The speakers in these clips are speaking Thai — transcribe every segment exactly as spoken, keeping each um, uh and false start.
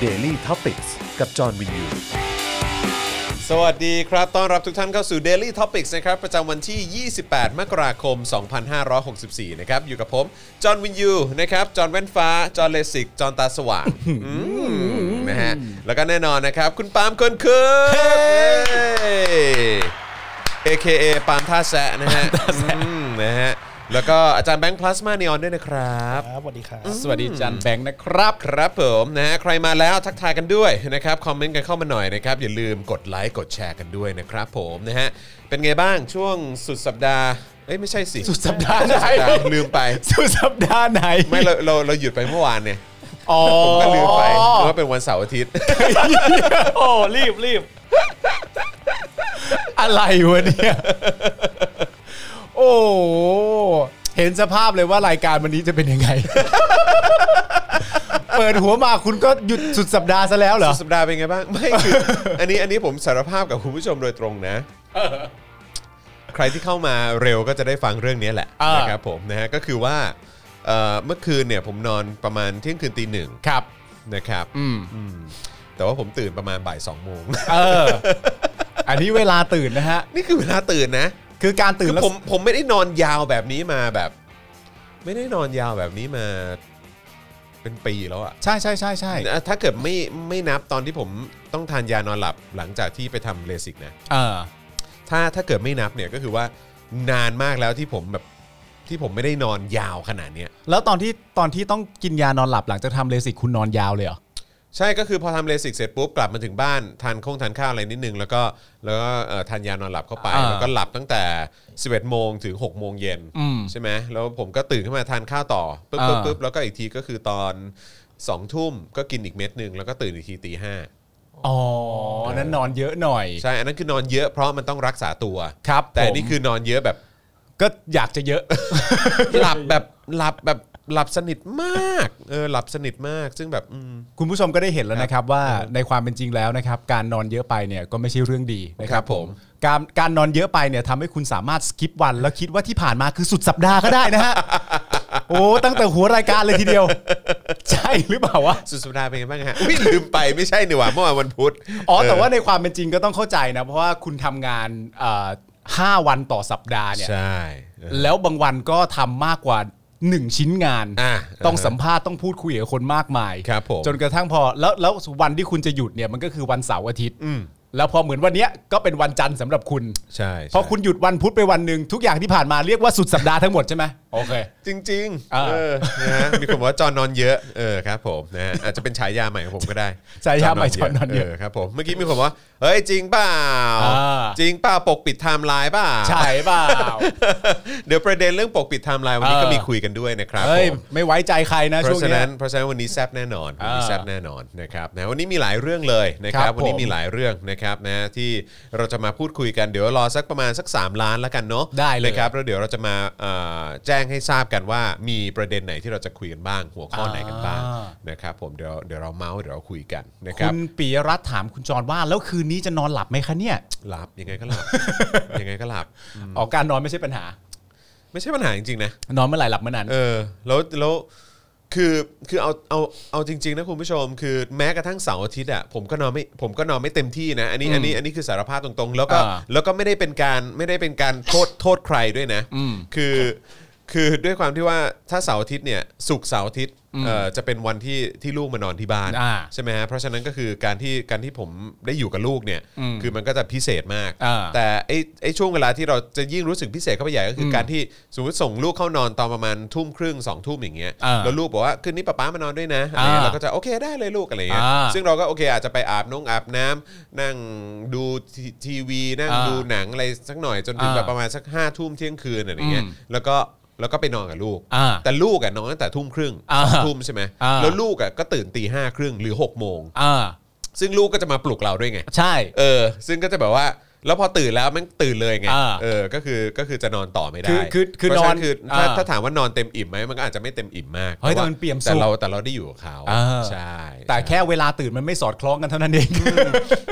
Daily Topics กับจอห์นวินยูสวัสดีครับต้อนรับทุกท่านเข้าสู่ Daily Topics นะครับประจำวันที่ยี่สิบแปดมกราคมสองพันห้าร้อยหกสิบสี่นะครับอยู่กับผมจอห์นวินยูนะครับจอห์นแว่นฟ้าจอห์นเลสิกจอห์นตาสว่างนะฮะแล้วก็แน่นอนนะครับคุณปาล์มคนคืน เอ เค เอ ปาล์มท่าแซะนะฮะนะฮะแล้วก็อาจารย์แบงค์พลาสมานีออนด้วยนะครับสวัสดีครับสวัสดีอาจารย์แบงค์นะครับครับผมนะฮะใครมาแล้วทักทายกันด้วยนะครับคอมเมนต์กันเข้ามาหน่อยนะครับอย่าลืมกดไลค์กดแชร์กันด้วยนะครับผมนะฮะเป็นไงบ้างช่วงสุดสัปดาห์เอ้ยไม่ใช่สิสุดสัปดาห์ไหนลืมไปสุดสัปดาห์ไหนไม่เราเราเราหยุดไปเมื่อวานเนี่ยผมก็ลืมไปว่าเป็นวันเสาร์อาทิตย์โอ้รีบรีบอะไรวะเนี่ยโอ้เห็นสภาพเลยว่ารายการวันนี้จะเป็นยังไง เปิดหัวมาคุณก็หยุดสุดสัปดาห์ซะแล้วเหรอสุดสัปดาห์เป็นไงบ้างไม่คืออันนี้อันนี้ผมสารภาพกับคุณผู้ชมโดยตรงนะใครที่เข้ามาเร็วก็จะได้ฟังเรื่องนี้แหละนะครับผมนะฮะก็คือว่าเมื่อคืนเนี่ยผมนอนประมาณเที่ยงคืนตีหนึ่งครับนะครับแต่ว่าผมตื่นประมาณบ่ายสองโมงเอออันนี้เวลาตื่นนะฮะนี่คือเวลาตื่นนะคือการตื่นแล้วผมผมไม่ได้นอนยาวแบบนี้มาแบบไม่ได้นอนยาวแบบนี้มาเป็นปีแล้วอ่ะใช่ใช่ใช่ใช่ถ้าเกิดไม่ไม่นับตอนที่ผมต้องทานยานอนหลับหลังจากที่ไปทำเลสิกนะเออถ้าถ้าเกิดไม่นับเนี่ยก็คือว่านานมากแล้วที่ผมแบบที่ผมไม่ได้นอนยาวขนาดนี้แล้วตอนที่ตอนที่ต้องกินยานอนหลับหลังจากทำเลสิกคุณนอนยาวเลยเหรอใช่ก็คือพอทำเลสิกเสร็จปุ๊บกลับมาถึงบ้านทานข้าวทานข้าวอะไรนิดนึงแล้วก็แล้วก็ทานยานอนหลับเข้าไปแล้วก็หลับตั้งแต่สิบเอ็ดโมงถึงหกโมงเย็นใช่ไหมแล้วผมก็ตื่นขึ้นมาทานข้าวต่อปุ๊บปุ๊บปุ๊บแล้วก็อีกทีก็คือตอนสองทุ่มก็กินอีกเม็ดนึงแล้วก็ตื่นอีกทีตีห้าอ๋ออันนั้นนอนเยอะหน่อยใช่อันนั้นคือนอนเยอะเพราะมันต้องรักษาตัวครับแต่นี่คือนอนเยอะแบบก็อยากจะเยอะหลับแบบหลับแบบหลับสนิทมากเออหลับสนิทมากซึ่งแบบคุณผู้ชมก็ได้เห็นแล้วนะครับว่าในความเป็นจริงแล้วนะครับการนอนเยอะไปเนี่ยก็ไม่ใช่เรื่องดีนะครับผมการการนอนเยอะไปเนี่ยทำให้คุณสามารถสคิปวันแล้วคิดว่าที่ผ่านมาคือสุดสัปดาห์ก็ได้นะฮะโอ้ตั้งแต่หัวรายการเลยทีเดียวใช่หรือเปล่าวะสุดสัปดาห์เป็นไงบ้างฮะอุ๊ยลืมไปไม่ใช่นี่หว่าเมื่อวานวันพุธอ๋อแต่ว่าในความเป็นจริงก็ต้องเข้าใจนะเพราะว่าคุณทำงานห้าวันต่อสัปดาห์เนี่ยใช่แล้วบางวันก็ทำมากกว่าหนึ่งชิ้นงานต้องสัมภาษณ์ต้องพูดคุยกับคนมากมายจนกระทั่งพอแล้วแล้ววันที่คุณจะหยุดเนี่ยมันก็คือวันเสาร์อาทิตย์แล้วพอเหมือนวันนี้ก็เป็นวันจันทร์สำหรับคุณใช่พอคุณหยุดวันพุธไปวันนึงทุกอย่างที่ผ่านมาเรียกว่าสุดสัปดาห์ทั้งหมดใช่ไหมโอเคจริงๆเออนะฮะมีคนบอกว่าจอนนอนเยอะเออครับผมนะฮะอาจจะเป็นฉายาใหม่ของผมก็ได้ฉายาใหม่จอนนอนเยอะครับผมเมื่อกี้มีคนบอกว่าเฮ้ยจริงเปล่าจริงเปล่าปกปิดไทม์ไลน์เปล่าใช่เปล่าเดี๋ยวประเด็นเรื่องปกปิดไทม์ไลน์วันนี้ก็มีคุยกันด้วยนะครับเฮ้ยไม่ไว้ใจใครนะช่วงนี้เพราะฉะนั้นวันนี้แซ่บแน่นอนวันนี้แซ่บแน่นอนนะครับนะวันนี้มีหลายเรื่องเลยนะครับวันนี้มีหลายเรื่องนะครับนะที่เราจะมาพูดคุยกันเดี๋ยวรอสักประมาณสักสามล้านแล้วกันเนาะได้เลยครับแล้วเดี๋ยวเราจะมาแจ้งให้ทราบกันว่ามีประเด็นไหนที่เราจะคุยกันบ้างหัวข้อไหนกันบ้างนะครับผมเดี๋ยวเดี๋ยวเราเมาส์เดี๋ยวเราคุยกันนะครับคุณปิยรัตน์ถามคุณจรว่าแล้วคืนนี้จะนอนหลับไหมคะเนี่ยหลับยังไงก็หลับยังไงก็หลับอ๋อการนอนไม่ใช่ปัญหาไม่ใช่ปัญหาจริงๆนะนอนเมื่อไหร่หลับเมื่อนั้นเออแล้วแล้วคือคือเอาเอาเอาจริงๆนะคุณผู้ชมคือแม้กระทั่งเสาร์อาทิตย์อ่ะผมก็นอนไม่ผมก็นอนไม่เต็มที่นะอันนี้อันนี้อันนี้คือสารภาพตรงๆแล้วก็แล้วก็ไม่ได้เป็นการไม่ได้เป็นการโทษโทษใครด้วยนะคือคือด้วยความที่ว่าถ้าเสาร์อาทิตย์เนี่ยศุกร์เสาร์อาทิตย์เอ่อจะเป็นวันที่ที่ลูกมานอนที่บ้านใช่ไหมฮะเพราะฉะนั้นก็คือการที่การที่ผมได้อยู่กับลูกเนี่ยคือมันก็จะพิเศษมากแต่ไอ้ไอ้ช่วงเวลาที่เราจะยิ่งรู้สึกพิเศษเข้าไปใหญ่ก็คือการที่สมมติส่งลูกเข้านอนตอนประมาณทุ่มครึ่งสองทุ่มอย่างเงี้ยแล้วลูกบอกว่าคืนนี้ป๊าป๊ามานอนด้วยนะอะไรเราก็จะโอเคได้เลยลูกอะไรเงี้ยซึ่งเราก็โอเคอาจจะไปอาบน้องอาบน้ำนั่งดูทีวีนั่งดูหนังอะไรสักหน่อยจนถึงแบบประมาณสักห้าทุ่มเที่ยงคืนอะไรเงี้ยแล้วก็แล้วก็ไปนอนกับลูกแต่ลูกอ่ะนอนตั้งแต่ทุ่มครึ่งสองทุ่มใช่ไหมแล้วลูกอ่ะก็ตื่นตีห้าครึ่งหรือหกโมงซึ่งลูกก็จะมาปลุกเราด้วยไงใช่เออซึ่งก็จะแบบว่าแล้วพอตื่นแล้วมันตื่นเลยไงเออก็คือก็คือจะนอนต่อไม่ได้คือคือคือนอนคือถ้าถ้าถามว่านอนเต็มอิ่มไหมมันก็อาจจะไม่เต็มอิ่มมากเฮ้ยแต่มันเปี่ยมสุขแต่เราแต่เราได้อยู่กับเขาใช่แต่แค่เวลาตื่นมันไม่สอดคล้องกันเท่านั้นเอง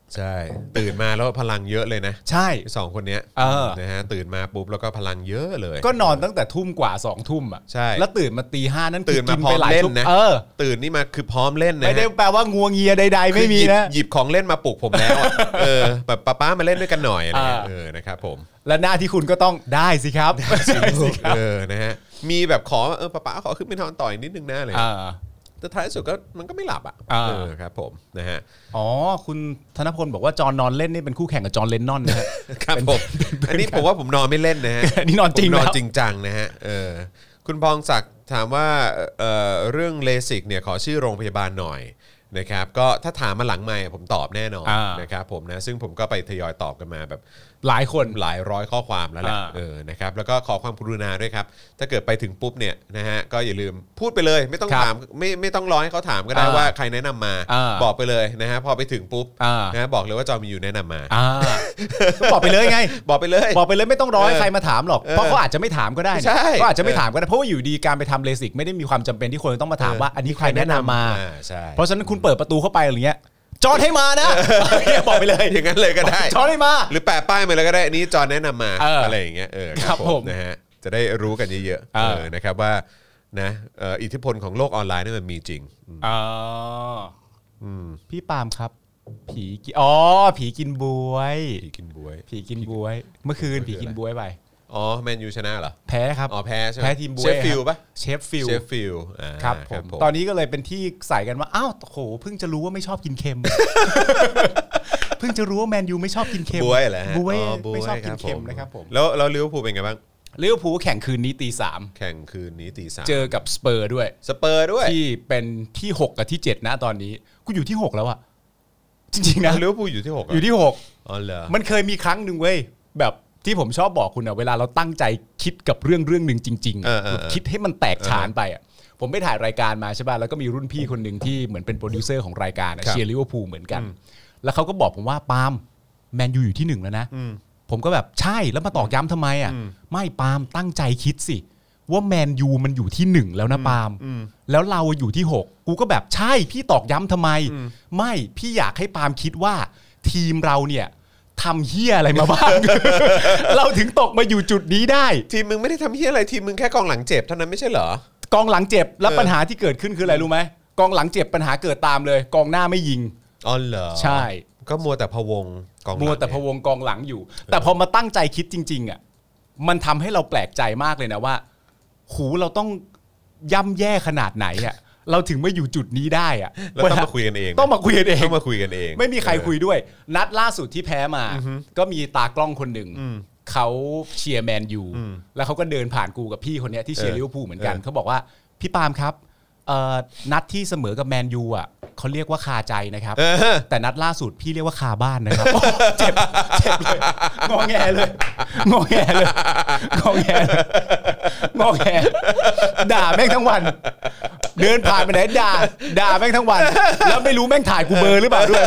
ใช่ตื่นมาแล้วพลังเยอะเลยนะใช่สองคนเนี้ยนะฮะตื่นมาปุ๊บแล้วก็พลังเยอะเลยก็นอนตั้งแต่ทุ่มกว่าสองทุ่มอ่ะใช่แล้วตื่นมาตีห้านั่นตื่นมาพร้อมเล่นนะตื่นนี่มาคือพร้อมเล่นนะไม่ได้แปลว่างัวเงียใดๆไม่มีนะหยิบของเล่นมาปลุกผมแล้วเออแบบป้าๆมาเล่นด้วยกันหน่อยอะไรเงี้ยเออนะครับผมและหน้าที่คุณก็ต้องได้สิครับเออนะฮะมีแบบขอเออป้าๆขอขึ้นไปนอนต่ออีกนิดนึงนะอะไรแต่ท้ายสุดก็มันก็ไม่หลับอ่ะเออครับผมนะฮะอ๋อคุณธนพลบอกว่าจอนนอนเล่นนี่เป็นคู่แข่งกับจอนเลนนอนนะฮะครับผมอันนี้ผมว่าผมนอนไม่เล่นนะฮะนี่นอนจริงนอนจริงจังนะฮะเออคุณพองศักดิ์ถามว่าเอ่อเรื่องเลสิกเนี่ยขอชื่อโรงพยาบาลหน่อยนะครับก็ถ้าถามมาหลังไมค์ผมตอบแน่นอนนะครับผมนะซึ่งผมก็ไปทยอยตอบกันมาแบบหลายคนหลายร้อยข้อความแล้วแหละเออนะครับแล้วก็ขอความกรุณาด้วยครับถ้าเกิดไปถึงปุ๊บเนี่ยนะฮะก็อย่าลืมพูดไปเลยไม่ต้องถามไม่ไม่ต้องรอให้เขาถามก็ได้ว่าใครแนะนำมาบอกไปเลยนะฮะพอไปถึงปุ๊บนะบอกเลยว่าจอมีอยู่แนะนำมาก็บอกไปเลยไงบอกไปเลยบอกไปเลยไม่ต้องรอให้ใครมาถามหรอกเพราะเขาอาจจะไม่ถามก็ได้เขาอาจจะไม่ถามก็ได้เพราะว่าอยู่ดีการไปทำเลสิกไม่ได้มีความจำเป็นที่คนต้องมาถามว่าอันนี้ใครแนะนำมาเพราะฉะนั้นคุณเปิดประตูเข้าไปอะไรเงี้ยจอนให้มานะบอกไปเลยอย่างนั้นเลยก็ได้จอนให้มาหรือแปะป้ายมาเลยก็ได้อันนี้จอนแนะนำมาอะไรอย่างเงี้ยเออครับผมนะฮะจะได้รู้กันเยอะๆเออนะครับว่านะอิทธิพลของโลกออนไลน์นี่มันมีจริงอ๋อพี่ปาล์มครับผีอ๋อผีกินบวยผีกินบวยผีกินบวยเมื่อคืนผีกินบวยไปอ๋อแมนยูชนะเหรอแพ้ครับอ๋อแพ้ใช่ไหมแพ้ทีมบวยเชฟฟิลด์ป่ะเชฟฟิลด์เชฟฟิลด์ครับผมตอนนี้ก็เลยเป็นที่ใส่กันว่าอ้าวโหเพิ่งจะรู้ว่าไม่ชอบกินเค็มเพิ่งจะรู้ว่าแมนยูไม่ชอบกินเค็มบวยแหละบวยไม่ชอบกินเค็มนะครับผมแล้วเราลิเวอร์พูลเป็นไงบ้างลิเวอร์พูลแข่งคืนนี้ตีสามแข่งคืนนี้ตีสามเจอกับสเปอร์ด้วยสเปอร์ด้วยที่เป็นที่หกกับที่เจ็ดนะตอนนี้กูอยู่ที่หกแล้วอะจริงๆนะลิเวอร์พูลอยู่ที่หกอยู่ที่หกอ๋อเหรอมันเคยมีครั้งนึงเว้ยแบบที่ผมชอบบอกคุณอะเวลาเราตั้งใจคิดกับเรื่องเรื่องนึงจริงๆคิดให้มันแตกฉานไปอะผมไปถ่ายรายการมาใช่ป่ะแล้วก็มีรุ่นพี่คนนึงที่เหมือนเป็นโปรดิวเซอร์ของรายการเชียร์ลิเวอร์พูลเหมือนกันแล้วเขาก็บอกผมว่าปาล์มแมนยูอยู่ที่หนึ่งแล้วนะผมก็แบบใช่แล้วมาตอกย้ำทำไมอ่ะไม่ปาล์มตั้งใจคิดสิว่าแมนยูมันอยู่ที่หนึ่งแล้วนะปาล์มแล้วเราอยู่ที่หกกูก็แบบใช่พี่ตอกย้ำทำไมไม่พี่อยากให้ปาล์มคิดว่าทีมเราเนี่ยทำเหี้ยอะไรมาบ้าง เราถึงตกมาอยู่จุดนี้ได้ทีมมึงไม่ได้ทำเหี้ยอะไรทีมมึงแค่กองหลังเจ็บเท่านั้นไม่ใช่เหรอกองหลังเจ็บแล้วปัญหาที่เกิดขึ้นคืออะไรรู้ไหมกองหลังเจ็บปัญหาเกิดตามเลยกองหน้าไม่ยิงอ๋อเหรอใช่ก็มัวแต่พะวงกองมัวแต่พะวงกองหลังอยู่แต่พอมาตั้งใจคิดจริงๆอ่ะมันทำให้เราแปลกใจมากเลยนะว่าหูเราต้องย่ำแย่ขนาดไหนอ่ะเราถึงมาอยู่จุดนี้ได้อ่ะแล้วต้องมาคุยกันเองต้องมาคุยกันเองต้องมาคุยกันเองไม่มีใครคุยด้วยนัดล่าสุดที่แพ้มาก็มีตากล้องคนหนึ่งเขาเชียร์แมนยูแล้วเขาก็เดินผ่านกูกับพี่คนนี้ที่เชียร์ลิเวอร์พูลเหมือนกันเขาบอกว่าพี่ปาล์มครับนัดที่เสมอกับแมนยูอ่ะเขาเรียกว่าคาใจนะครับแต่นัดล่าสุดพี่เรียกว่าคาบ้านนะครับเจ็บเจ็บเลยงอแงเลยงอแงเลยงอแงงอแงด่าแม่งทั้งวันเดินผ่านไปไหนด่าด่าแม่งทั้งวันแล้วไม่รู้แม่งถ่ายกูเบอร์หรือเปล่าด้วย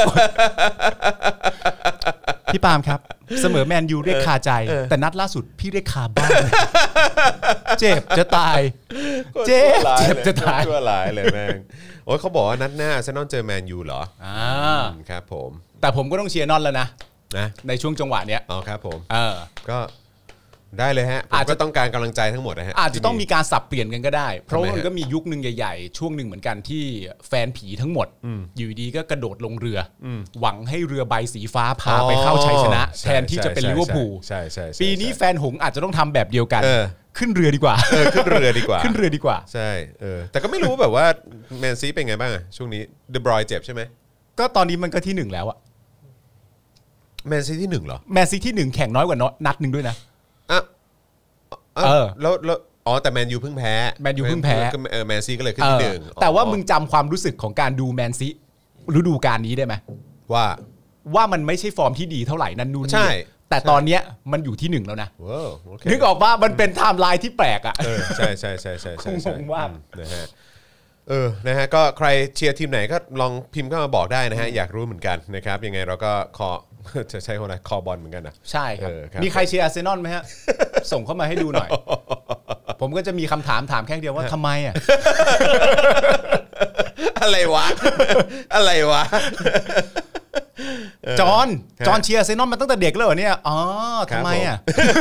พี่ปาล์มครับเสมอแมนยูเรียกคาใจแต่นัดล่าสุดพี่เรียกคาบ้านเจ็บจะตายเจ็บเจ็บจะตายชั่วร้ายเลยแม่งโอ้ยเขาบอกว่านัดหน้าอาร์เซนอลเจอแมนยูเหรออ่าครับผมแต่ผมก็ต้องเชียร์นอนแล้วนะนะในช่วงจังหวะเนี้ยอ๋อครับผมเออก็ได้เลยฮะผมก็ต้องการกำลังใจทั้งหมดนะฮะอาจจะต้องมีการสับเปลี่ยนกันก็ได้เพราะมันก็มียุคนึงใหญ่ๆช่วงหนึ่งเหมือนกันที่แฟนผีทั้งหมดอยู่ดีก็กระโดดลงเรือหวังให้เรือใบสีฟ้าพาไปเข้าชัยชนะแทนที่จะเป็นลิเวอร์พูลปีนี้แฟนหงส์อาจจะต้องทำแบบเดียวกันขึ้นเรือดีกว่าเออขึ้นเรือดีกว่าขึ้นเรือดีกว่าใช่เออแต่ก็ไม่รู้แบบว่าแมนซีเป็นไงบ้างช่วงนี้เดบรอยน์เจ็บใช่ไหมก็ตอนนี้มันก็ที่หนึ่งแล้วอะแมนซีที่หนึ่งเหรอแมนซีที่หนึ่งแข่งน้อยกว่านัดหนึ่งด้วยนะอ่ะเออแล้วแล้วอ๋อแต่แมนยูเพิ่งแพ้แมนยูเพิ่งแพ้เออแมนซีก็เลยขึ้นที่หนึ่งแต่ว่ามึงจำความรู้สึกของการดูแมนซีฤดูกาลนี้ได้ไหมว่าว่ามันไม่ใช่ฟอร์มที่ดีเท่าไหร่นั่นนู่นใช่แต่ตอนเนี้ยมันอยู่ที่หนึ่งแล้วนะนึกออกว่ามันเป็นไทม์ไลน์ที่แปลกอ่ะเออใช่ใช่ใช่ใช่ใช่งงมากนะฮะเออนะฮะก็ใครเชียร์ทีมไหนก็ลองพิมพ์เข้ามาบอกได้นะฮะอยากรู้เหมือนกันนะครับยังไงเราก็คอจะใช้คนอะไรคอบอลเหมือนกันนะใช่ครับมีใครเชียร์อาร์เซนอลไหมฮะส่งเข้ามาให้ดูหน่อยผมก็จะมีคำถามถามแค่เดียวว่าทำไมอ่ะอะไรวะอะไรวะจอห์นจอห์นเชียร์อาร์เซนอลมาตั้งแต่เด็กแล้วเหรอเนี่ยอ๋อทำไมอ่ะ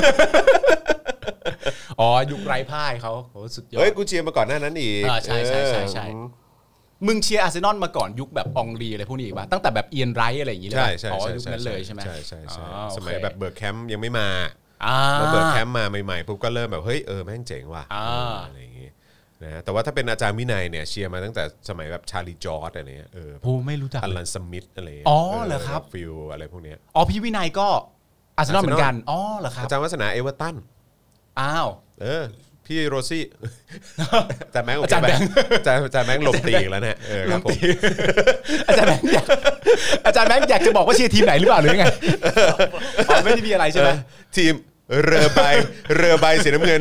อ๋อยุคไร้พ่ายเขาโหสุดยอดเฮ้ยกูเชียร์มาก่อนหน้านั้นอีกใช่ใช่ใช่ใช่มึงเชียร์อาร์เซนอลมาก่อนยุคแบบองรีอะไรพวกนี้อีกป่ะตั้งแต่แบบเอียนไรท์อะไรอย่างงี้เลยใช่ใช่อ๋อยุคนั้นเลยใช่ไหมใช่ใช่ใช่สมัยแบบเบิร์กแคมป์ยังไม่มาอ่าแล้วเบิร์กแคมป์มาใหม่ๆปุ๊บก็เริ่มแบบเฮ้ยเออแม่งเจ๋งว่ะอะไรอย่างงี้นะแต่ว่าถ้าเป็นอาจารย์วินัยเนี่ยเชียร์มาตั้งแต่สมัยแบบชาลีจอร์จอะไรเงี้ยเออโอ้ไม่รู้จักอลันสมิธอะไรอ๋อเหรอครับฟิลอะไรพวกเนี้ยอ๋อพี่วินัยก็อาร์เซนอลเหมือนกันอ๋อเหรอครับอาจารย์วัฒนาเอเวอร์ตันอ้าวเออพี่โรซี่อาจารย์แบงค์อาจารย์แบงค์อาจารย์อาจารย์แบงค์ลมตีอีกแล้วเนี่ยเออครับผมอาจารย์แบงค์อยากอาจารย์แบงค์อยากจะบอกว่าเชียร์ทีมไหนหรือเปล่าหรือไงอ๋อไม่ได้มีอะไรใช่ไหมทีมเรือใบเรือใบสีน้ำเงิน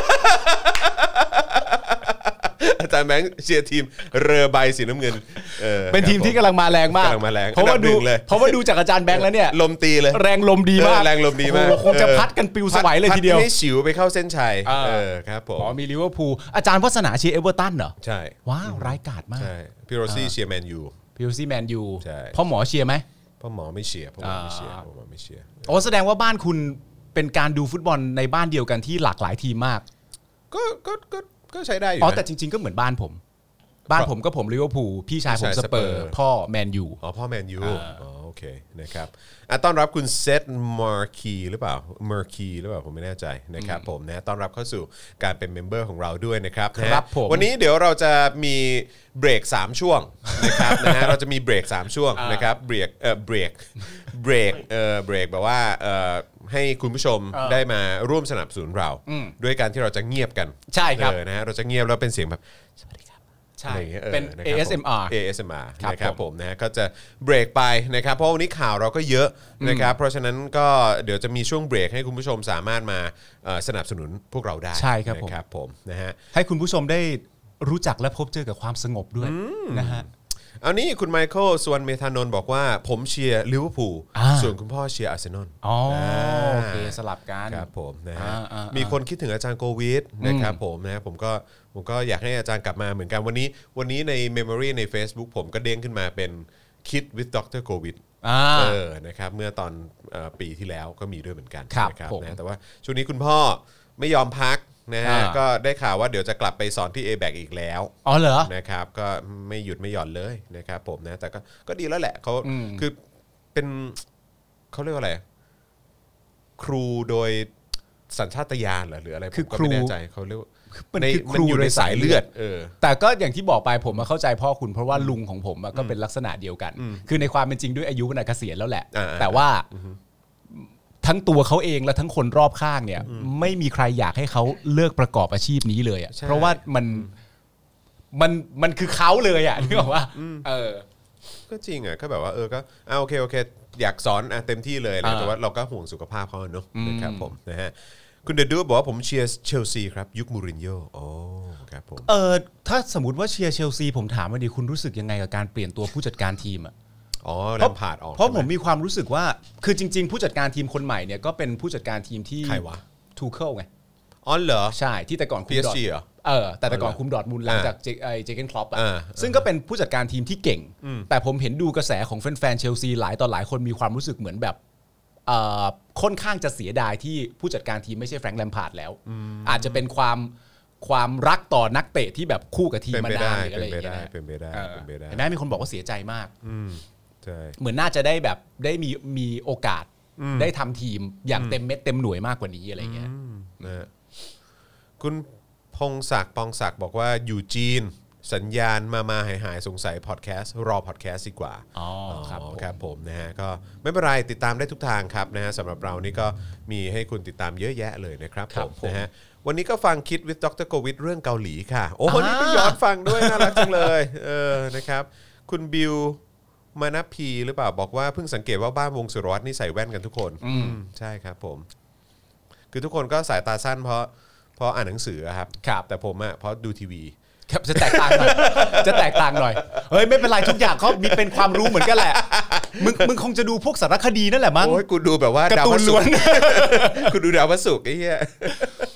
อาจารย์แบงค์เชียร์ทีมเรือใบสีน้ำเงินเออเป็นทีมที่กำลังมาแรงมากกำลังมาแรงเพราะว่าดูเพราะว่าดูจากอาจารย์แบงค์แล้วเนี่ยลมตีเลยแรงลมดีมากแรงลมดีมากคงจะพัดกันปิวสวายเลยทีเดียวให้ฉิวไปเข้าเส้นชัยเออครับผมอ๋อมีลิเวอร์พูลอาจารย์วัฒนาเชียร์เอเวอร์ตันเหรอใช่ว้าวร้ายกาจมากใช่พี่โรซี่เชียร์แมนยูพี่โรซี่แมนยูใช่พ่อหมอเชียร์ไหมพ่อหมอไม่เชียร์พ่อหมอไม่เชียร์พ่อหมอไม่เชียร์อ๋อแสดงว่าบ้านคุณเป็นการดูฟุตบอลในบ้านเดียวกันที่หลากหลายทีมมากก็ก็ก็ก็ใช้ได้อยู่อ๋อแต่จริงๆก็เหมือนบ้านผมบ้านผมก็ผมลิเวอร์พูลพี่ชายผมสเปอร์พ่อแมนยูอ๋อพ่อแมนยูอ๋อโอเคนะครับอ่ะต้อนรับคุณเซธมาร์คีหรือเปล่ามาร์คีหรือเปล่าผมไม่แน่ใจนะครับผมนะต้อนรับเข้าสู่การเป็นเมมเบอร์ของเราด้วยนะครับครับผมวันนี้เดี๋ยวเราจะมีเบรกสามช่วงนะครับนะฮะเราจะมีเบรกสามช่วงนะครับเบรกเอ่อเบรกเบรกเอ่อเบรกแบบว่าเอ่อให้คุณผู้ชมได้มาร่วมสนับสนุนเราด้วยการที่เราจะเงียบกันใช่ครับนะฮะเราจะเงียบแล้วเป็นเสียงแบบสวัสดีครับใช่เป็น เอ เอส เอ็ม อาร์เอ เอส เอ็ม อาร์ นะครับผมนะก็จะเบรกไปนะครับเพราะวันนี้ข่าวเราก็เยอะนะครับเพราะฉะนั้นก็เดี๋ยวจะมีช่วงเบรกให้คุณผู้ชมสามารถมาสนับสนุนพวกเราได้ใช่ครับผมนะครับผมนะฮะให้คุณผู้ชมได้รู้จักและพบเจอกับความสงบด้วยนะฮะเอานี่คุณไมเคิลสวนเมธานนท์บอกว่าผมเชียร์ลิเวอร์พูลส่วนคุณพ่อเชียร์อาร์เซนอลอ๋อโอเคสลับกันครับผมนะฮะมีคนคิดถึงอาจารย์โควิดนะครับผมนะผมก็ผมก็อยากให้อาจารย์กลับมาเหมือนกันวันนี้วันนี้ใน Memory ใน Facebook ผมก็เด้งขึ้นมาเป็นคิด with ดร. โควิดเออนะครับเมื่อตอนปีที่แล้วก็มีด้วยเหมือนกันนะครับนะแต่ว่าช่วงนี้คุณพ่อไม่ยอมพักนะฮะก็ได้ข่าวว่าเดี๋ยวจะกลับไปสอนที่ เอ แบค อีกแล้วอ๋อเหรอนะครับก็ไม่หยุดไม่หย่อนเลยนะครับผมนะแต่ก็ก็ดีแล้วแหละเขาคือเป็นเขาเรียกว่าอะไรครูโดยสัญชาตญาณเหรอหรืออะไรผมก็ไม่แน่ใจเขาเรียกมันคือครูอยู่ในสายเลือดเออแต่ก็อย่างที่บอกไปผมเข้าใจพ่อคุณเพราะว่าลุงของผมก็เป็นลักษณะเดียวกันคือในความเป็นจริงด้วยอายุมันเกษียณแล้วแหละแต่ว่าทั้งตัวเขาเองและทั้งคนรอบข้างเนี่ยไม่มีใครอยากให้เขาเลิกประกอบอาชีพนี้เลยอ่ะเพราะว่ามันมันมันคือเขาเลยอ่ะนึกออกว่าเออก็จริงอ่ะก็แบบว่าเออก็อ่าโอเคโอเคอยากสอนอ่ะเต็มที่เลยแต่ว่าเราก็ห่วงสุขภาพเขาเนอะนะครับผมนะฮะคุณเดดูบอกว่าผมเชียร์เชลซีครับยุคมูรินโญ่โอ้ครับผมเออถ้าสมมติว่าเชียร์เชลซีผมถามว่าดิคุณรู้สึกยังไงกับการเปลี่ยนตัวผู้จัดการทีมอ่ะอ๋อแลมพาร์ดออกเพราะผมมีความรู้สึกว่าคือจริงๆผู้จัดการทีมคนใหม่เนี่ยก็เป็นผู้จัดการทีมที่ใครวะทูเคิลไงอ๋อเหรอใช่ที่แต่ก่อนคุมดอร์ทเหรอเออแต่แต่ก่อนคุมดอร์ทมุนหลังจากเจไอเจเกนคล็อปอ่ะซึ่งก็เป็นผู้จัดการทีมที่เก่งแต่ผมเห็นดูกระแสของแฟนๆเชลซีหลายต่อหลายคนมีความรู้สึกเหมือนแบบค่อนข้างจะเสียดายที่ผู้จัดการทีมไม่ใช่แฟรงค์แลมพาร์ดแล้วอาจจะเป็นความความรักต่อนักเตะที่แบบคู่กับทีมมานานหรืออะไรอย่างเงี้ยเป็นไปได้เป็นไปได้เห็นไหมมีคนบอกว่าเสียใจมากใช่เหมือนน่าจะได้แบบได้มีมีโอกาสได้ทำทีมอย่างเต็มเม็ดเต็มหน่วยมากกว่านี้อะไรเงี้ยนะคุณพงศักดิ์ปองศักดิ์บอกว่าอยู่จีนสัญญาณมามาหายหายสงสัยพอดแคสต์รอพอดแคสต์ดีกว่าอ๋อครับครับผมนะฮะก็ไม่เป็นไรติดตามได้ทุกทางครับนะฮะสำหรับเรานี่ก็มีให้คุณติดตามเยอะแยะเลยนะครับผมนะฮะวันนี้ก็ฟังคิด with ดร. โควิดเรื่องเกาหลีค่ะโอ้วันนี้ไปย้อนฟังด้วยน่ารักจังเลยเออนะครับคุณบิวมานะพีหรือเปล่าบอกว่าเพิ่งสังเกตว่าบ้านวงสุรวัตรนี่ใส่แว่นกันทุกคนใช่ครับผมคือทุกคนก็สายตาสั้นเพราะเพราะอ่านหนังสือครับแต่ผมอ่ะเพราะดูทีวีครับจะแตกต่างหน่อยจะแตกต่างหน่อยเฮ้ยไม่เป็นไรทุกอย่างเขามีเป็นความรู้เหมือนกันแหละมึงมึงคงจะดูพวกสารคดีนั่นแหละมั้งโอ้ยกูดูแบบว่าดาวพระศุกร์กูดูดาวพระศุกร์ไอ้เหี้ย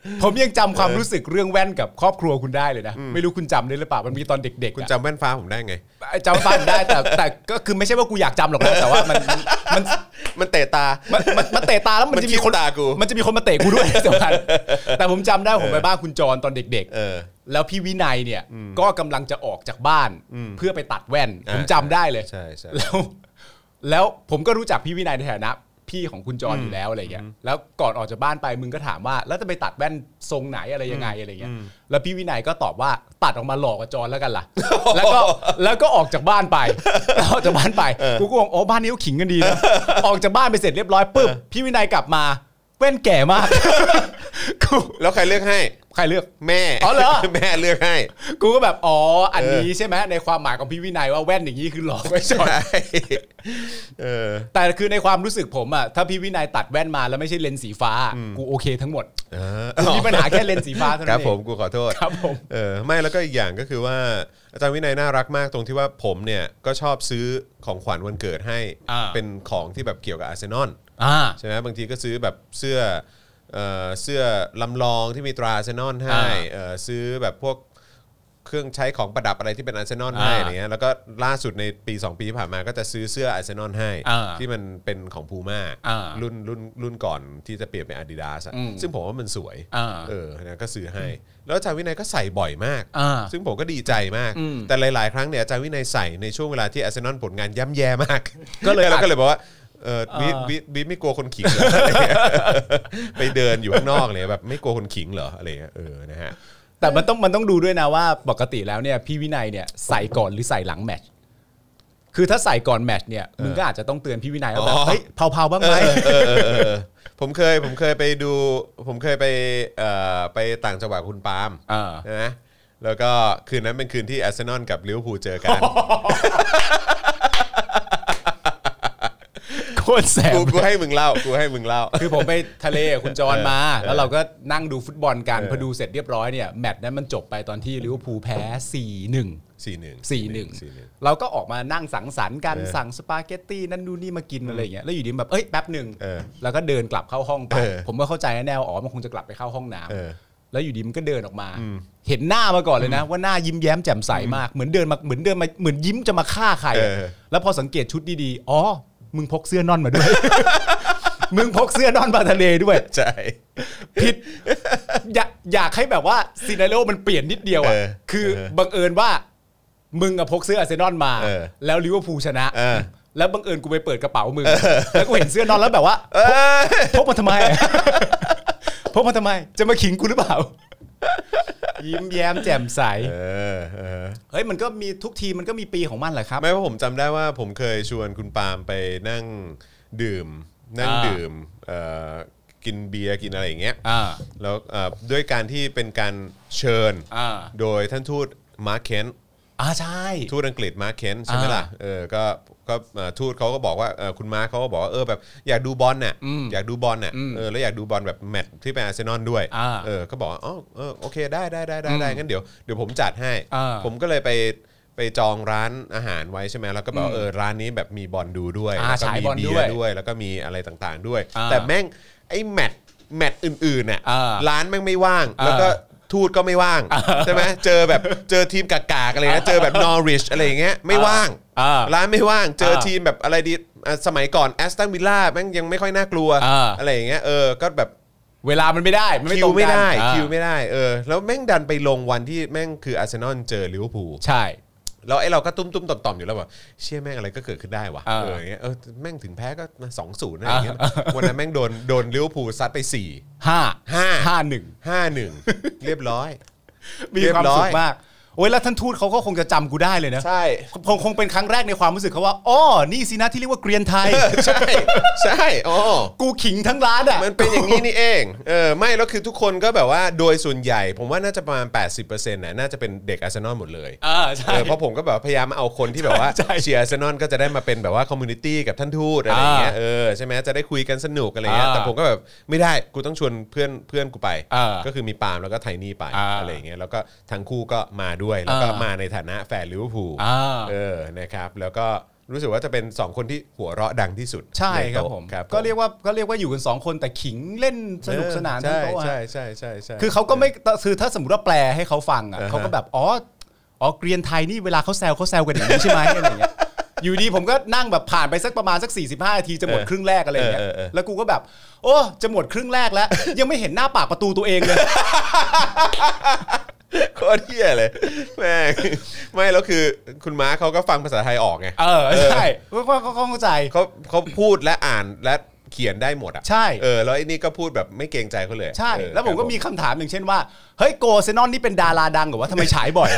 ผมยังจำความรู้สึกเรื่องแว่นกับครอบครัวคุณได้เลยนะไม่รู้คุณจำได้หรือเปล่ามันมีตอนเด็กๆคุณจำแว่นฟ้าผมได้ไงจำฟังได้แต่แต่ก็คือไม่ใช่ว่ากูอยากจำหรอกนะแต่ว่ามันมันมันเตะตามันมันเตะตาแล้วมันจะมีคนตากูมันจะมีคนมาเตะกูด้วยสำคัญแต่ผมจำได้ผมไปบ้านคุณจรตอนเด็กๆแล้วพี่วินัยเนี่ยก็กำลังจะออกจากบ้านเพื่อไปตัดแว่นผมจำได้เลยใช่ใช่แล้วแล้วผมก็รู้จักพี่วินัยในฐานะพี่ของคุณจรอยู่แล้วอะไรเงี้ยแล้วก่อนออกจากบ้านไปมึงก็ถามว่าแล้วจะไปตัดแว่นทรงไหนอะไรยังไงอะไรเงี้ยแล้วพี่วินัยก็ตอบว่าตัดออกมาหลอกกับจรแล้วกันล่ะแล้วก็แล้วก็ออกจากบ้านไปออกจากบ้านไปกูก็บอกอ๋อบ้านนี้เขาขิงกันดีนะออกจากบ้านไปเสร็จเรียบร้อยปุ๊บพี่วินัยกลับมาแว่นแก่มากแล้วใครเลือกให้ใครเลือกแม่อ๋อเหรอแม่เลือกให้กูก็แบบอ๋ออันนี้ใช่ไหมในความหมายของพี่วินัยว่าแว่นอย่างนี้คือหลอกไว้จอดเออแต่คือในความรู้สึกผมอ่ะถ้าพี่วินัยตัดแว่นมาแล้วไม่ใช่เลนส์สีฟ้ากูโอเคทั้งหมดมีปัญหาแค่เลนส์สีฟ้าเท่านั้นเองครับผมกูขอโทษครับผมเออไม่แล้วก็อีกอย่างก็คือว่าอาจารย์วินัยน่ารักมากตรงที่ว่าผมเนี่ยก็ชอบซื้อของขวัญวันเกิดให้เป็นของที่แบบเกี่ยวกับอาร์เซนอลใช่ไหมบางทีก็ซื้อแบบเสื้อเอ่อเสื้อลำลองที่มีตราอาร์เซนอลให้เอ่อซื้อแบบพวกเครื่องใช้ของประดับอะไรที่เป็นอาร์เซนอลให้อะไรเงี้ยแล้วก็ล่าสุดในปีสองปีที่ผ่านมาก็จะซื้อเสื้ออาร์เซนอลให้ที่มันเป็นของพูม่ารุ่นรุ่นรุ่นก่อนที่จะเปลี่ยนเป็น Adidas ซึ่งผมว่ามันสวยเออนะก็ซื้อให้แล้วอาจารย์วินัยก็ใส่บ่อยมากซึ่งผมก็ดีใจมากแต่หลายๆครั้งเนี่ยอาจารย์วินัยใส่ในช่วงเวลาที่อาร์เซนอลผลงานย่ำแย่มากก็เลยเราก็เลยบอกว่าเออบีบีบีไม่กลัวคนขิงเหรอไปเดินอยู่ข้างนอกเลยแบบไม่กลัวคนขิงเหรออะไรเงี้ยเออนะฮะแต่มันต้องมันต้องดูด้วยนะว่าปกติแล้วเนี่ยพี่วินัยเนี่ยใส่ก่อนหรือใส่หลังแมตช์คือถ้าใส่ก่อนแมตช์เนี่ยมึงก็อาจจะต้องเตือนพี่วินัยว่าแบบเฮ้ยเผาๆบ้างไหมผมเคยผมเคยไปดูผมเคยไปเอ่อไปต่างจังหวัดคุณปาล์มนะแล้วก็คืนนั้นเป็นคืนที่อาร์เซนอลกับลิเวอร์พูลเจอกันโคตรแสบกูให้มึงเล่ากูให้มึงเล่าคือผมไปทะเลกับคุณจรมาแล้วเราก็นั่งดูฟุตบอลกันพอดูเสร็จเรียบร้อยเนี่ยแมตช์นั้นมันจบไปตอนที่ลิเวอร์พูลแพ้ สี่หนึ่งสี่หนึ่งสี่หนึ่ง เราก็ออกมานั่งสังสรรค์กันสั่งสปาเกตตี้นั่นดูนี่มากินอะไรอย่างเงี้ยแล้วอยู่ดีแบบเอ้ยแป๊บนึงแล้วก็เดินกลับเข้าห้องไปผมก็เข้าใจแน่ๆอ๋อมันคงจะกลับไปเข้าห้องน้ำแล้วอยู่ดีมันก็เดินออกมาเห็นหน้ามาก่อนเลยนะว่าหน้ายิ้มแย้มแจ่มใสมากเหมือนเดินมาเหมือนเดินมาเหมือนยิ้มจะมาฆ่าใครแล้วพอสังเกตชุดดีๆอ๋อมึงพกเสื้อนอนมาด้วย มึงพกเสื้อนอนมาทะเลด้วยใช่ผิดอยากอยากให้แบบว่าซีนาริโอมันเปลี่ยนนิดเดียวอ่ะคือบังเอิญว่ามึงอะพกเสื้ออาร์เซนอลมาแล้วลิเวอร์พูลชนะแล้วบังเอิญกูไปเปิดกระเป๋ามึงแล้วกูเห็นเสื้อนอนแล้วแบบว่าพกมาทำไมพกมาทำไมจะมาขิงกูหรือเปล่ายิ้มแย้มแจ่มใสเฮ้ยมันก็มีทุกทีมันก็มีปีของมันแหละครับไม่เพราะผมจำได้ว่าผมเคยชวนคุณปาล์มไปนั่งดื่มนั่งดื่มกินเบียร์กินอะไรอย่างเงี้ยแล้วด้วยการที่เป็นการเชิญโดยท่านทูตมาร์คเคนอ่าใช่ทูตอังกฤษมาร์คเคนใช่ไหมล่ะเออก็ก็ทูตเขาก็บอกว่าคุณมาร์คเขาก็บอกว่าเออแบบอยากดูบอลน่ะอยากดูบอลน่ะเออแล้วอยากดูบอลแบบแมตช์ที่เป็นอาร์เซนอลด้วยเออก็บอกอ๋อเออโอเคได้ได้ได้ได้งั้นเดี๋ยวเดี๋ยวผมจัดให้ผมก็เลยไปไปจองร้านอาหารไว้ใช่ไหมแล้วก็บอกเออร้านนี้แบบมีบอลดูด้วยแล้วก็มีเบียร์ด้วยแล้วก็มีอะไรต่างๆด้วยแต่แม่งไอ้แมตช์แมตช์อื่นๆน่ะร้านแม่งไม่ว่างแล้วก็ทูตก็ไม่ว่างใช่ไหมเจอแบบเจอทีมกากๆอะไรเงี้ยเจอแบบนอริชอะไรอย่างเงี้ยไม่ว่างร้านไม่ว่างเจอทีมแบบอะไรดีสมัยก่อนแอสตันวิลล่าแม่งยังไม่ค่อยน่ากลัวอะไรอย่างเงี้ยเออก็แบบเวลามันไม่ได้มันไม่ตรงกันคิวไม่ได้คิวไม่ได้เออแล้วแม่งดันไปลงวันที่แม่งคืออาร์เซนอลเจอลิเวอร์พูลใช่แล้วไอ้เราก็ตุ้มๆต่อมๆอยู่แล้วว่าเชี่ยแม่งอะไรก็เกิดขึ้นได้วะเอออย่างเงี้ยเออแม่งถึงแพ้ก็ สองศูนย์ อะไรอย่างเงี้ยวันนั้นแม่งโดนโดนลิเวอร์พูลซัดไปสี่ห้าห้าห้า หนึ่งห้า หนึ่งเรียบร้อยมีความสุขมากโอ้ยแล้วท่านทูตเขาก็คงจะจำกูได้เลยนะใช่คงคงเป็นครั้งแรกในความรู้สึกเขาว่าอ๋อนี่สินะที่เรียกว่าเกรียนไทยใช่ใช่อ๋อกูขิงทั้งร้านอ่ะมันเป็นอย่างนี้นี่เองเออไม่แล้วคือทุกคนก็แบบว่าโดยส่วนใหญ่ผมว่าน่าจะประมาณ แปดสิบเปอร์เซ็นต์ น่ะน่าจะเป็นเด็กอาร์เซนอลหมดเลยอ่าใช่เพราะผมก็แบบพยายามเอาคนที่แบบว่าเชียร์อาร์เซนอลก็จะได้มาเป็นแบบว่าคอมมูนิตี้กับท่านทูตอะไรอย่างเงี้ยเออใช่ไหมจะได้คุยกันสนุกอะไรเงี้ยแต่ผมก็แบบไม่ได้กูต้องชวนเพื่อนเพื่อนกูไปก็คือมีปาล์มแล้วก็ไทนี่ไปอะไรอย่างเงี้ยแล้วก็ทั้งคู่ก็มาด้วยแล้วก็มาในฐานะแฟนลิเวอร์พูลเออนะครับแล้วก็รู้สึกว่าจะเป็นสองคนที่หัวเราะดังที่สุดใช่ครับผมก็เรียกว่าก็เรียกว่าอยู่กันสองคนแต่ขิงเล่นสนุกสนานทั้งโต๊ะใช่ใช่ใช่ใช่คือเขาก็ไม่คือถ้าสมมติว่าแปลให้เขาฟังอ่ะเขาก็แบบอ๋ออ๋อเกรียนไทยนี่เวลาเขาแซวเขาแซวกันอย่างนี้ใช่ไหมอะไรอย่างเงี้ยอยู่ดีผมก็นั่งแบบผ่านไปสักประมาณสักสี่สิบห้านาทีจะหมดครึ่งแรกอะไรอย่างเงี้ยแล้วกูก็แบบโอ้จะหมดครึ่งแรกแล้วยังไม่เห็นหน้าปากประตูตัวเองเลยโคตรเหี้ยเลยแม่งไม่แล้วคือคุณม้าเขาก็ฟังภาษาไทยออกไงเออใช่เขาเขาเข้าใจเขาเขาพูดและอ่านและเขียนได้หมดอ่ะใช่เออแล้วไอ้นี่ก็พูดแบบไม่เกรงใจเขาเลยใช่แล้วผมก็มีคำถามอย่างเช่นว่าเฮ้ยโกเซนอนนี่เป็นดาราดังหรือว่าทำไมฉายบ่อย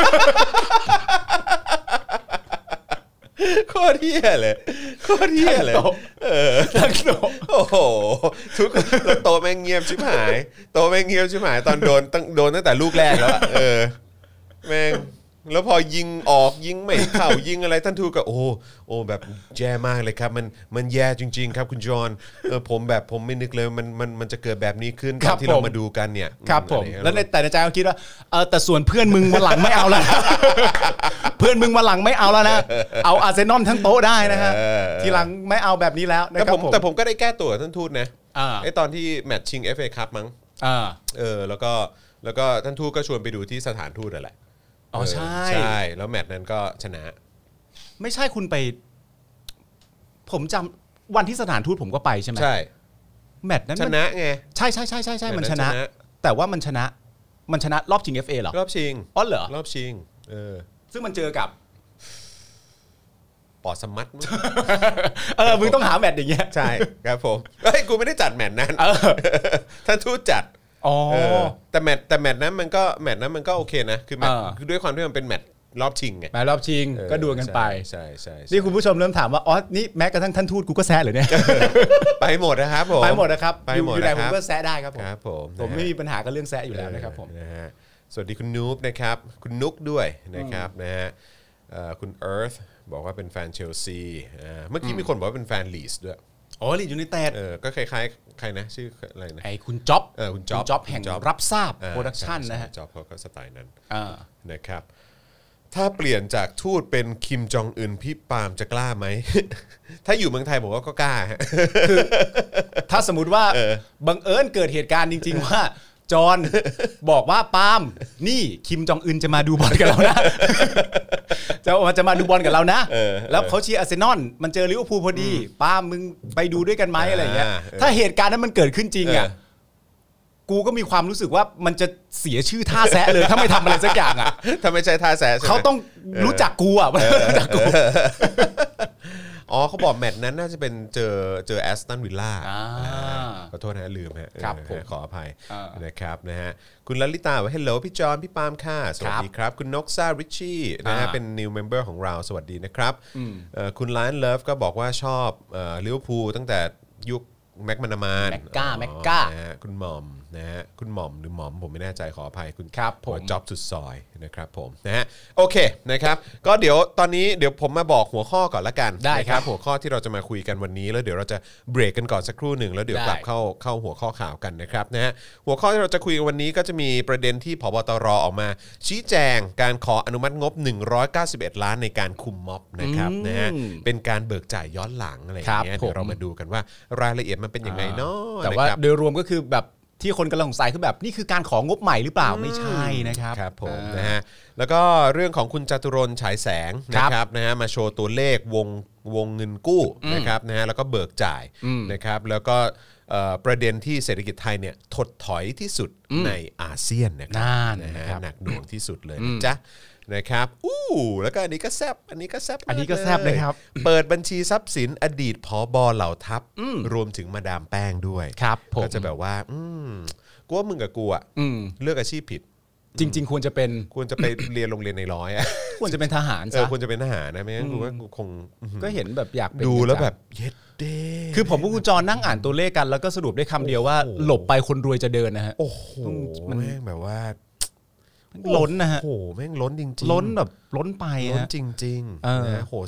โคตรเหี้ยเลยโคตรเหี้ยเลยเออทั้งโตโอ้โหทุกแล้วโตแม่งเงียบชิบหายโตแม่งเงียบชิบหายตอนโดนตั้งโดนตั้งแต่ลูกแรกแล้วอ่ะเออแม่งแล้วพอยิงออกยิงไม่เข้ายิงอะไรท่านทูตก็โอ้โอ้แบบแย่มากเลยครับมันมันแย่จริงๆครับคุณจอห์นเออผมแบบผมไม่นึกเลยมันมันมันจะเกิดแบบนี้ขึ้นตอนที่เรามาดูกันเนี่ยครับผมแล้วในแต่ในใจเขาคิดว่าเออแต่ส่วนเพื่อนมึงมาหลังไม่เอาแล้วเพื่อนมึงมาหลังไม่เอาแล้วนะเอาอาร์เซนอลทั้งโต๊ะได้นะฮะทีหลังไม่เอาแบบนี้แล้วนะครับผมแต่ผมก็ได้แก้ตัวท่านทูตนะไอ้ตอนที่แมตช์ชิง เอฟ เอ Cup มั้งเออแล้วก็แล้วก็ท่านทูตก็ชวนไปดูที่สถานทูตนั่นแหละอ๋อใช่ใช่แล้วแมตช์นั้นก็ชนะไม่ใช่คุณไปผมจำวันที่สถานทูตผมก็ไปใช่ไหมใช่แมตช์นั้นชนะไงใช่ใช่ใช่ใช่ใช่มันชนะแต่ว่ามันชนะมันชนะรอบชิง เอฟ เอ เหรอรอบชิงอ๋อเหรอรอบชิงเออซึ่งมันเจอกับปอสมัตเออมึงต้องหาแมตช์อย่างเงี้ยใช่ครับผมเฮ้ยกูไม่ได้จัดแมตช์นั้นท่านทูตจัดอ๋อแต่แมตช์แต่แมตช์นั้นมันก็แมตช์นั้นมันก็โอเคนะคือแมตช์คือด้วยความที่มันเป็นแมตช์รอบชิงไงแมตช์รอบชิงก็ดูกันไปใช่ใช่นี่คุณผู้ชมเริ่มถามว่าอ๋อนี่แม้กระทั่งท่านทูตกูก็แซะเหรอเนี่ยไปหมดนะครับผมไปหมดนะครับอยู่ไหนผมก็แซะได้ครับผมครับผมผมไม่มีปัญหากับเรื่องแซะอยู่แล้วนะครับผมนะฮะสวัสดีคุณนูบนะครับคุณนุกด้วยนะครับนะฮะคุณเอิร์ธบอกว่าเป็นแฟนเชลซีเมื่อกี้มีคนบอกว่าเป็นแฟนลีสด้วยอ๋อลีดยูไนเต็ดเออก็คล้ายๆใครนะชื่ออะไรนะไอ้คุณจ๊อบเออคุณจ๊อบจ๊อบแห่งรับทราบโปรดักชั่นนะฮะจ๊อบเขาก็สไตล์นั้นนะครับถ้าเปลี่ยนจากทูตเป็นคิมจองอึนพี่ปาล์มจะกล้าไหม ถ้าอยู่เมืองไทยผมว่าก็กล้าฮะคือถ้าสมมุติว่าบังเอิญเกิดเหตุการณ์จริงๆว่าจอห์นบอกว่าปาล์มนี่คิมจองอึนจะมาดูบอลกับเรานะจะมาจะมาดูบอลกับเรานะแล้วเขาเชียร์อาร์เซนอลมันเจอลิเวอร์พูลพอดีปาล์มมึงไปดูด้วยกันไหมอะไรอย่างเงี้ยถ้าเหตุการณ์นั้นมันเกิดขึ้นจริงอ่ะกูก็มีความรู้สึกว่ามันจะเสียชื่อท่าแซะเลยถ้าไม่ทำอะไรสักอย่างอ่ะถ้าไม่ใช่ท่าแซะเขาต้องรู้จักกูอ่ะรู้จักกูอ๋อเขาบอกแมตช์นั้นน่าจะเป็นเจอเจอแอสตันวิลล่าขอโทษนะลืมฮะขออภัยนะครับนะฮะคุณลลิตาว่า Hello พี่จอนพี่ปาล์มค่ะสวัสดีครับคุณนกซ่าริชชี่นะฮะเป็น new member ของเราสวัสดีนะครับคุณไลน์เลิฟก็บอกว่าชอบลิเวอร์พูลตั้งแต่ยุคแม็กมานามานแม็กก้าแม็กก้าคุณหม่อมนะฮะคุณหม่อมหรือหม่อมผมไม่แน่ใจขออภัยคุณครับผมจ็อบสุดซอยนะครับผมนะฮะโอเคนะครับก็เดี๋ยวตอนนี้เดี๋ยวผมมาบอกหัวข้อก่อนละกันได้ครับหัวข้อที่เราจะมาคุยกันวันนี้แล้วเดี๋ยวเราจะเบรกกันก่อนสักครู่หนึ่งแล้วเดี๋ยวกลับเข้าเข้าหัวข้อข่าวกันนะครับนะฮะหัวข้อที่เราจะคุยกันวันนี้ก็จะมีประเด็นที่ผบตรออกมาชี้แจงการขออนุมัติงบหนึ่งร้อยเก้าสิบเอ็ดล้านในการคุมม็อบนะครับนะฮะเป็นการเบิกจ่ายย้อนหลังอะไรอย่างเงี้ยเดี๋ยวเรามาดูกันว่ารายละเอียดมันเป็นยังไงเนาะแต่ว่าโดยรวมก็คือแบบที่คนกำลังสงสัยคือแบบนี่คือการของบใหม่หรือเปล่าไม่ใช่นะครับครับผมนะฮะแล้วก็เรื่องของคุณจตุรนต์ฉายแสงนะครับนะฮะมาโชว์ตัวเลขวงวงเงินกู้นะครับนะฮะแล้วก็เบิกจ่ายนะครับแล้วก็ประเด็นที่เศรษฐกิจไทยเนี่ยถดถอยที่สุดในอาเซียนนะครับนะฮะหนักหน่วงที่สุดเลยนะจ๊ะนะครับอู้แล้วก็อันนี้ก็แซบอันนี้ก็แซบอันนี้ก็แซบนะครับเปิดบัญชีทรัพย์สินอดีตผบ.เหล่าทัพรวมถึงมาดามแป้งด้วยครับผมก็จะแบบว่าอืมกูว่ามึงกับกูอ่ะเลือกอาชีพผิดจริงๆควรจะเป็นควรจะไปเรียนโรงเรียนในร้อยอ่ะควรจะเป็นทหารซะเออควรจะเป็นทหารนะไม่งั้นกูว่ากูคงก็เห็นแบบอยากดูแล้วแบบเย็ดเด้คือผมกับคุณจรนั่งอ่านตัวเลขกันแล้วก็สรุปได้คำเดียวว่าหลบไปคนรวยจะเดินนะฮะโอ้โหมันแบบว่าล้นนะฮะโอ้โหแม่งล้นจริงๆล้นแบบล้นไปล้นจริงๆนะโหสัตว์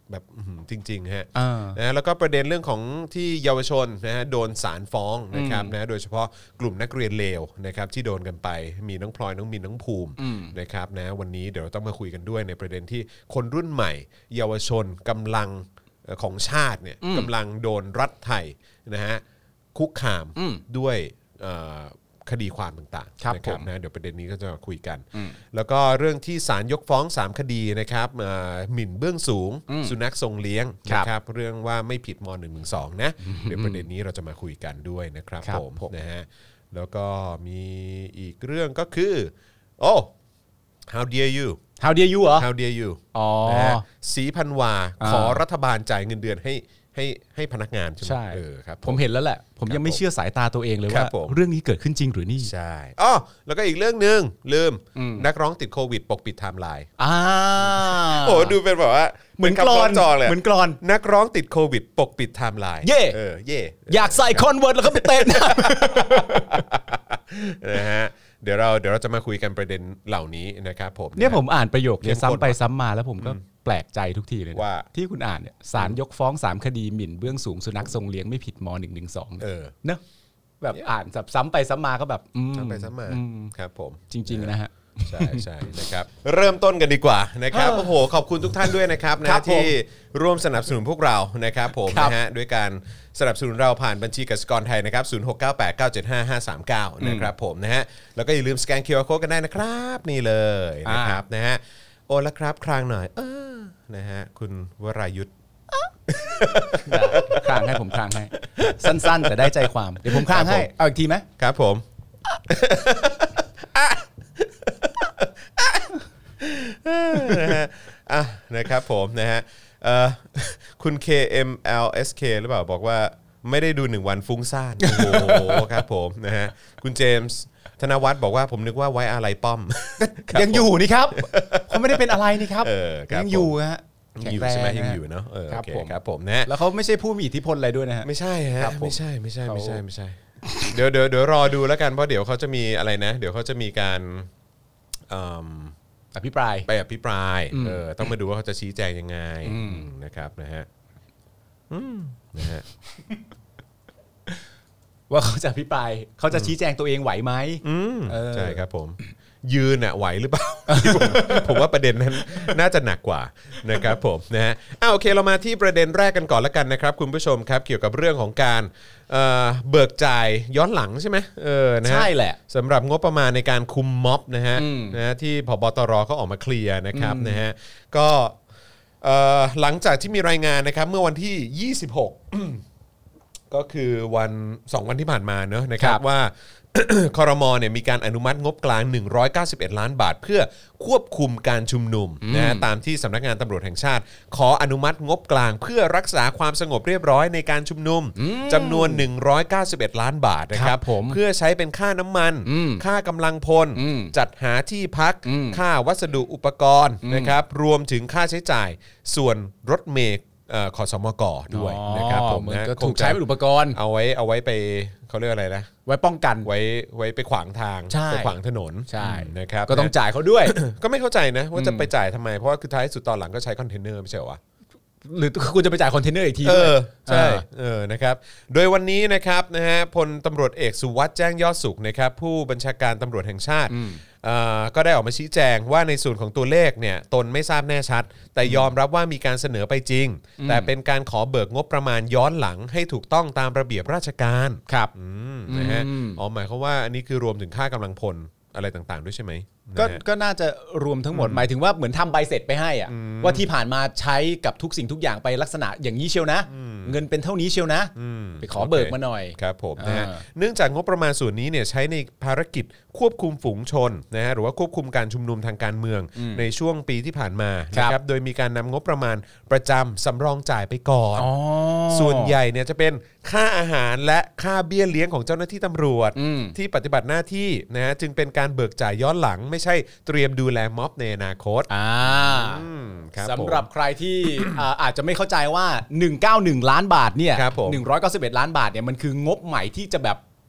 แบบจริงๆฮะอ่านะแล้วก็ประเด็นเรื่องของที่เยาวชนนะฮะโดนศาลฟ้องนะครับนะโดยเฉพาะกลุ่มนักเรียนเลวนะครับที่โดนกันไปมีน้องพลอยน้องมินน้องภูมินะครับนะวันนี้เดี๋ยวเราต้องมาคุยกันด้วยในประเด็นที่คนรุ่นใหม่เยาวชนกำลังของชาติเนี่ยกำลังโดนรัฐไทยนะฮะคุกคามด้วยคดีความต่างๆนะครับนะเดี๋ยวประเด็นนี้ก็จะมาคุยกันแล้วก็เรื่องที่ศาลยกฟ้องสามคดีนะครับหมิ่นเบื้องสูงสุนัขทรงเลี้ยงนะครับเรื่องว่าไม่ผิดม หนึ่งหนึ่งสองนะเดี๋ยวประเด็นนี้เราจะมาคุยกันด้วยนะครับผมนะฮะแล้วก็มีอีกเรื่องก็คือโอ้ how dare you How dare you เหรอ How dare you อ๋อนะฮะศรีพันวาขอรัฐบาลจ่ายเงินเดือนให้ให้ให้พนักงานใช่ไหมใช่เออครับผมเห็นแล้วแหละผมยังไม่เชื่อสายตาตัวเองเลยว่าเรื่องนี้เกิดขึ้นจริงหรือนี่ใช่อ๋อแล้วก็อีกเรื่องนึงลืมนักร้องติดโควิดปกปิดไทม์ไลน์อ่าโอ้ดูเป็นแบบว่าเหมือนกลอนเหมือนกลอนนักร้องติดโควิดปกปิดไทม์ไลน์เย่เออเย่อยากใส่คอนเวิร์ตแล้วก็ไปเต้นนะฮะเดี๋ยวเราเดี๋ยวเราจะมาคุยกันประเด็นเหล่านี้นะครับผมเนี่ยผมอ่านประโยคนี้ซ้ำไปซ้ำมาแล้วผมก็แปลกใจทุกทีเลยนะว่าที่คุณอ่านเนี่ยศาลยกฟ้องสามคดีหมิ่นเบื้องสูงสุนัขทรงเลี้ยงไม่ผิดม หนึ่งหนึ่งสองเออเนอะแบบอ่านซ้ำไปซ้ำมาก็แบบซ้ำไปซ้ำมาครับผมจริงๆนะฮะใช่ใช่นะครับเริ่มต้นกันดีกว่านะครับโอ้โหขอบคุณทุกท่านด้วยนะครับนะที่ร่วมสนับสนุนพวกเรานะครับผมนะฮะด้วยการสนับสนุนเราผ่านบัญชีกสิกรไทยนะครับศูนย์หกเก้าแปด เก้าเจ็ดห้า ห้าสามเก้านะครับผมนะฮะแล้วก็อย่าลืมสแกน คิว อาร์ Code กันได้นะครับนี่เลยนะครับนะฮะโอ้แล้วครับครางหน่อยเออนะฮะคุณวรายุทธครางให้ผมครางให้สั้นๆแต่ได้ใจความเดี๋ยวผมครางให้เอาอีกทีไหมครับผมนะฮะอ่ะนะครับผมนะฮะเอ่อคุณ เค เอ็ม แอล เอส เค หรือเปล่าบอกว่าไม่ได้ดูหนึ่งวันฟุ้งซ่านโอ้โหครับผมนะฮะคุณเจมส์ธนวัฒน์บอกว่าผมนึกว่าไว้อะไรป้อมยังอยู่นี่ครับเขาไม่ได้เป็นอะไรนี่ครับยังอยู่ฮะยังอยู่ใช่ไหมยังอยู่เนาะเออโอเคครับผมนะแล้วเขาไม่ใช่ผู้มีอิทธิพลอะไรด้วยนะฮะไม่ใช่ฮะไม่ใช่ไม่ใช่ไม่ใช่ไม่ใช่เดี๋ยวเดี๋ยวเดี๋ยวรอดูแล้วกันเพราะเดี๋ยวเขาจะมีอะไรนะเดี๋ยวเขาจะมีการอภิปรายไปอภิปรายเออต้องมาดูว่าเขาจะชี้แจงยังไงนะครับนะฮะนะฮะว่าเขาจะอภิปรายเขาจะชี้แจงตัวเองไหวไหมใช่ครับผมยืนอ่ะไหวหรือเปล่า ผมว่าประเด็นนั้นน่าจะหนักกว่านะครับผมนะฮะอ้าวโอเคเรามาที่ประเด็นแรกกันก่อนแล้วกันนะครับคุณผู้ชมครับเกี่ยวกับเรื่องของการเบิกจ่ายย้อนหลังใช่ไหมเออนะฮะใช่แหละสำหรับงบประมาณในการคุมม็อบนะฮะนะที่ผบตรเขาออกมาเคลียร์นะครับนะฮะก็หลังจากที่มีรายงานนะครับเมื่อวันที่ยี่สิบหกก็คือวันสองวันที่ผ่านมาเนอะนะครับว่าครม.เนี่ยมีการอนุมัติงบกลางหนึ่งร้อยเก้าสิบเอ็ดล้านบาทเพื่อควบคุมการชุมนุมนะฮะตามที่สำนักงานตำรวจแห่งชาติขออนุมัติงบกลางเพื่อรักษาความสงบเรียบร้อยในการชุมนุมจำนวนหนึ่งร้อยเก้าสิบเอ็ดล้านบาทนะครับเพื่อใช้เป็นค่าน้ำมันค่ากำลังพลจัดหาที่พักค่าวัสดุอุปกรณ์นะครับรวมถึงค่าใช้จ่ายส่วนรถเมล์ขสมกด้วยนะครับผมนะถูกใช้เป็นอุปกรณ์เอาไว้เอาไว้ไปเขาเรียกอะไรนะไว้ป้องกันไว้ไว้ไปขวางทางไปขวางถนนใช่นะครับก็ต้องจ่ายเขาด้วยก็ไม่เข้าใจนะว่าจะไปจ่ายทำไมเพราะว่าคือท้ายสุดตอนหลังก็ใช้คอนเทนเนอร์ไม่ใช่เหรอหรือคุณจะไปจ่ายคอนเทนเนอร์อีกทีเออใช่เออนะครับโดยวันนี้นะครับนะฮะพลตำรวจเอกสุวัสด์แจ้งยอดสุขนะครับผู้บัญชาการตำรวจแห่งชาติก็ได้ออกมาชี้แจงว่าในส่วนของตัวเลขเนี่ยตนไม่ทราบแน่ชัดแต่ยอมรับว่ามีการเสนอไปจริงแต่เป็นการขอเบิกงบประมาณย้อนหลังให้ถูกต้องตามระเบียบราชการครับนะฮะอ๋อหมายความว่าอันนี้คือรวมถึงค่ากำลังพลอะไรต่างๆด้วยใช่ไหมก็ก็น่าจะรวมทั้งหมดหมายถึงว่าเหมือนทำใบเสร็จไปให้อ่ะว่าที่ผ่านมาใช้กับทุกสิ่งทุกอย่างไปลักษณะอย่างนี้เชียวนะเงินเป็นเท่านี้เชียวนะไปขอเบิกมาหน่อยครับผมนะฮะเนื่องจากงบประมาณส่วนนี้เนี่ยใช้ในภารกิจควบคุมฝูงชนนะฮะหรือว่าควบคุมการชุมนุมทางการเมืองในช่วงปีที่ผ่านมานะครับโดยมีการนำงบประมาณประจำสำรองจ่ายไปก่อนส่วนใหญ่เนี่ยจะเป็นค่าอาหารและค่าเบี้ยเลี้ยงของเจ้าหน้าที่ตำรวจที่ปฏิบัติหน้าที่นะฮะจึงเป็นการเบิกจ่ายย้อนหลังไม่ใช่เตรียมดูแลม็อบในอนาคตสำหรับใครที่ อาจจะไม่เข้าใจว่าหนึ่งร้อยเก้าสิบเอ็ดล้านบาทเนี่ยหนึ่งร้อยเก้าสิบเอ็ดล้านบาทเนี่ยมันคืองบใหม่ที่จะแบบ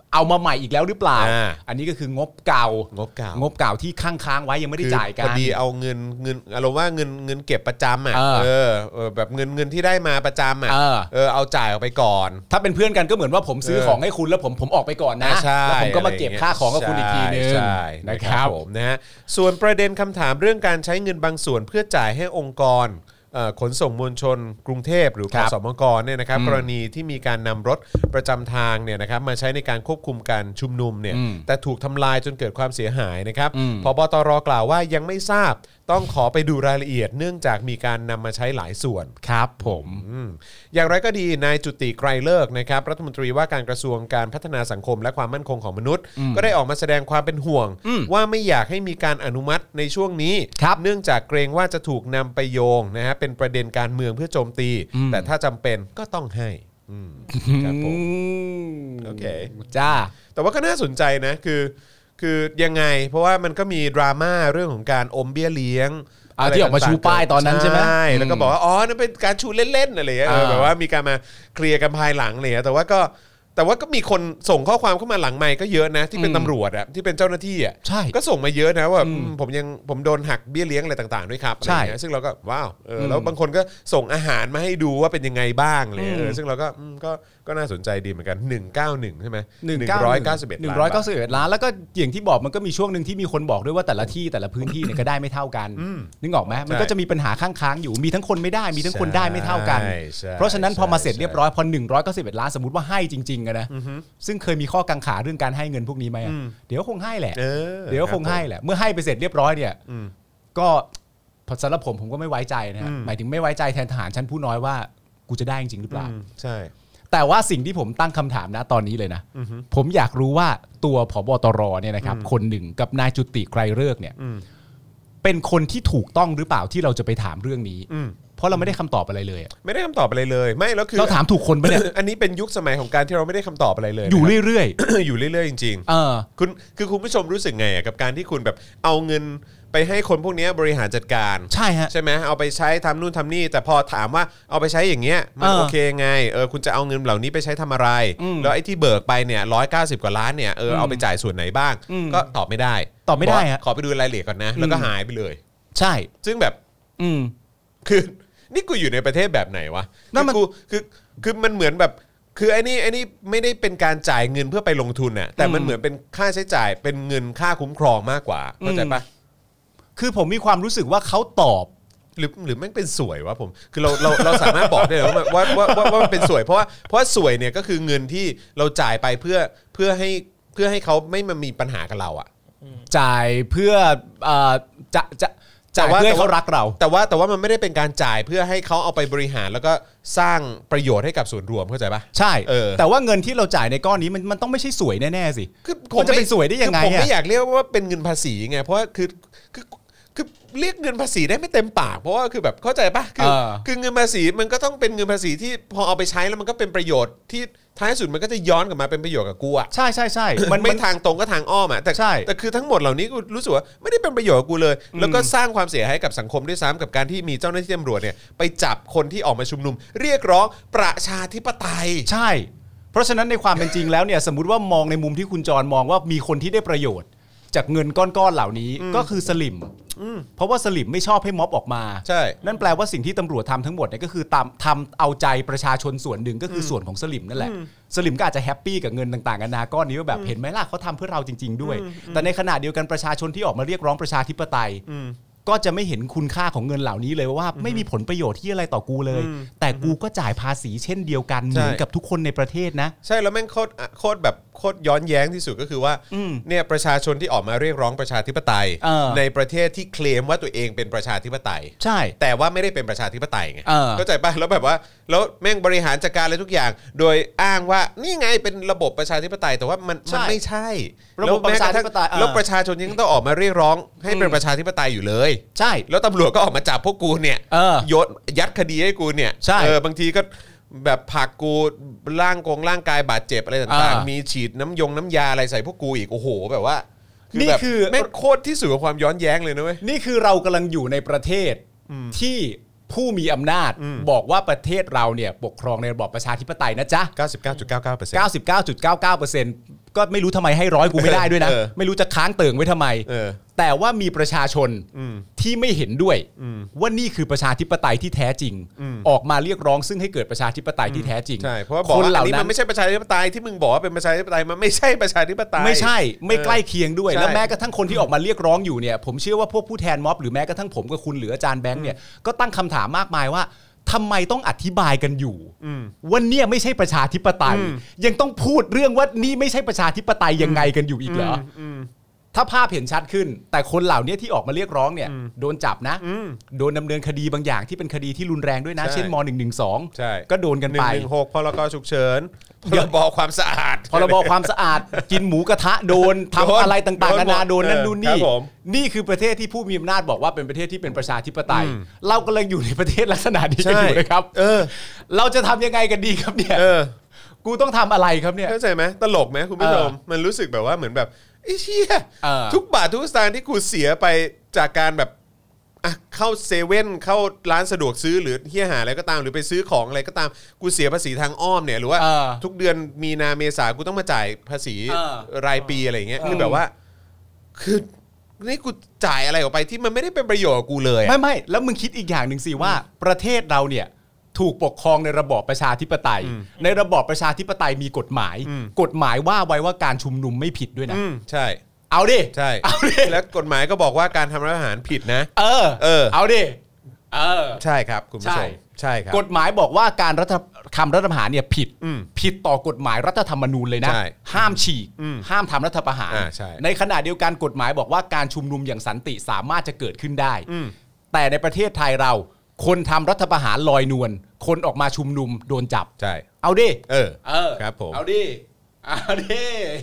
เอามาใหม่อีกแล้วหรือเปล่าอ่าอันนี้ก็คืองบเก่างบเก่างบเก่าที่ค้างๆไว้ยังไม่ได้จ่ายกันพอดีเอาเงินเงินอารมณ์ว่าเงินเงินเก็บประจำอ่ะเออเออเออแบบเงินเงินที่ได้มาประจำอ่ะเออเออเอาจ่ายออกไปก่อนถ้าเป็นเพื่อนกันก็เหมือนว่าผมซื้อเออของให้คุณแล้วผมผมออกไปก่อนนะใช่แล้วผมก็มาเก็บค่าของกับคุณอีกทีนึงใช่นะครับผมนะฮะส่วนประเด็นคำถามเรื่องการใช้เงินบางส่วนเพื่อจ่ายให้องค์กรเอ่อขนส่งมวลชนกรุงเทพหรือคขรับสมกเนี่ยนะครับอืมกรณีที่มีการนำรถประจำทางเนี่ยนะครับมาใช้ในการควบคุมการชุมนุมเนี่ยอืมแต่ถูกทำลายจนเกิดความเสียหายนะครับอืมผบตรกล่าวว่ายังไม่ทราบต้องขอไปดูรายละเอียด เนื่องจากมีการนำมาใช้หลายส่วนครับผมอืมอย่างไรก็ดีนายจุติไกรเลิกษ์นะครับรัฐมนตรีว่าการกระทรวงการพัฒนาสังคมและความมั่นคงของมนุษย์ ก็ได้ออกมาแสดงความเป็นห่วงอืมว่าไม่อยากให้มีการอนุมัติในช่วงนี้ครับเนื่องจากเกรงว่าจะถูกนำไปโยงนะฮะเป็นประเด็นการเมืองเพื่อโจมตีอืมแต่ถ้าจำเป็นก็ต้องให้อืมครับผม โอเคจ้าแต่ว่าก็น่าสนใจนะคือคือยังไง เพราะว่ามันก็มีดราม่าเรื่องของการอมเบี้ยเลี้ยงอ่าที่ออกมาชูป้ายตอนนั้นใช่ไหมใช่แล้วก็บอกว่าอ๋อนั่นเป็นการชูเล่นๆอะไรอย่างเงี้ยเอออ่าแบบว่ามีการมาเคลียร์กันภายหลังอะไรอย่างเงี้ยแต่ว่าก็แต่ว่าก็มีคนส่งข้อความเข้ามาหลังไมค์ก็เยอะนะที่เป็นตำรวจอะที่เป็นเจ้าหน้าที่อะใช่ก็ส่งมาเยอะนะว่าอืมผมยังผมโดนหักเบี้ยเลี้ยงอะไรต่างๆด้วยครับใช่อะไรอย่างเงี้ยซึ่งเราก็ว้าวเออแล้วบางคนก็ส่งอาหารมาให้ดูว่าเป็นยังไงบ้างเลยเออซึ่งเราก็อืมก็ก็น่าสนใจดีเหมือนกันหนึ่งเก้าหนึ่งใช่ไหมหนึ่งร้อยเก้าสิบเอ็ดหนึ่ล้าง นร้อยบาเก้าทสิบเอ็ดล้านแล้วก็อย่างที่บอกมันก็มีช่วงหนึ่งที่มีคนบอกด้วยว่าแต่ละที่แต่ละพื้นที่เนี่ยก็ได้ไม่เท่ากันนึกออกไหมมันก็จะมีปัญหาค้างๆอยู่มีทั้งคนไม่ได้มีทั้งคนได้ไม่เท่ากันใช่ใช่เพราะฉะนั้นพอมาเสร็จใช่เรียบร้อยพอหนึ่งร้อยเก้าสิบเอ็ดล้านสมมติว่าให้จริงๆอะนะซึ่งเคยมีข้อกังขาเรื่องการให้เงินพวกนี้ไหมอะเดี๋ยวคงให้แหละเออเดี๋ยวคงให้แหละเมื่อให้ไปเสร็จเรียบร้อยเนี่ยก็พอสำหรับผมผมก็ไม่ไว้ใจนะฮะหมายถึงไม่ไว้ใจแทนทหารชั้นผู้น้อยว่ากูจะได้จริงๆหรือเปล่าอืมใช่แต่ว่าสิ่งที่ผมตั้งคำถามนะตอนนี้เลยนะผมอยากรู้ว่าตัวผบตรเนี่ยนะครับคนหนึ่งกับนายจุติไกรฤกษ์เนี่ยเป็นคนที่ถูกต้องหรือเปล่าที่เราจะไปถามเรื่องนี้เพราะเราไม่ได้คำตอบอะไรเลยอะไม่ได้คำตอบอะไรเลยไม่แล้วคือเราถามถูกคนปะเนี่ยอันนี้เป็นยุคสมัยของการที่เราไม่ได้คำตอบอะไรเลยอยู่นะครับเรื่อยอยู่เรื่อยๆจริงๆเออๆคุณคือคุณผู้ชมรู้สึกไงอ่ะกับการที่คุณแบบเอาเงินไปให้คนพวกนี้บริหารจัดการใช่ฮะใช่ไหมเอาไปใช้ทำนู่นทำนี่แต่พอถามว่าเอาไปใช้อย่างเงี้ยมันเออโอเคไงเออคุณจะเอาเงินเหล่านี้ไปใช้ทำอะไรอืมแล้วไอ้ที่เบิกไปเนี่ยร้อยเก้าสิบกว่าล้านเนี่ยเออเอาไปจ่ายส่วนไหนบ้างอืมก็ตอบไม่ได้ตอบไม่ได้ฮะขอไปดูรายละเอียดก่อนนะแล้วก็หายไปเลยใช่ซึ่งแบบอืมคือนี่กูอยู่ในประเทศแบบไหนวะนั่นมันคือกูคือคือมันเหมือนแบบคือไอ้นี่ไอ้นี่ไม่ได้เป็นการจ่ายเงินเพื่อไปลงทุนน่ะแต่มันเหมือนเป็นค่าใช้จ่ายเป็นเงินค่าคุ้มครองมากกว่าเข้าใจปะคือผมมีความรู้สึกว่าเขาตอบหรือหรือแม่งเป็นสวยวะผมคือเราเราเราสามารถบอกได้เลยว่าว่าว่าว่าว่ามันเป็นสวยเพราะว่าเพราะว่าสวยเนี่ยก็คือเงินที่เราจ่ายไปเพื่อเพื่อให้เพื่อให้เขาไม่มามีปัญหากับเราอ่ะจ่ายเพื่อเอ่อจะจะจ่ายแต่ว่าเพื่อให้เขารักเราแต่ว่าแต่ว่ามันไม่ได้เป็นการจ่ายเพื่อให้เขาเอาไปบริหารแล้วก็สร้างประโยชน์ให้กับส่วนรวมเข้าใจปะใช่เออแต่ว่าเงินที่เราจ่ายในก้อนนี้มันมันต้องไม่ใช่สวยแน่ๆสิคือมันจะเป็นสวยได้ยังไงคือผมอะไม่อยากเรียกว่าเป็นเงินภาษีไงเพราะว่าคือคือคือเรียกเงินภาษีได้ไม่เต็มปากเพราะว่าคือแบบเข้าใจปะคือคือเงินภาษีมันก็ต้องเป็นเงินภาษีที่พอเอาไปใช้แล้วมันก็เป็นประโยชน์ที่ท้ายสุดมันก็จะย้อนกลับมาเป็นประโยชน์กับกูอะใช่ใช่ใช่มันไม่ทางตรงก็ทางอ้อมอะแต่ใช่แต่คือทั้งหมดเหล่านี้กูรู้สึกว่าไม่ได้เป็นประโยชน์กับกูเลย แล้วก็สร้างความเสียหายให้กับสังคมด้วยซ้ำกับการที่มีเจ้าหน้าที่ตำรวจเนี่ยไปจับคนที่ออกมาชุมนุม เรียกร้องประชาธิปไตยใช่ เพราะฉะนั้นในความเป็นจริงแล้วเนี่ยสมมุติว่ามองในมุมที่คุณจรมองว่ามีคนที่ได้ประโยชน์ จากเงินก้อนๆเหล่านี้ก็คือสลิมเพราะว่าสลิมไม่ชอบให้ม็อบออกมาใช่นั่นแปลว่าสิ่งที่ตำรวจทำทั้งหมดเนี่ยก็คือตามทำเอาใจประชาชนส่วนหนึ่งก็คือส่วนของสลิมนั่นแหละสลิมก็อาจจะแฮปปี้กับเงินต่างๆกันานาก้อนนี้ว่าแบบเห็นไหมล่ะเขาทำเพื่อเราจริง ๆ ด้วย แต่ในขณะเดียวกันประชาชนที่ออกมาเรียกร้องประชาธิปไตยก็จะไม่เห็นคุณค่าของเงินเหล่านี้เลยว่าไม่มีผลประโยชน์ที่อะไรต่อกูเลย แต่กูก็จ่ายภาษีเช่นเดียวกันเหมือนกับทุกคนในประเทศนะใช่แล้วแม่งโคตรโคตรแบบโคตรย้อนแย้งที่สุดก็คือว่าเนี่ยประชาชนที่ออกมาเรียกร้องประชาธิปไตยเออในประเทศที่เคลมว่าตัวเองเป็นประชาธิปไตยใช่แต่ว่าไม่ได้เป็นประชาธิปไตยไงเออเข้าใจป่ะแล้วแบบว่าแล้วแม่งบริหารจัดการอะไรทุกอย่าง โดยอ้างว่านี่ไงเป็นระบบประชาธิปไตยแต่ว่ามันมันไม่ใช่ระบบประชาธิปไตยเออแล้วประชาชนยังต้องออกมาเรียกร้องให้เป็นประชาธิปไตยอยู่เลยใช่แล้วตำรวจก็ออกมาจับพวกกูเนี่ยเออโยนยัดคดีให้กูเนี่ยใช่เออบางทีก็แบบผลักกูร่างกงร่างกายบาดเจ็บอะไรต่างอ่าๆ มีฉีดน้ำยงน้ำยาอะไรใส่พวกกูอีกโอ้โหแบบว่านี่แบบคือแม่งโคตรที่สุดของความย้อนแย้งเลยนะเว้ยนี่คือเรากำลังอยู่ในประเทศที่ผู้มีอำนาจบอกว่าประเทศเราเนี่ยปกครองในระบอบประชาธิปไตยนะจ๊ะเก้าสิบเก้าจุดเก้าเก้าเปอร์เซ็นต์เก้าสิบเก้าจุดเก้าเก้าเปอร์เซ็นต์ ก็ไม่รู้ทำไมให้ร้อยกูไม่ได้ด้วยนะ ไม่รู้จะค้างเติ่งไว้ทำไมแต่ว่ามีประชาชนที่ไม่เห็นด้วยว่านี่คือประชาธิปไตยที่แท้จริงออกมาเรียกร้องซึ่งให้เกิดประชาธิปไตยที่แท้จริงใช่เพราะว่าบอกว่าอันนี้มันไม่ใช่ประชาธิปไตยที่มึงบอกว่าเป็นประชาธิปไตยมันไม่ใช่ประชาธิปไตยไม่ใช่ไม่ใกล้เคียงด้วยแล้วแม้กระทั่งคนที่ออกมาเรียกร้องอยู่เนี่ยผมเชื่อว่าพวกผู้แทนม็อบหรือแม้กระทั่งผมกับคุณหรืออาจารย์แบงค์เนี่ยก็ตั้งคำถามมากมายว่าทำไมต้องอธิบายกันอยู่ว่าเนี่ยไม่ใช่ประชาธิปไตยยังต้องพูดเรื่องว่านี่ไม่ใช่ประชาธิปไตยยังไงกันอยู่อีกเหรอถ้าภาพเห็นชัดขึ้นแต่คนเหล่านี้ที่ออกมาเรียกร้องเนี่ยโดนจับนะโดนดำเนินคดีบางอย่างที่เป็นคดีที่รุนแรงด้วยนะเช่นม หนึ่งหนึ่งสอง ก็โดนกันไปหนึ่งหนึ่งหกพรกฉุกเฉินพรบความสะอาดพรบความสะอาดกินหมูกระทะโดนทำอะไรต่างๆนานาโดนนั่นนู่นนี่นี่คือประเทศที่ผู้มีอำนาจบอกว่าเป็นประเทศที่เป็นประชาธิปไตยเรากำลังอยู่ในประเทศลักษณะนี้กันอยู่นะครับเราจะทำยังไงกันดีครับเนี่ยกูต้องทำอะไรครับเนี่ยเข้าใจไหมตลกไหมคุณผู้ชมมันรู้สึกแบบว่าเหมือนแบบไอ้เหี้ยทุกบาททุกสตางค์ที่กูเสียไปจากการแบบอ่ะเข้าเซเว่นเข้าร้านสะดวกซื้อหรือเหี้ยหาอะไรก็ตามหรือไปซื้อของอะไรก็ตามกูเสียภาษีทางอ้อมเนี่ยหรือว่าทุกเดือนมีนาเมษากูต้องมาจ่ายภาษีรายปีอะไรอย่างเงี้ยคือแบบว่าคือนี่กูจ่ายอะไรออกไปที่มันไม่ได้เป็นประโยชน์กับกูเลยไม่ไม่แล้วมึงคิดอีกอย่างหนึ่งสิว่าประเทศเราเนี่ยถูกปกครองในระบอบประชาธิปไตยในระบอบประชาธิปไตยมีกฎหมายกฎหมายว่าไว้ว่าการชุมนุมไม่ผิดด้วยนะใช่เอาดิใช่เอาดิแล้วกฎหมายก็บอกว่าการทำรัฐประหารผิดนะเออเออเอาดิเออใช่ครับคุณผู้ชมใช่ครับกฎหมายบอกว่าการรัฐทำรัฐประหารเนี่ยผิดผิดต่อกฎหมายรัฐธรรมนูญเลยนะห้ามฉีกห้ามทำรัฐประหารในขณะเดียวกันกฎหมายบอกว่าการชุมนุมอย่างสันติสามารถจะเกิดขึ้นได้แต่ในประเทศไทยเราคนทำรัฐประหารลอยนวลคนออกมาชุมนุมโดนจับใช่เอาดิเออเออครับผมเอาดิเอาดิ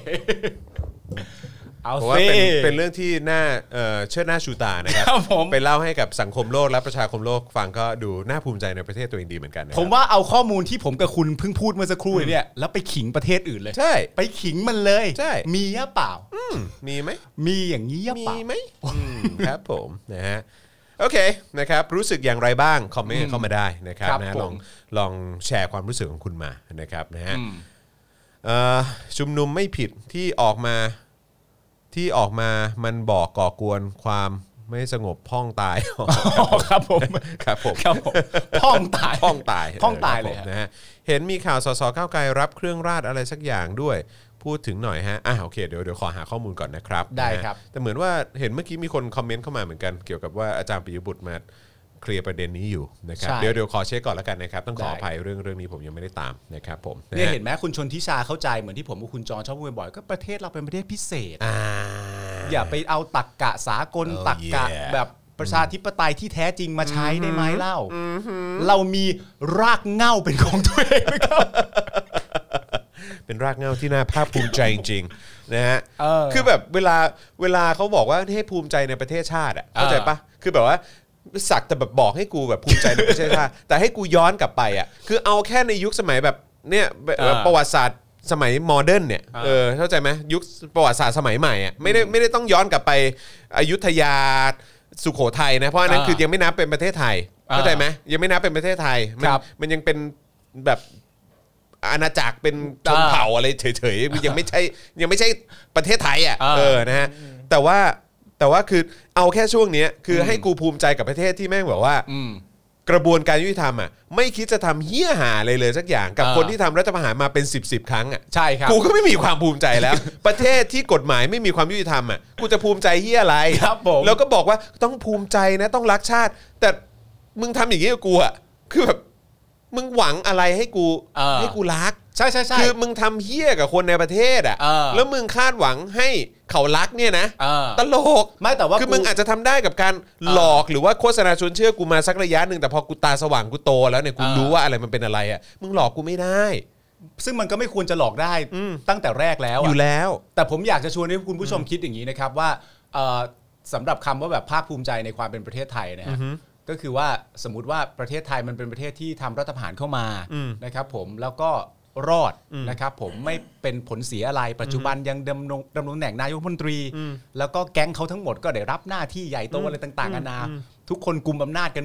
เพราะว่าเป็นเป็นเรื่องที่น่าเอ่อเชิดหน้าชูตานะครับไปเล่าให้กับสังคมโลกและประชาคมโลกฟังก็ดูน่าภูมิใจในประเทศตัวเองดีเหมือนกันผมว่าเอาข้อมูลที่ผมกับคุณเพิ่งพูดเมื่อสักครู่เนี่ยแล้วไปขิงประเทศอื่นเลยใช่ไปขิงมันเลยใช่มีหรือเปล่ามีไหมมีอย่างนี้หรือเปล่ามีไหมครับผมนะฮะโอเคนะครับรู้สึกอย่างไรบ้างคอมเมนต์เข้ามาได้นะครับนะลองลองแชร์ความรู้สึกของคุณมานะครับนะฮะชุมนุมไม่ผิดที่ออกมาที่ออกมามันบอกก่อกวนความไม่สงบพ้องตายครับผมครับผมครับผมพ้องตายพ้องตายพ้องตายเลยนะฮะเห็นมีข่าวสสก้าวไกลรับเครื่องราชอะไรสักอย่างด้วยพูดถึงหน่อยฮะอ่ะโอเคเดี๋ยวเดี๋ยวขอหาข้อมูลก่อนนะครับได้ครับแต่เหมือนว่าเห็นเมื่อกี้มีคนคอมเมนต์เข้ามาเหมือนกันเกี่ยวกับว่าอาจารย์ปิยบุตรมาเคลียร์ประเด็นนี้อยู่นะครับเดี๋ยวเดี๋ยวขอเช็คก่อนแล้วกันนะครับต้องขออภัยเรื่องเรื่องนี้ผมยังไม่ได้ตามนะครับผมเนี่ยเห็นไหมคุณชนทิชาเข้าใจเหมือนที่ผมกับคุณจรชอบพูดบ่อยก็ประเทศเราเป็นประเทศพิเศษอย่าไปเอาตรรกะสากลตรรกะแบบประชาธิปไตยที่แท้จริงมาใช้ได้ไหมเล่าเรามีรากเหง้าเป็นของตัวเองครับเป็นรากเหง้าที่น่าภาคภูมิใจจริงๆนะฮะคือแบบเวลาเวลาเขาบอกว่าให้ภูมิใจในประเทศชาติอ่ะเข้าใจปะคือแบบว่าสักแต่แบบบอกให้กูแบบภูมิใจในประเทศชาติแต่ให้กูย้อนกลับไปอ่ะคือเอาแค่ในยุคสมัยแบบเนี่ยประวัติศาสตร์สมัยโมเดิร์นเนี่ยเออเข้าใจไหมยุคประวัติศาสตร์สมัยใหม่อ่ะไม่ได้ไม่ได้ต้องย้อนกลับไปอยุธยาสุโขทัยนะเพราะอันนั้นคือยังไม่นับเป็นประเทศไทยเข้าใจไหมยังไม่นับเป็นประเทศไทยมันมันยังเป็นแบบอาณาจักรเป็นชนเผ่าอะไรเฉยๆยังไม่ใช่ยังไม่ใช่ประเทศไทยอ่ะเออนะฮะแต่ว่าแต่ว่าคือเอาแค่ช่วงนี้คือให้กูภูมิใจกับประเทศที่แม่งบอกว่ากระบวนการยุติธรรมอ่ะไม่คิดจะทำเหี้ยหาอะไรเลยสักอย่างกับคนที่ทำรัฐประหารมาเป็นสิบสิบครั้งอ่ะใช่ครับกูก็ไม่มีความภูมิใจแล้ว ประเทศที่กฎหมายไม่มีความยุติธรรมอ่ะกูจะภูมิใจเหี้ยอะไรครับผมแล้วก็บอกว่าต้องภูมิใจนะต้องรักชาติแต่มึงทำอย่างนี้กับกูอ่ะคือแบบมึงหวังอะไรให้กูให้กูรักใช่ใช่ใช่คือมึงทำเหี้ยกับคนในประเทศอ่ะแล้วมึงคาดหวังให้เขารักเนี่ยนะตลกไม่แต่ว่าคือมึงอาจจะทำได้กับการหลอกหรือว่าโฆษณาชวนเชื่อกูมาสักระยะหนึ่งแต่พอกูตาสว่างกูโตแล้วเนี่ยกูรู้ว่าอะไรมันเป็นอะไรอ่ะมึงหลอกกูไม่ได้ซึ่งมันก็ไม่ควรจะหลอกได้ตั้งแต่แรกแล้วอยู่แล้วแต่ผมอยากจะชวนให้คุณผู้ชมคิดอย่างนี้นะครับว่าสำหรับคำว่าแบบภาคภูมิใจในความเป็นประเทศไทยนะก็คือว่าสมมุติว่าประเทศไทยมันเป็นประเทศที่ทำรัฐประหารเข้ามานะครับผมแล้วก็รอดนะครับผมไม่เป็นผลเสียอะไรปัจจุบันยังดำรงดำรงตำแหน่งนายกรัฐมนตรีแล้วก็แก๊งเขาทั้งหมดก็ได้รับหน้าที่ใหญ่โตอะไรต่างๆนานาทุกคนกุมอำนาจกันหมด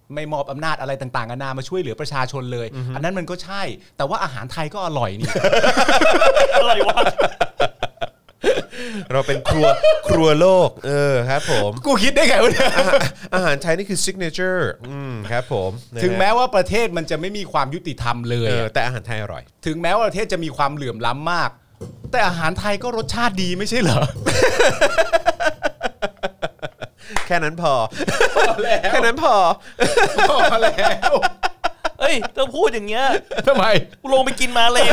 ไม่มอบอำนาจอะไรต่างๆนานามาช่วยเหลือประชาชนเลยอันนั้นมันก็ใช่แต่ว่าอาหารไทยก็อร่อยนี่อะไรวะเราเป็นครัวครัวโลกเออครับผมกูคิดได้ไงวะเนี่ยอาหารไทยนี่คือซิกเนเจอร์อืมครับผมถึงแม้ว่าประเทศมันจะไม่มีความยุติธรรมเลยแต่อาหารไทยอร่อยถึงแม้ว่าประเทศจะมีความเหลื่อมล้ำมากแต่อาหารไทยก็รสชาติดีไม่ใช่เหรอแค่นั้นพอแค่นั้นพอพอแล้วเอ้ยต้องพูดอย่างเงี้ยทำไมกูลงไปกินมาเลย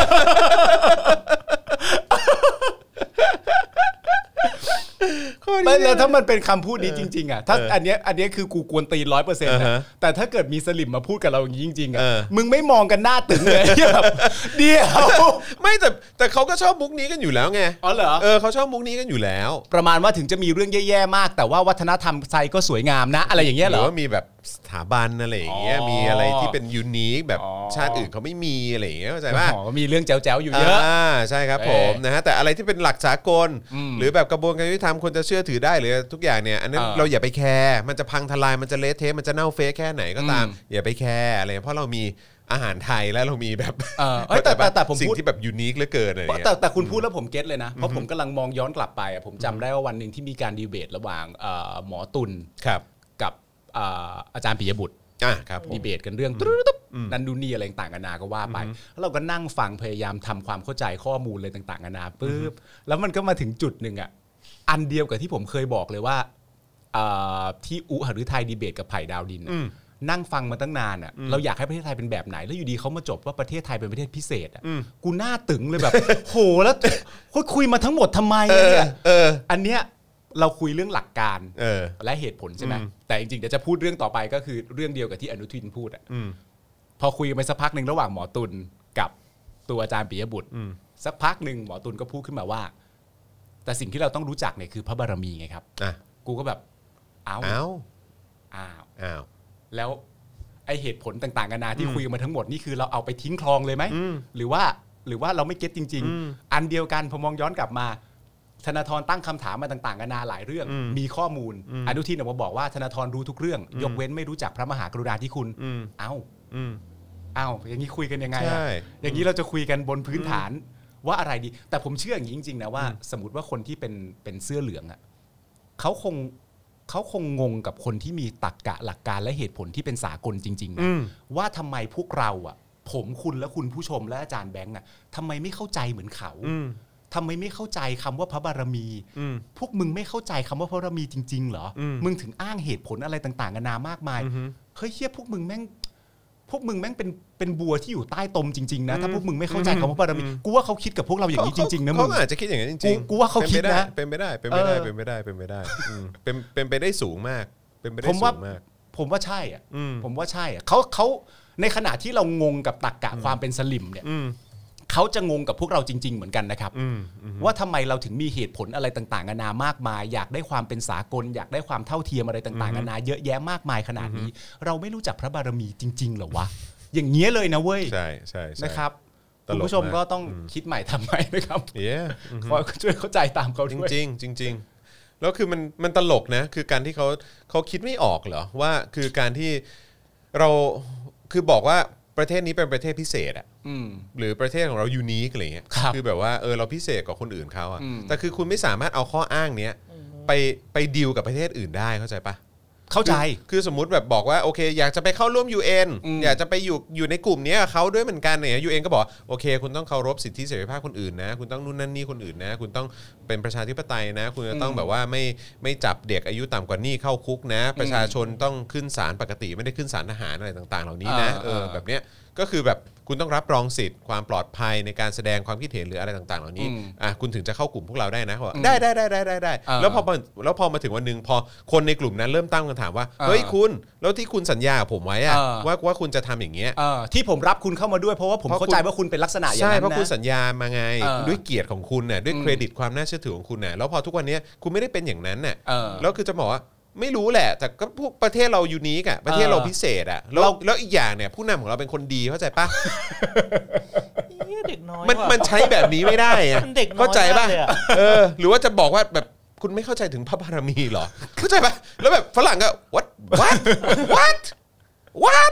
ไม่แล้วถ้ามันเป็นคำพูดนี้จริงๆอ่ะถ้าอันเนี้ยอันเนี้ยคือกูกวนตีนร้อยเปอร์เซ็นต์นะแต่ถ้าเกิดมีสลิมมาพูดกับเราอย่างนี้จริงๆอ่ะมึงไม่มองกันหน้าตึงเลยแบบเดียวไม่แต่แต่เขาก็ชอบมุกนี้กันอยู่แล้วไงอ๋อเหรอเออเขาชอบมุกนี้กันอยู่แล้วประมาณว่าถึงจะมีเรื่องแย่ๆมากแต่ว่าวัฒนธรรมไทยก็สวยงามนะอะไรอย่างเงี้ยเหรอหรือว่ามีแบบสถาบันอะไรอย่างเงี้ยมีอะไรที่เป็นยูนิคแบบชาติอื่นเขาไม่มีอะไรอย่างเงี้ยเข้าใจป่ะอ๋อมีเรื่องแจ๋วๆอยู่เยอะอ่าใช่ครับผมนะฮะแต่อะไรที่เป็นหลักสากลหรือแบบกระบวนการยุติธรรมคนจะเชื่อถือได้หรือทุกอย่างเนี่ยอันนั้นเราอย่าไปแคร์มันจะพังทลายมันจะเละเทะมันจะเน่าเฟะแค่ไหนก็ตามอย่าไปแคร์อะไรเพราะเรามีอาหารไทยแล้วเรามีแบบแต่แต่แต่ผมสิ่งที่แบบยูนิคเหลือเกินอะไรอย่างเงี้ยแต่แต่คุณพูดแล้วผมเก็ตเลยนะเพราะผมกำลังมองย้อนกลับไปอ่ะผมจำได้ว่าวันนึงที่มีการดีเบตระหว่างหมอตุลกับอาจารย์ปิยบุตรอ่ะครับดีเบตกันเรื่องนั้นดูนี่อะไรต่างๆกันานาก็ว่าไปแล้วเราก็นั่งฟังพยายามทำความเข้าใจข้อมูลอะไรต่างๆกันานาปุ๊บแล้วมันก็มาถึงจุดหนึ่งอ่ะอันเดียวกับที่ผมเคยบอกเลยว่าที่อุหฤทัยดีเบตกับไผ่ดาวดินนั่งฟังมาตั้งนานอ่ะเราอยากให้ประเทศไทยเป็นแบบไหนแล้วอยู่ดีเขามาจบว่าประเทศไทยเป็นประเทศพิเศษอ่ะกูหน้าตึงเลยแบบโหแล้วคุยมาทั้งหมดทำไมเนี่ยอันเนี้ยเราคุยเรื่องหลักการและเหตุผลใช่ไหมแต่จริงๆเดี๋ยวจะพูดเรื่องต่อไปก็คือเรื่องเดียวกับที่อนุทินพูดอ่ะพอคุยกันไปสักพักหนึ่งระหว่างหมอตุลกับตัวอาจารย์ปิยบุตรสักพักหนึ่งหมอตุลก็พูดขึ้นมาว่าแต่สิ่งที่เราต้องรู้จักเนี่ยคือพระบารมีไงครับกูก็แบบอ้าวอ้าวอ้าวอ้าวแล้วไอเหตุผลต่างๆกันานาที่คุยกันมาทั้งหมดนี่คือเราเอาไปทิ้งคลองเลยไหมหรือว่าหรือว่าเราไม่เก็ตจริงๆอันเดียวกันพอมองย้อนกลับมาธนาธรตั้งคำถามมาต่างๆกันานาหลายเรื่องมีข้อมูลอนุทินออกมาบอกว่าธนาธรรู้ทุกเรื่องยกเว้นไม่รู้จักพระมหากรุณาธิคุณเอ้าเอ้าอย่างนี้คุยกันยังไงอ่ะอย่างนี้เราจะคุยกันบนพื้นฐานว่าอะไรดีแต่ผมเชื่ออย่างนี้จริงๆนะว่าสมมติว่าคนที่เป็นเป็นเสื้อเหลืองอ่ะเขาคงเขาคงงงกับคนที่มีตรรกะหลักการและเหตุผลที่เป็นสากลจริงๆนะว่าทำไมพวกเราอ่ะผมคุณและคุณผู้ชมและอาจารย์แบงค์อ่ะทำไมไม่เข้าใจเหมือนเขาทำไมไม่เข้าใจคำว่าพระบารมีพวกมึงไม่เข้าใจคำว่าพระบารมีจริงๆเหรอมึงถึงอ้างเหตุผลอะไรต่างๆนานามากมายเฮ้ยเฮียพวกมึงแม่งพวกมึงแม่งเป็นเป็นบัวที่อยู่ใต้ตมจริงๆนะถ้าพวกมึงไม่เข้าใจคำว่าบารมีกูว่าเขาคิดกับพวกเราอย่างนี้จริงๆนะมึงเขาอาจจะคิดอย่างนั้นจริงๆกูว่าเขาคิดนะเป็นไปได้เป็นไปได้เป็นไปได้เป็นไปได้เป็นเป็นไปได้สูงมากเป็นไปได้สูงมากผมว่าใช่อ่ะผมว่าใช่อ่ะเขาเขาในขณะที่เรางงกับตรรกะความเป็นสลิมเนี่ยเขาจะงงกับพวกเราจริงๆเหมือนกันนะครับว่าทำไมเราถึงมีเหตุผลอะไรต่างๆนานามากมายอยากได้ความเป็นสากลอยากได้ความเท่าเทียมอะไรต่างๆนานาเยอะแยะมากมายขนาดนี้เราไม่รู้จักพระบารมีจริงๆเหรอวะอย่างเงี้ยเลยนะเว้ยใช่ใช่นะครับคุณผู้ชมก็ต้องคิดใหม่ทำใหม่นะครับขอช่วยเข้าใจตามเขาด้วยจริงๆจริงๆแล้วคือมันมันตลกนะคือการที่เขาเขาคิดไม่ออกเหรอว่าคือการที่เราคือบอกว่าประเทศนี้เป็นประเทศพิเศษอ่ะหรือประเทศของเรายูนิคอะไรเงี้ยคือแบบว่าเออเราพิเศษกว่าคนอื่นเขาอ่ะแต่คือคุณไม่สามารถเอาข้ออ้างเนี้ยไปไปดีลกับประเทศอื่นได้เข้าใจปะเข้าใจคือสมมุติแบบบอกว่าโอเคอยากจะไปเข้าร่วม ยู เอ็น อยากจะไปอยู่อยู่ในกลุ่มนี้เขาด้วยเหมือนกันเนี่ย ยู เอ็น ก็บอกโอเคคุณต้องเคารพสิทธิเสรีภาพคนอื่นนะคุณต้องนู่นนั่นนี่คนอื่นนะคุณต้องเป็นประชาธิปไตยนะคุณจะต้องแบบว่าไม่ไม่จับเด็กอายุต่ำกว่านี้เข้าคุกนะประชาชนต้องขึ้นศาลปกติไม่ได้ขึ้นศาลทหารอะไรต่างๆเหล่านี้นะเออแบบเนี้ยก็คือแบบคุณต้องรับรองสิทธิ์ความปลอดภัยในการแสดงความคิดเห็นหรืออะไรต่างๆเหล่านี้อ่ะคุณถึงจะเข้ากลุ่มพวกเราได้นะได้ได้ได้ได้ได้ได้แล้วพอแล้วพอมาถึงวันนึงพอคนในกลุ่มนั้นเริ่มตั้งคำถามว่าเฮ้ยคุณแล้วที่คุณสัญญาผมไว้อะว่าว่าคุณจะทำอย่างเงี้ยที่ผมรับคุณเข้ามาด้วยเพราะว่าผมเข้าใจว่าคุณเป็นลักษณะอย่างนั้นนะใช่เพราะคุณสัญญามาไงด้วยเกียรติของคุณน่ะด้วยเครดิตความน่าเชื่อถือของคุณน่ะแล้วพอทุกวันนี้คุณไม่ได้เป็นอย่างนั้นน่ะแล้วคือจะบอกว่าไม่รู้แหละแต่ก็พวกประเทศเรายูนิคอ่ะประเทศเราพิเศษอ่ะแล้วแล้วอีกอย่างเนี่ยผู้นำของเราเป็นคนดีเข้าใจป่ะเด็กน้อยมันมันใช้แบบนี้ไม่ได้อ่ะเข้าใจป่ะเออหรือว่าจะบอกว่าแบบคุณไม่เข้าใจถึงพระบารมีหรอเข้าใจป่ะแล้วแบบฝรั่งก็ what what what what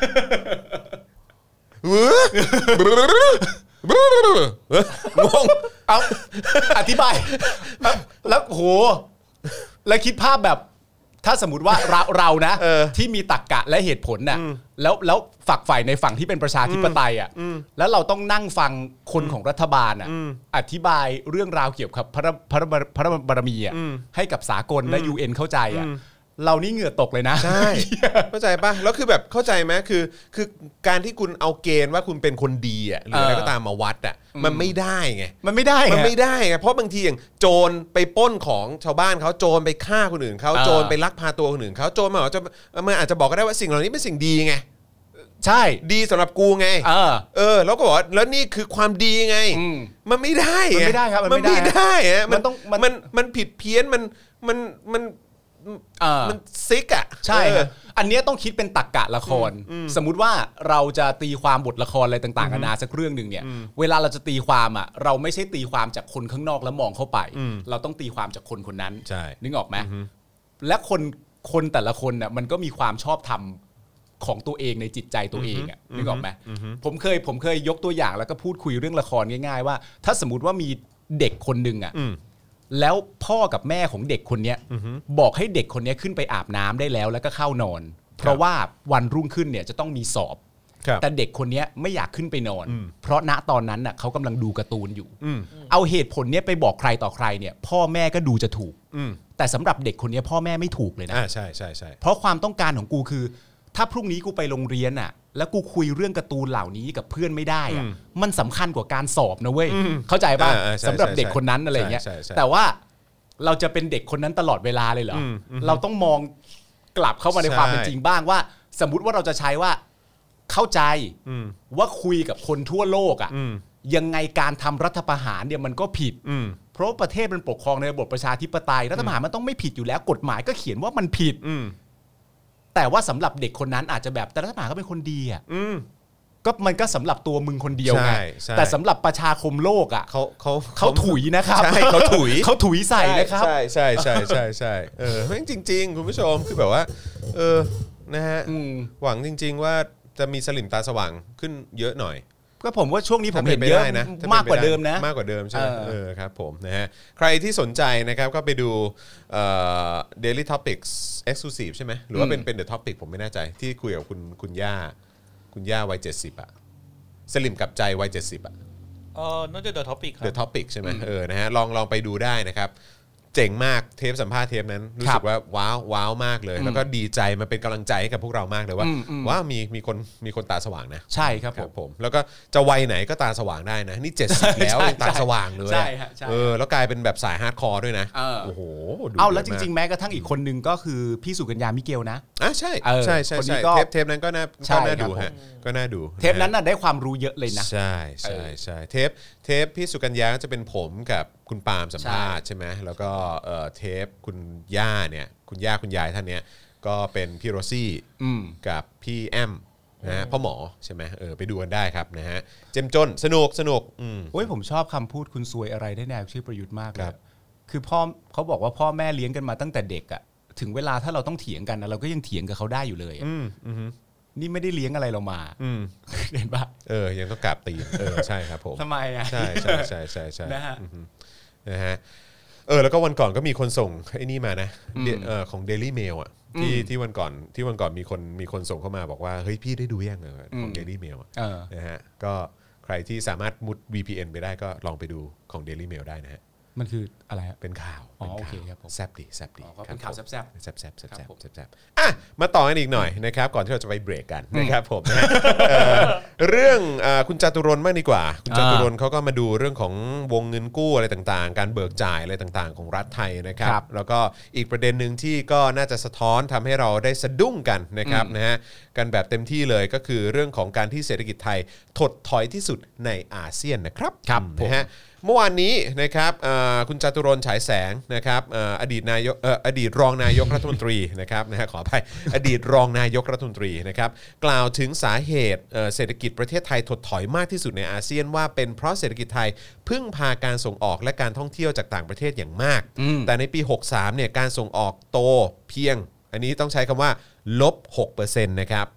งงเอาอธิบายแล้วโหแล้วคิดภาพแบบถ้าสมมติว่าเราเรานะที่มีตรรกะและเหตุผลน่ะแล้วแล้วฝักใฝ่ในฝั่งที่เป็นประชาธิปไตยอ่ะแล้วเราต้องนั่งฟังคนของรัฐบาลอ่ะอธิบายเรื่องราวเกี่ยวกับพระพระพระบารมีอ่ะให้กับสากลและ ยู เอ็น เข้าใจอ่ะเรานี่เหงื่อตกเลยนะใช่เข้าใจป่ะแล้วคือแบบเข้าใจไหมคือคือการที่คุณเอาเกณฑ์ว่าคุณเป็นคนดีอ่ะหรืออะไรก็ตามมาวัดอ่ะมันไม่ได้ไงมันไม่ได้มันไม่ได้ไงเพราะบางทีอย่างโจรไปปล้นของชาวบ้านเขาโจรไปฆ่าคนอื่นเขาโจรไปลักพาตัวคนอื่นเขาโจรมาอาจจะมันอาจจะบอกก็ได้ว่าสิ่งเหล่านี้เป็นสิ่งดีไงใช่ดีสำหรับกูไงเออเออแล้วก็บอกแล้วนี่คือความดีไงมันไม่ได้มันไม่ได้ครับมันไม่ได้ฮะมันต้องมันมันผิดเพี้ยนมันมันมันมันซิกอ่ะใช่ครับอันนี้ต้องคิดเป็นตรรกะละครสมมุติว่าเราจะตีความบทละครอะไรต่างๆนานาสักเรื่องนึงเนี่ยเวลาเราจะตีความอ่ะเราไม่ใช่ตีความจากคนข้างนอกแล้วมองเข้าไปเราต้องตีความจากคนคนนั้นนึกออกไหมและคนคนแต่ละคนน่ะมันก็มีความชอบธรรมของตัวเองในจิตใจตัวเองอ่ะนึกออกไหมผมเคยผมเคยยกตัวอย่างแล้วก็พูดคุยเรื่องละครง่ายๆว่าถ้าสมมติว่ามีเด็กคนนึงอ่ะแล้วพ่อกับแม่ของเด็กคนนี้บอกให้เด็กคนนี้ขึ้นไปอาบน้ำได้แล้วแล้วก็เข้านอนเพราะว่าวันรุ่งขึ้นเนี่ยจะต้องมีสอบแต่เด็กคนนี้ไม่อยากขึ้นไปนอนเพราะณตอนนั้นน่ะเขากำลังดูการ์ตูนอยู่เอาเหตุผลนี้ไปบอกใครต่อใครเนี่ยพ่อแม่ก็ดูจะถูกแต่สำหรับเด็กคนนี้พ่อแม่ไม่ถูกเลยนะใช่ใช่ใช่เพราะความต้องการของกูคือถ้าพรุ่งนี้กูไปโรงเรียนน่ะแล้วกูคุยเรื่องการ์ตูนเหล่านี้กับเพื่อนไม่ได้อะมันสำคัญกว่าการสอบนะเว้ยเข้าใจป่ะสำหรับเด็กคนนั้นอะไรเงี้ยแต่ว่าเราจะเป็นเด็กคนนั้นตลอดเวลาเลยเหรอเราต้องมองกลับเข้ามาในความเป็นจริงบ้างว่าสมมุติว่าเราจะใช้ว่าเข้าใจว่าคุยกับคนทั่วโลกอ่ะยังไงการทำรัฐประหารเนี่ยมันก็ผิดเพราะประเทศมันปกครองในระบบประชาธิปไตยรัฐประหารมันต้องไม่ผิดอยู่แล้วกฎหมายก็เขียนว่ามันผิดแต่ว่าสำหรับเด็กคนนั้นอาจจะแบบแต่รัฐประหารก็เป็นคนดีอ่ะก็มันก็สำหรับตัวมึงคนเดียวไงแต่สำหรับประชาคมโลกอ่ะเขาเขาเขาถุยนะครับใช่เขาถุยเขาถุยใส่นะครับใช่ใช่ใช่ใช่ใช่เออไม่จริงๆคุณผู้ชมคือแบบว่าเออนะฮะหวังจริงๆว่าจะมีสลิ่มตาสว่างขึ้นเยอะหน่อยก็ผมว่าช่วงนี้ผมเห็นเยอะนะมากกว่าเดิมนะมากกว่าเดิมใช่ไหมเออครับผมนะฮะใครที่สนใจนะครับก็ไปดูเอ่อ Daily Topics Exclusive ใช่ไหมหรือว่าเป็นเป็น The Topic ผมไม่แน่ใจที่คุยกับคุณคุณย่าคุณย่าวัยเจ็ดสิบอ่ะสลิมกับใจวัยเจ็ดสิบอ่ะเออน่าจะ The Topic ครับ The Topic ใช่ไหมเออนะฮะลองลองไปดูได้นะครับเจ๋งมากเทปสัมภาษณ์เทปนั้นรู้สึกว่าว้าวว้าวมากเลยแล้วก็ดีใจมาเป็นกำลังใจให้กับพวกเรามากเลยว่าว้าวมีมีคนมีคนตาสว่างนะใช่ครับผมแล้วก็จะวัยไหนก็ตาสว่างได้นะนี่เจ็ดสิบแล้วยังตาสว่างเลยเออแล้วกลายเป็นแบบสายฮาร์ดคอร์ด้วยนะโอ้โหเอาแล้วจริงๆแม้กระทั่งอีกคนนึงก็คือพี่สุกัญญามิเกลนะอ่ะใช่ใช่ใช่ใช่เทปเทปนั้นก็น่าก็น่าดูฮะก็น่าดูเทปนั้นน่ะได้ความรู้เยอะเลยนะใช่ใช่ใช่เทปเทปพี่สุกัญญาจะเป็นผมกับคุณปาล์มสัมภาษณ์ใช่ไหมแล้วก็เทปคุณย่าเนี่ยคุณย่าคุณยายท่านเนี้ยก็เป็นพี่โรซี่กับพี่แอมนะฮะพ่อหมอใช่ไหมเออไปดูกันได้ครับนะฮะเจ้มจนสนุกสนุกอืมโอ้ยผมชอบคำพูดคุณซวยอะไรได้แนวชื่อประยุทธ์มากเลยคือพ่อเขาบอกว่าพ่อแม่เลี้ยงกันมาตั้งแต่เด็กอ่ะถึงเวลาถ้าเราต้องเถียงกันเราก็ยังเถียงกับเขาได้อยู่เลยอืมอืมนี่ไม่ได้เลี้ยงอะไรเรามาเห็นปะเออยังต้องกราบตีนเออใช่ครับผมทำไมอ่ะใช่ใช่ใช่ใช่ใช่นะฮะนะฮะเออแล้วก็วันก่อนก็มีคนส่งไอ้นี่มานะเออของ Daily Mail อ่ะที่ที่วันก่อนที่วันก่อนมีคนมีคนส่งเข้ามาบอกว่าเฮ้ยพี่ได้ดูยังของ Daily Mail นะฮะก็ใครที่สามารถมุด วี พี เอ็น ไปได้ก็ลองไปดูของ Daily Mail ได้นะฮะมันคืออะไรฮะเป็นข่าวอ๋อโอเคครับผมแซบดีแซบดีเป็นข่าวแซบแซบแซบแซบแซบแซบแซบอ่ะมาต่อกันอีกหน่อยนะครับก่อนที่เราจะไปเบรกกันนะครับผมนะเรื่องคุณจตุรนต์มากดีกว่าคุณจตุรนต์เขาก็มาดูเรื่องของวงเงินกู้อะไรต่างๆการเบิกจ่ายอะไรต่างๆของรัฐไทยนะครับแล้วก็อีกประเด็นหนึ่งที่ก็น่าจะสะท้อนทำให้เราได้สะดุ้งกันนะครับนะฮะกันแบบเต็มที่เลยก็คือเรื่องของการที่เศรษฐกิจไทยถดถอยที่สุดในอาเซียนนะครับนะฮะเมื่อวานนี้นะครับคุณจตุรนต์ฉายแสงนะครับอดีตนายกอดีตรองนายกรัฐมนตรีนะครับนะฮะขออภัยอดีตรองนายกรัฐมนตรีนะครับกล่าวถึงสาเหตุเศรษฐกิจประเทศไทยถดถอยมากที่สุดในอาเซียนว่าเป็นเพราะเศรษฐกิจไทยพึ่งพาการส่งออกและการท่องเที่ยวจากต่างประเทศอย่างมากแต่ในปีหกสิบสามเนี่ยการส่งออกโตเพียงอันนี้ต้องใช้คำว่าลบ หกเปอร์เซ็นต์ นะครับ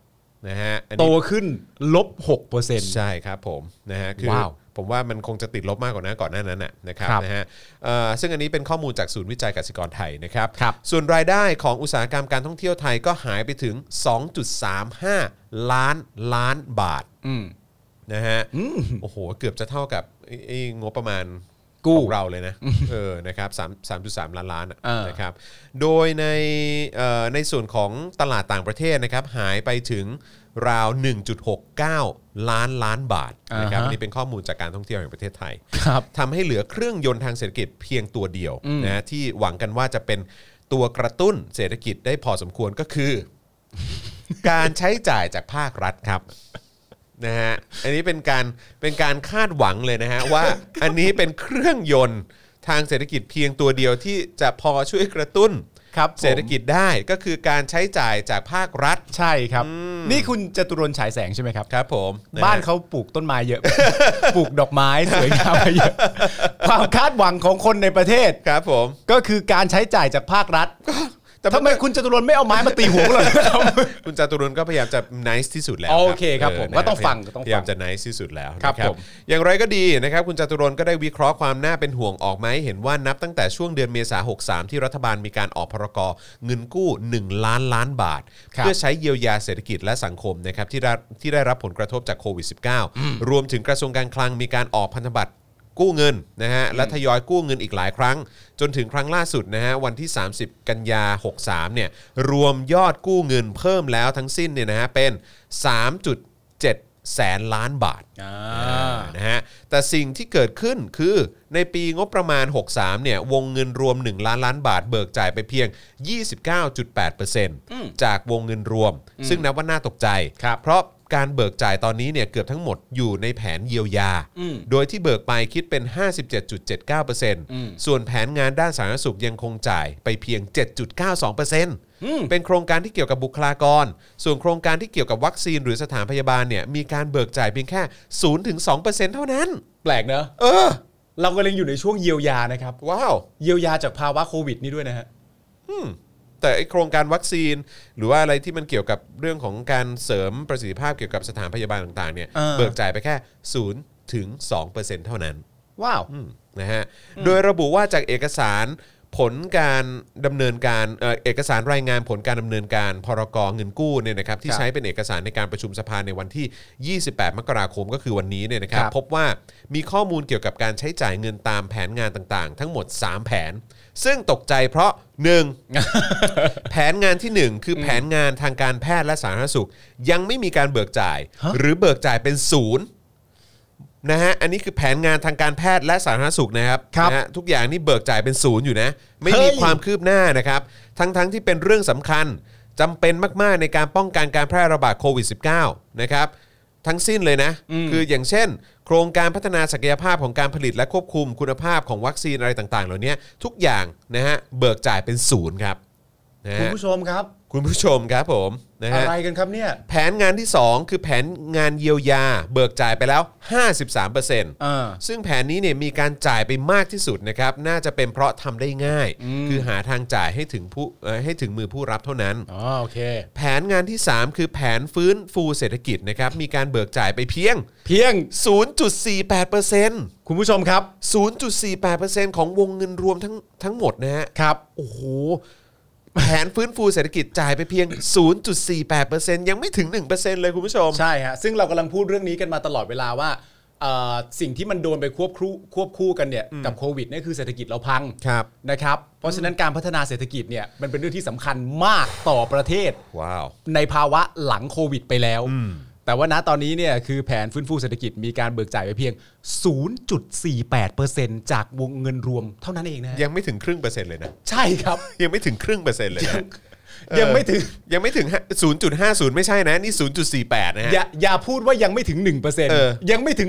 นะฮะอันโตนี้ขึ้นลบ หกเปอร์เซ็นต์ใช่ครับผมนะฮะคือว้าวผมว่ามันคงจะติดลบมากกว่านั้นก่อนหน้านั้นนะนะครับครับนะฮะเอ่อซึ่งอันนี้เป็นข้อมูลจากศูนย์วิจัยกสิกรไทยนะครับครับส่วนรายได้ของอุตสาหกรรมการท่องเที่ยวไทยก็หายไปถึง สองจุดสามห้า ล้านล้านบาทอืมนะฮะโอ้โหเกือบจะเท่ากับไอ้ไอ้งบประมาณกู้ของเราเลยนะเออนะครับสามสามจุดสามล้านล้านอะเออนะครับโดยในเอ่อในส่วนของตลาดต่างประเทศนะครับหายไปถึงราว หนึ่งจุดหกเก้า ล้านล้านบาทนะครับอ่าฮะอันนี้เป็นข้อมูลจากการท่องเที่ยวแห่งประเทศไทยครับทำให้เหลือเครื่องยนต์ทางเศรษฐกิจเพียงตัวเดียวนะฮะที่หวังกันว่าจะเป็นตัวกระตุ้นเศรษฐกิจได้พอสมควรก็คือ การใช้จ่ายจากภาครัฐครับนะฮะอันนี้เป็นการเป็นการคาดหวังเลยนะฮะว่าอันนี้เป็นเครื่องยนต์ทางเศรษฐกิจเพียงตัวเดียวที่จะพอช่วยกระตุ้นครับผมเศรษฐกิจได้ก็คือการใช้จ่ายจากภาครัฐใช่ครับ นี่คุณจตุรนต์ฉายแสงใช่ไหมครับครับผมะฮะบ้านเขาปลูกต้นไม้เยอะ ปลูกดอกไม้สวยงามมาเยอะ ความคาดหวังของคนในประเทศครับผมก็คือการใช้จ่ายจากภาครัฐแต่ทำไมคุณจตุรนต์ไม่เอาไม้มาตีหัวเราเลยครับคุณจตุรนต์ก็พยายามจะ nice ที่สุดแล้วโอเคครับผมนะฮะก็ต้องฟังต้องฟังพยายามจะ nice ที่สุดแล้วครับนะผมอย่างไรก็ดีนะครับคุณจตุรนต์ก็ได้วิเคราะห์ความน่าเป็นห่วงออกมาให้เห็นว่านับตั้งแต่ช่วงเดือนเมษายนหกสามที่รัฐบาลมีการออกพรกเงินกู้หนึ่งล้านล้านบาท เพื่อใช้เยียวยาเศรษฐกิจและสังคมนะครับที่ได้ที่ได้รับผลกระทบจากโควิด สิบเก้า รวมถึงกระทรวงการคลังมีการออกพันธบัตรกู้เงินนะฮะและทยอยกู้เงินอีกหลายครั้ง จนถึงครั้งล่าสุดนะฮะวันที่สามสิบกันยาหกสามเนี่ยรวมยอดกู้เงินเพิ่มแล้วทั้งสิ้นเนี่ยนะฮะเป็น สามจุดเจ็ด แสนล้านบาทอ่านะฮะแต่สิ่งที่เกิดขึ้นคือในปีงบประมาณหกสามเนี่ยวงเงินรวมหนึ่งล้านล้านบาทเบิกจ่ายไปเพียง ยี่สิบเก้าจุดแปดเปอร์เซ็นต์ จากวงเงินรวม ซึ่งนับว่าน่าตกใจครับเพราะการเบิกจ่ายตอนนี้เนี่ยเกือบทั้งหมดอยู่ในแผนเยียวยา โดยที่เบิกไปคิดเป็น ห้าสิบเจ็ดจุดเจ็ดเก้าเปอร์เซ็นต์ ส่วนแผนงานด้านสาธารณสุขยังคงจ่ายไปเพียง เจ็ดจุดเก้าสองเปอร์เซ็นต์ เป็นโครงการที่เกี่ยวกับบุคลากร ส่วนโครงการที่เกี่ยวกับวัคซีนหรือสถานพยาบาลเนี่ยมีการเบิกจ่ายเพียงแค่ ศูนย์ถึงสองเปอร์เซ็นต์ เท่านั้นแปลกเนอะเออเรากำลังอยู่ในช่วงเยียวยานะครับว้าวเยียวยาจากภาวะโควิดนี่ด้วยนะฮะแต่ไอโครงการวัคซีนหรือว่าอะไรที่มันเกี่ยวกับเรื่องของการเสริมประสิทธิภาพเกี่ยวกับสถานพยาบาลต่างๆเนี่ยเออเบิกจ่ายไปแค่ศูนย์ถึงสองเปอร์เซ็นต์ เท่านั้นว้าวอืมนะฮะโดยระบุว่าจากเอกสารผลการดำเนินการเอ่อเอกสารรายงานผลการดำเนินการพรกเงินกู้เนี่ยนะครับที่ครับใช้เป็นเอกสารในการประชุมสภาในวันที่ ยี่สิบแปด มกราคมก็คือวันนี้เนี่ยนะครับครับพบว่ามีข้อมูลเกี่ยวกับการใช้จ่ายเงินตามแผนงานต่างๆ ทั้งหมด สาม แผน ซึ่งตกใจเพราะ หนึ่ง แผนงานที่หนึ่งคือแผนงานทางการแพทย์และสาธารณสุขยังไม่มีการเบิกจ่ายฮะหรือเบิกจ่ายเป็นศูนย์นะฮะอันนี้คือแผนงานทางการแพทย์และสาธารณสุขนะครับครับนะฮะทุกอย่างนี่เบิกจ่ายเป็นศูนย์อยู่นะไม่มีเฮ้ยความคืบหน้านะครับทั้งๆทที่เป็นเรื่องสำคัญจำเป็นมากๆในการป้องกันการแพร่ระบาดโควิด สิบเก้า นะครับทั้งสิ้นเลยนะคืออย่างเช่น โครงการพัฒนาศักยภาพของการผลิตและควบคุมคุณภาพของวัคซีนอะไรต่างๆเหล่านี้ทุกอย่างนะฮะเบิกจ่ายเป็นศูนย์ครับนะคุณฮะผู้ชมครับคุณผู้ชมครับผมนะอะฮะไรกันครับเนี่ยแผนงานที่สองคือแผนงานเยียวยาเบิกจ่ายไปแล้ว ห้าสิบสามเปอร์เซ็นต์อ่าซึ่งแผนนี้เนี่ยมีการจ่ายไปมากที่สุดนะครับน่าจะเป็นเพราะทำได้ง่าย คือหาทางจ่ายให้ถึงผู้เอ่อให้ถึงมือผู้รับเท่านั้นอ๋อโอเคแผนงานที่สามคือแผนฟื้นฟูเศรษฐกิจนะครับมีการเบิกจ่ายไปเพียงเพียงศูนย์จุดสี่แปดเปอร์เซ็นต์คุณผู้ชมครับศูนย์จุดสี่แปดเปอร์เซ็นต์ ของวงเงินรวมทั้งทั้งหมดนะฮะครับโอ้โหแผนฟื้นฟูเศรษฐกิจจ่ายไปเพียง ศูนย์จุดสี่แปดเปอร์เซ็นต์ ยังไม่ถึง หนึ่งเปอร์เซ็นต์ เลยคุณผู้ชมใช่ฮะซึ่งเรากำลังพูดเรื่องนี้กันมาตลอดเวลาว่าเอ่อสิ่งที่มันโดนไปควบคู่ควบคู่กันเนี่ยกับโควิดเนี่ยคือเศรษฐกิจเราพังครับนะครับเพราะฉะนั้นการพัฒนาเศรษฐกิจเนี่ยมันเป็นเรื่องที่สำคัญมากต่อประเทศว้าวในภาวะหลังโควิดไปแล้ว แต่ว่าณตอนนี้เนี่ยคือแผนฟื้นฟูเศรษฐกิจมีการเบิกจ่ายไปเพียง ศูนย์จุดสี่แปดเปอร์เซ็นต์ จากวงเงินรวมเท่านั้นเองนะฮะยังไม่ถึงครึ่งเปอร์เซ็นต์เลยนะใช่ครับยังไม่ถึงครึ่งเปอร์เซ็นต์เลยนะยังไม่ถึงยังไม่ถึง ศูนย์จุดห้าศูนย์ ไม่ใช่นะนี่ ศูนย์จุดสี่แปด นะฮะอย่าอย่าพูดว่ายังไม่ถึง หนึ่งเปอร์เซ็นต์เออยังไม่ถึงค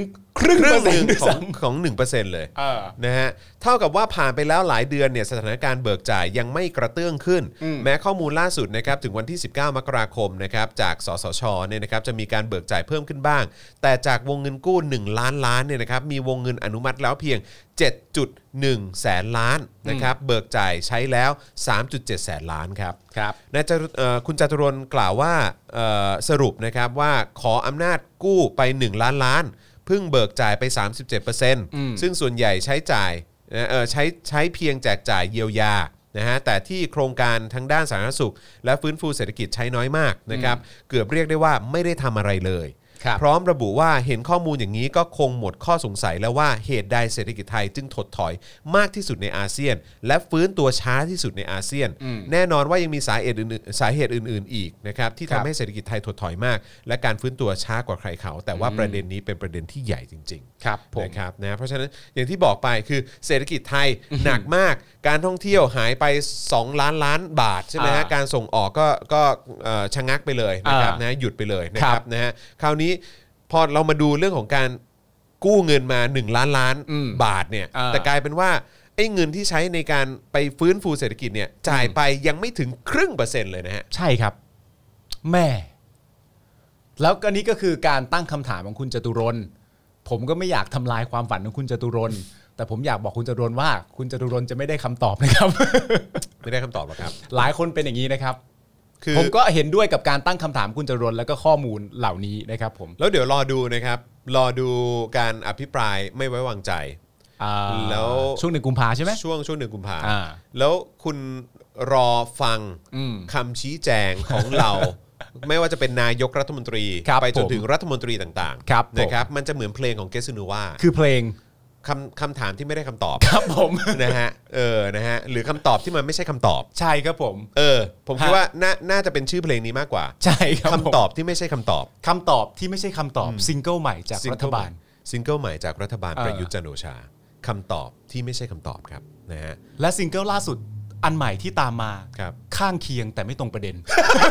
ครึ่งครึ่เปอง ร์หเซ็นนึ่งต์ด้วยของซ้ำของ หนึ่งเปอร์เซ็นต์ เลยเออนะฮะเท่ากับว่าผ่านไปแล้วหลายเดือนเนี่ยสถานการณ์เบิกจ่ายยังไม่กระเตื้องขึ้น แม้ข้อมูลล่าสุดนะครับถึงวันที่สิบเก้ามกราคมนะครับจากสสชเนี่ยนะครับจะมีการเบิกจ่ายเพิ่มขึ้นบ้าง แต่จากวงเงินกู้หนึ่งล้านล้านเนี่ยนะครับมีวงเงินอนุมัติแล้วเพียง เจ็ดจุดหนึ่ง แสนล้านนะครับเบิกจ่ายใช้แล้ว สามจุดเจ็ด แสนล้านครับครับนายจตุเอ่อคุณจตุรนต์กล่าวว่าเอ่อสรุปนะครับว่าขออำนาจกู้ไปหนึ่งล้านล้านเพิ่งเบิกจ่ายไป สามสิบเจ็ดเปอร์เซ็นต์ ซึ่งส่วนใหญ่ใช้จ่ายนะเอ่อใช้ใช้เพียงแจกจ่ายเยียวยานะฮะแต่ที่โครงการทางด้านสาธารณสุขและฟื้นฟูเศรษฐกิจใช้น้อยมากนะครับเกือบเรียกได้ว่าไม่ได้ทำอะไรเลยพร้อมระบุว่าเห็นข้อมูลอย่างนี้ก็คงหมดข้อสงสัยแล้วว่าเหตุใดเศรษฐกิจไทยจึงถดถอยมากที่สุดในอาเซียนและฟื้นตัวช้าที่สุดในอาเซียนแน่นอนว่ายังมีสาเหตุอื่นๆสาเหตุอื่นๆอีกนะครับที่ทำให้เศรษฐกิจไทยถดถอยมากและการฟื้นตัวช้ากว่าใครเขาแต่ว่าประเด็นนี้เป็นประเด็นที่ใหญ่จริงๆครับผมนะครับนะเพราะฉะนั้นอย่างที่บอกไปคือเศรษฐกิจไทยหนักมากการท่องเที่ยวหายไปสองล้านล้านบาทใช่ไหมฮะการส่งออกก็ก็เอ่อชะงักไปเลยนะครับนะหยุดไปเลยนะครับนะฮะคราวนี้พอเรามาดูเรื่องของการกู้เงินมาหนึ่งล้านล้านบาทเนี่ยแต่กลายเป็นว่าไอ้เงินที่ใช้ในการไปฟื้นฟูเศรษฐกิจเนี่ยจ่ายไปยังไม่ถึงครึ่งเปอร์เซ็นต์เลยนะฮะใช่ครับแม่แล้วก็นี้ก็คือการตั้งคำถามของคุณจตุรนต์ผมก็ไม่อยากทำลายความฝันของคุณจตุรนต์แต่ผมอยากบอกคุณจตุรนต์ว่าคุณจตุรนต์จะไม่ได้คำตอบนะครับไม่ได้คำตอบหรอกครับหลายคนเป็นอย่างนี้นะครับผมก็เห็นด้วยกับการตั้งคำถามคุณจตุรนต์แล้วก็ข้อมูลเหล่านี้นะครับผมแล้วเดี๋ยวรอดูนะครับรอดูการอภิปรายไม่ไว้วางใจแล้วช่วงหนึ่งกุมภาใช่ไหมช่วงช่วงหนึ่งกุมภาแล้วคุณรอฟังคำชี้แจงของเรา ไม่ว่าจะเป็นนายกรัฐมนตรีไปจนถึงรัฐมนตรีต่างๆนะครับมันจะเหมือนเพลงของเกสซูโนวาคือเพลงคำคำถามที่ไม่ได้คำตอบครับผมนะฮะเออนะฮะหรือคำตอบที่มันไม่ใช่คำตอบใช่ครับผมเออผมคิดว่าน่าน่าจะเป็นชื่อเพลงนี้มากกว่าใช่ครับคำตอบที่ไม่ใช่คำตอบคำตอบที่ไม่ใช่คำตอบซิงเกิลใหม่จากรัฐบาลซิงเกิลใหม่จากรัฐบาลประยุทธ์จันทร์โอชาคำตอบที่ไม่ใช่คำตอบครับนะฮะและซิงเกิลล่าสุดอันใหม่ที่ตามมาครับข้างเคียงแต่ไม่ตรงประเด็น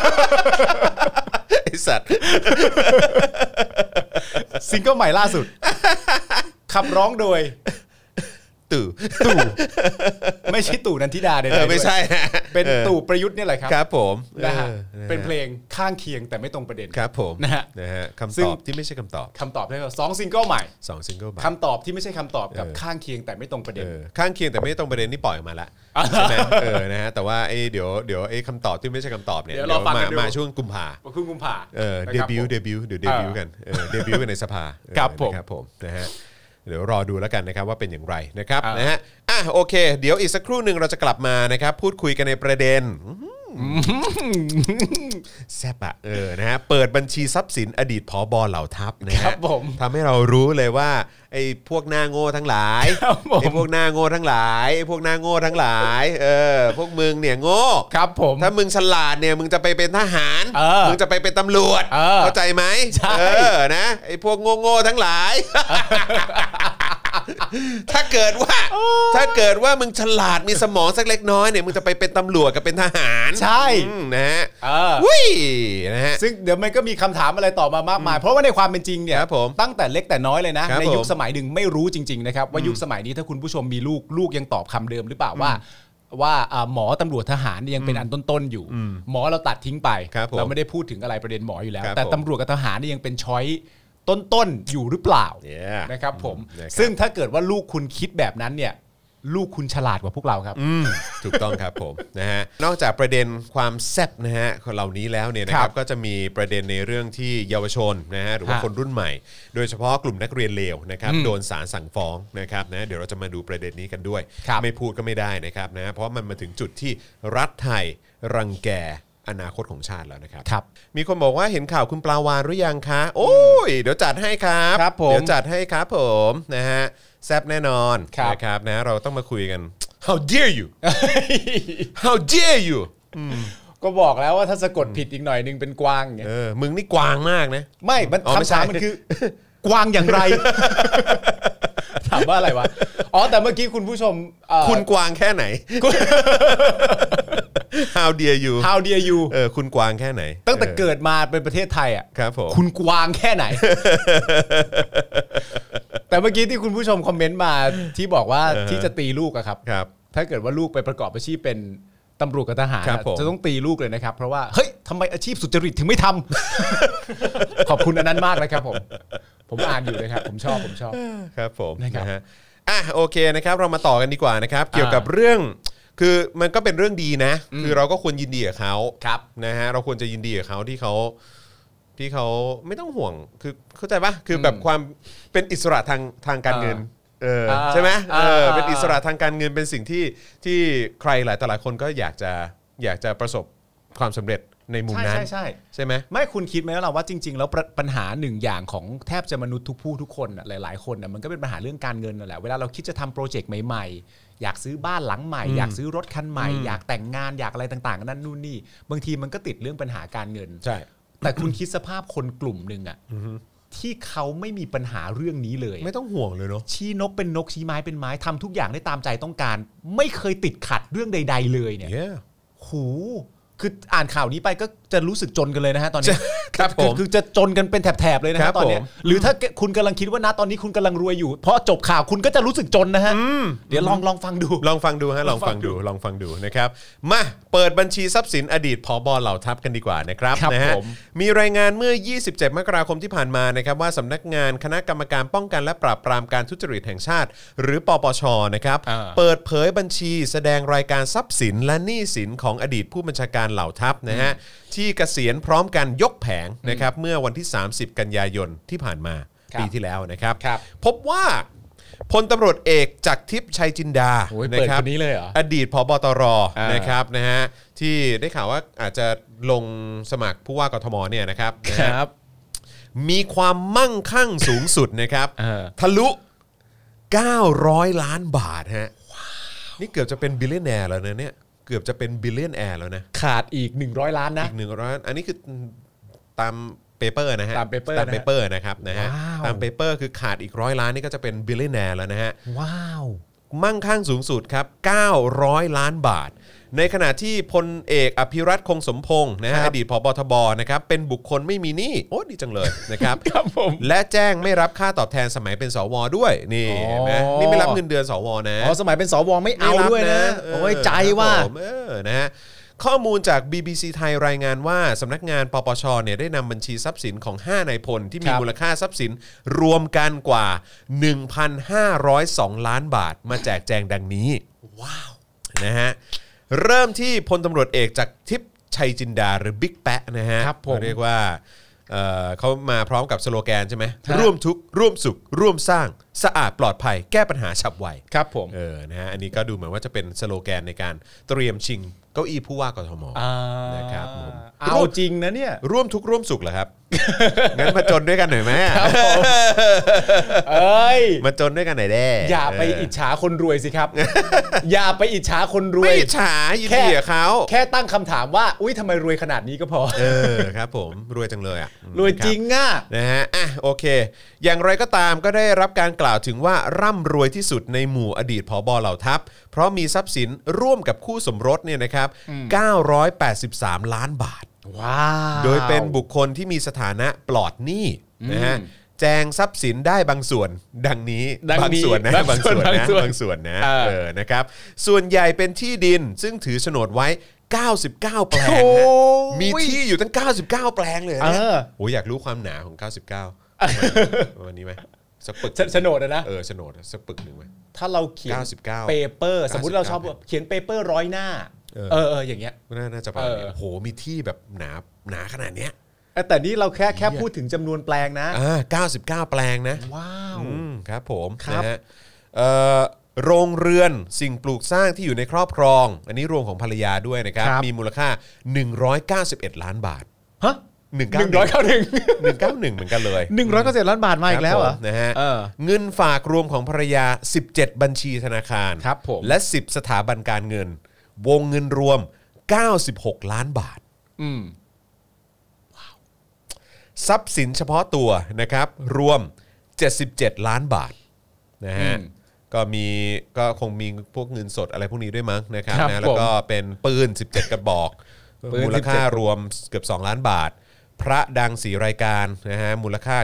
ไอ้สัตว์ซิงเกิลใหม่ล่าสุดขับร้องโดยตู่ตู่ไม่ใช่ตู่นันทิดาเนี่ยไม่ใช่เป็นตู่ประยุทธ์นี่แหละครับครับผมนะฮะเป็นเพลงข้างเคียงแต่ไม่ตรงประเด็นครับผมนะฮะนะฮะคำตอบที่ไม่ใช่คำตอบคำตอบได้ก็สองซิงเกิลใหม่สองซิงเกิลใหม่คำตอบที่ไม่ใช่คำตอบกับข้างเคียงแต่ไม่ตรงประเด็นข้างเคียงแต่ไม่ตรงประเด็นนี่ปล่อยออกมาแล้วใช่ไหมเออนะฮะแต่ว่าไอ้เดี๋ยวเดี๋ยวไอ้คำตอบที่ไม่ใช่คำตอบเนี่ยเดี๋ยวมามาช่วงกุมภาครึ่งกุมภาเออเดบิวต์เดบิวต์เดี๋ยวเดบิวต์กันเออเดบิวต์กันในสภาครับผมครับผมนะฮะเดี๋ยวรอดูแล้วกันนะครับว่าเป็นอย่างไรนะครับนะฮะอ่ะโอเคเดี๋ยวอีกสักครู่หนึ่งเราจะกลับมานะครับพูดคุยกันในประเด็นแซ่บอะเออนะฮะเปิดบัญชีทรัพย์สินอดีตผบ.เหล่าทัพนะฮะทำให้เรารู้เลยว่าไอ้พวกหน้าโง่ทั้งหลายไอ้พวกหน้าโง่ทั้งหลายไอ้พวกหน้าโง่ทั้งหลายเออพวกมึงเนี่ยโง่ครับผมถ้ามึงฉลาดเนี่ยมึงจะไปเป็นทหารมึงจะไปเป็นตำรวจเข้าใจไหมเออนะไอ้พวกโง่ๆทั้งหลายถ้าเกิดว่าถ้าเกิดว่ามึงฉลาดมีสมองสักเล็กน้อยเนี่ยมึงจะไปเป็นตำรวจกับเป็นทหารใช่นะฮะวุ้ยนะฮะซึ่งเดี๋ยวมันก็มีคำถามอะไรต่อมามากมายเพราะว่าในความเป็นจริงเนี่ยตั้งแต่เล็กแต่น้อยเลยนะในยุคสมัยหนึ่งไม่รู้จริงๆนะครับว่ายุคสมัยนี้ถ้าคุณผู้ชมมีลูกลูกยังตอบคำเดิมหรือเปล่าว่าว่าหมอตำรวจทหารยังเป็นอันต้นๆอยู่หมอเราตัดทิ้งไปเราไม่ได้พูดถึงอะไรประเด็นหมออยู่แล้วแต่ตำรวจกับทหารนี่ยังเป็นช้อยต้นๆอยู่หรือเปล่า yeah. นะครับผมซึ่งถ้าเกิดว่าลูกคุณคิดแบบนั้นเนี่ยลูกคุณฉลาดกว่าพวกเราครับถูกต้องครับผมนะฮะนอกจากประเด็นความแซ่บนะฮะเหล่านี้แล้วเนี่ยนะครับก็จะมีประเด็นในเรื่องที่เยาวชนนะฮะหรือว่าคนรุ่นใหม่โดยเฉพาะกลุ่มนักเรียนเลวนะครับโดนศาลสั่งฟ้องนะครับนะเดี๋ยวเราจะมาดูประเด็นนี้กันด้วยไม่พูดก็ไม่ได้นะครับนะเพราะมันมาถึงจุดที่รัฐไทยรังแกอนาคตของชาติแล้วนะครับครับมีคนบอกว่าเห็นข่าวคุณปลาวานหรือยังคะโอ้ยเดี๋ยวจัดให้ครับเดี๋ยวจัดให้ครับผมนะฮะแซ่บแน่นอนนะครับนะเราต้องมาคุยกัน How dare you How dare you ก็บอกแล้วว่าถ้าสะกดผิดอีกหน่อยนึงเป็นกวางเออมึงนี่กวางมากนะไม่คำถามมันคือกวางอย่างไรถามว่าอะไรวะอ๋อแต่เมื่อกี้คุณผู้ชมคุณกวางแค่ไหนHow dare you How dare you เออคุณกวางแค่ไหนตั้งแต่เกิดมาเป็นประเทศไทยอ่ะครับผมคุณกวางแค่ไหนแต่เมื่อกี้ที่คุณผู้ชมคอมเมนต์มาที่บอกว่าที่จะตีลูกอะครับครับถ้าเกิดว่าลูกไปประกอบอาชีพเป็นตำรวจกับทหารครับผมจะต้องตีลูกเลยนะครับเพราะว่าเฮ้ยทำไมอาชีพสุจริตถึงไม่ทำ ขอบคุณอันนั้นมากนะครับผมผมอ่านอยู่นะครับผมชอบผมชอบครับผมนะครับนะฮะอ่ะโอเคนะครับเรามาต่อกันดีกว่านะครับเกี่ยวกับเรื่องคือมันก็เป็นเรื่องดีนะคือเราก็ควรยินดีกับเขาครับนะฮะเราควรจะยินดีกับเขาที่เขาที่เขาไม่ต้องห่วงคือเข้าใจปะคือแบบความเป็นอิสระทางทางการเงินเอออ่าใช่ไหมเอออ่าเป็นอิสระทางการเงินเป็นสิ่งที่ที่ใครหลายแต่หลายคนก็อยากจะอยากจะประสบความสำเร็จในมุมนั้นใช่ใช่ใช่ไหมไม่คุณคิดไหมว่าว่าจริง ๆ แล้วปัญหาหนึ่งอย่างของแทบจะมนุษย์ทุกผู้ทุกคนน่ะหลายๆคนน่ะมันก็เป็นปัญหาเรื่องการเงินนั่นแหละเวลาเราคิดจะทำโปรเจกต์ใหม่ๆอยากซื้อบ้านหลังใหม่อยากซื้อรถคันใหม่อยากแต่งงานอยากอะไรต่างๆนั่นนู่นนี่บางทีมันก็ติดเรื่องปัญหาการเงินใช่แต่คุณคิดสภาพคนกลุ่มหนึ่งอ่ะที่เขาไม่มีปัญหาเรื่องนี้เลยไม่ต้องห่วงเลยเนาะชี้นกเป็นนกชี้ไม้เป็นไม้ทำทุกอย่างได้ตามใจต้องการ ไม่เคยติดขัดเรื่องใด ๆ เลยเนี่ย yeah. หูคืออ่านข่าวนี้ไปก็จะรู้สึกจนกันเลยนะฮะตอนนี้ครับผมคือจะจนกันเป็นแถบๆเลยนะครัฮะบตอนนี้ผมหรือถ้าคุณกำลังคิดว่านะตอนนี้คุณกำลังรวยอยู่เพราะจบข่าวคุณก็จะรู้สึกจนนะฮะเดี๋ยวลองลองฟังดูลองฟังดูฮะลองฟังดูลองฟังดูนะครับมาเปิดบัญชีทรัพย์สินอดีตผบ.เหล่าทัพกันดีกว่านะครับครับนะฮะผมมีรายงานเมื่อยี่สิบเจ็ดมกราคมที่ผ่านมานะครับว่าสำนักงานคณะกรรมการป้องกันและปราบปรามการทุจริตแห่งชาติ หรือปปชนะครับอ่าเปิดเผยบัญชีแสดงรายการทรัพย์สินและหนี้สินของอดีตผู้บัญชาการเหล่าทัพนะฮะที่เกษียณพร้อมกันยกแผงนะครับเมื่อวันที่สามสิบกันยายนที่ผ่านมาครับปีที่แล้วนะครับครับพบว่าพลตำรวจเอกจักรทิพย์ชัยจินดาโอ้ยนะเปิดครับคนนี้เลยเหรออดีตผบตรอ่านนะครับนะฮะที่ได้ข่าวว่าอาจจะลงสมัครผู้ว่ากทมเนี่ยนะครับนะคฮะรับมีความมั่งคั่งสูงสุดนะครับเออทะลุเก้าร้อยล้านบาทฮะนี่เกือบจะเป็นบิลเลนแนร์แล้วนะเนี่ยเกือบจะเป็นบิลเลนแอร์แล้วนะขาดอีกหนึ่งร้อยล้านนะอีกหนึ่งร้อยอันนี้คือตามเปเปอร์นะฮะตาม paper ตามนะฮะเปเปอร์นะครับนะฮะว้าวตามเปเปอร์คือขาดอีกร้อยล้านนี่ก็จะเป็นบิลเลนแนร์แล้วนะฮะว้าวมั่งคั่งสูงสุดครับเก้าร้อยล้านบาท ในขณะที่พลเอกอภิรัตคงสมพงษ์นะฮะครัอบ ดีตผบทบนะครับเป็นบุคคลไม่มีหนี้โอ้ดีจังเลยนะครับครับผมและแจ้งไม่รับค่าตอบแทนสมัยเป็นสวด้วยนี่อ๋อเห็นไหมนี่ไม่รับเงินเดือนสวนะอ๋อสมัยเป็นสวไม่เอาด้วยนะเโอ้ยใจว่าครับผมเออนะฮะข้อมูลจาก บี บี ซี ไทยรายงานว่าสำนักงานปปชเนี่ยได้นำบัญชีทรัพย์สินของห้านายพลที่มีครับมูลค่าทรัพย์สินรวมกันกว่า หนึ่งพันห้าร้อยสอง ล้านบาทมาแจกแจงดังนี้ว้าวนะฮะเริ่มที่พลตำรวจเอกจากทิพย์ชัยจินดาหรือบิ๊กแปะนะฮะครับผมเรียกว่าเอ่อเขามาพร้อมกับสโลแกนใช่ไหมครับร่วมทุกข์ร่วมสุข ร่วมสร้างสะอาดปลอดภัยแก้ปัญหาฉับไวครับผมเออ นะฮะ อันนี้ก็ดูเหมือนว่าจะเป็นสโลแกนในการเตรียมชิงเก้าอี้ผู้ว่ากทมอ่านะครับผมเอาจริงนะเนี่ยร่วมทุกข์ร่วมสุขเหรอครับ งั้นมาจนด้วยกันหน่อยไหมเอ้ยมาจนด้วยกันหน่อยแด้อย่าไปอิจฉาคนรวยสิครับ อย่าไปอิจฉาคนรวไม่ยอิจฉายินดีกับเขาแค่ตั้งคำถามว่า อุ้ยทำไมรวยขนาดนี้ก็พอเออ ครับผม รวยจังเลยอ่ะรวยจริงอ่ะนะฮะ อ่ะ โอเค อย่างไรก็ตามก็ได้รับการกล่าวถึงว่าร่ำรวยที่สุดในหมู่อดีตผบ.เหล่าทัพ เพราะมีทรัพย์สินร่วมกับคู่สมรสเนี่ยนะครับ เก้าร้อยแปดสิบสาม ล้านบาทว้าวโดยเป็นบุคคลที่มีสถานะปลอดหนี้นะฮะแจงทรัพย์สินได้บางส่วนดังนี้ดังบางนี้ส่วนนะบาบาง งส่ส่ววน นบางนะส่วนบางส่วนนะเออเออนะครับส่วนใหญ่เป็นที่ดินซึ่งถือโฉนดไว้เก้าสิบเก้าแปลงโอ้ฮะยมีที่อยู่ตั้งเก้าสิบเก้าแปลงเลยนะเออโอ้ยอยากรู้ความหนาของเก้าสิบเก้าวันนี้ไหมสักปึกโฉนดอะนะเออโฉนดสักปึกหนึ่งไหมถ้าเราเขียนเก้าสิบเก้าเปเปอร์ สมมติเราชอบเก้าสิบเก้าเขียนเปเปอร์ร้อยหน้าเออเออเอออย่างเงี้ยน่าน่าจะประมาณนี้เออโอ้โหมีที่แบบหนาหนาขนาดเนี้ยเออแต่นี่เราแค่แค่พูดถึงจำนวนแปลงนะอ่าเก้าสิบเก้าแปลงนะว้าวอืมครับผมครับนะฮะเอ่อโรงเรือนสิ่งปลูกสร้างที่อยู่ในครอบครอง อันนี้รวมของภรรยาด้วยนะครับครับมีมูลค่าหนึ่งร้อยเก้าสิบเอ็ดล้านบาทฮะหนึ่งหนึ่งร้อยเก้าหนึ่งหนึ่งเก้าหนึ่งเหมือนกันเลยหนึ่งร้อยเก้าสิบล้านบาทมาอีกแล้วเหรอครับผมนะฮะเออเงินฝากรวมของภรรยาสิบเจ็ดบัญชีธนาคารครับผมและสิบสถาบันการเงิน วงเงินรวมเก้าสิบหกล้านบาทอืมทรัพย์สินเฉพาะตัวนะครับรวมเจ็ดสิบเจ็ดล้านบาทนะฮะอืมก็มีก็คงมีพวกเงินสดอะไรพวกนี้ด้วยมั้งนะครับครับนะแล้วก็ผมเป็นปืนสิบเจ็ดกระบอกปืนมูลค่าสิบเจ็ดรวมเกือบสองล้านบาท พระดังสี่รายการนะฮะมูลค่าเกือบ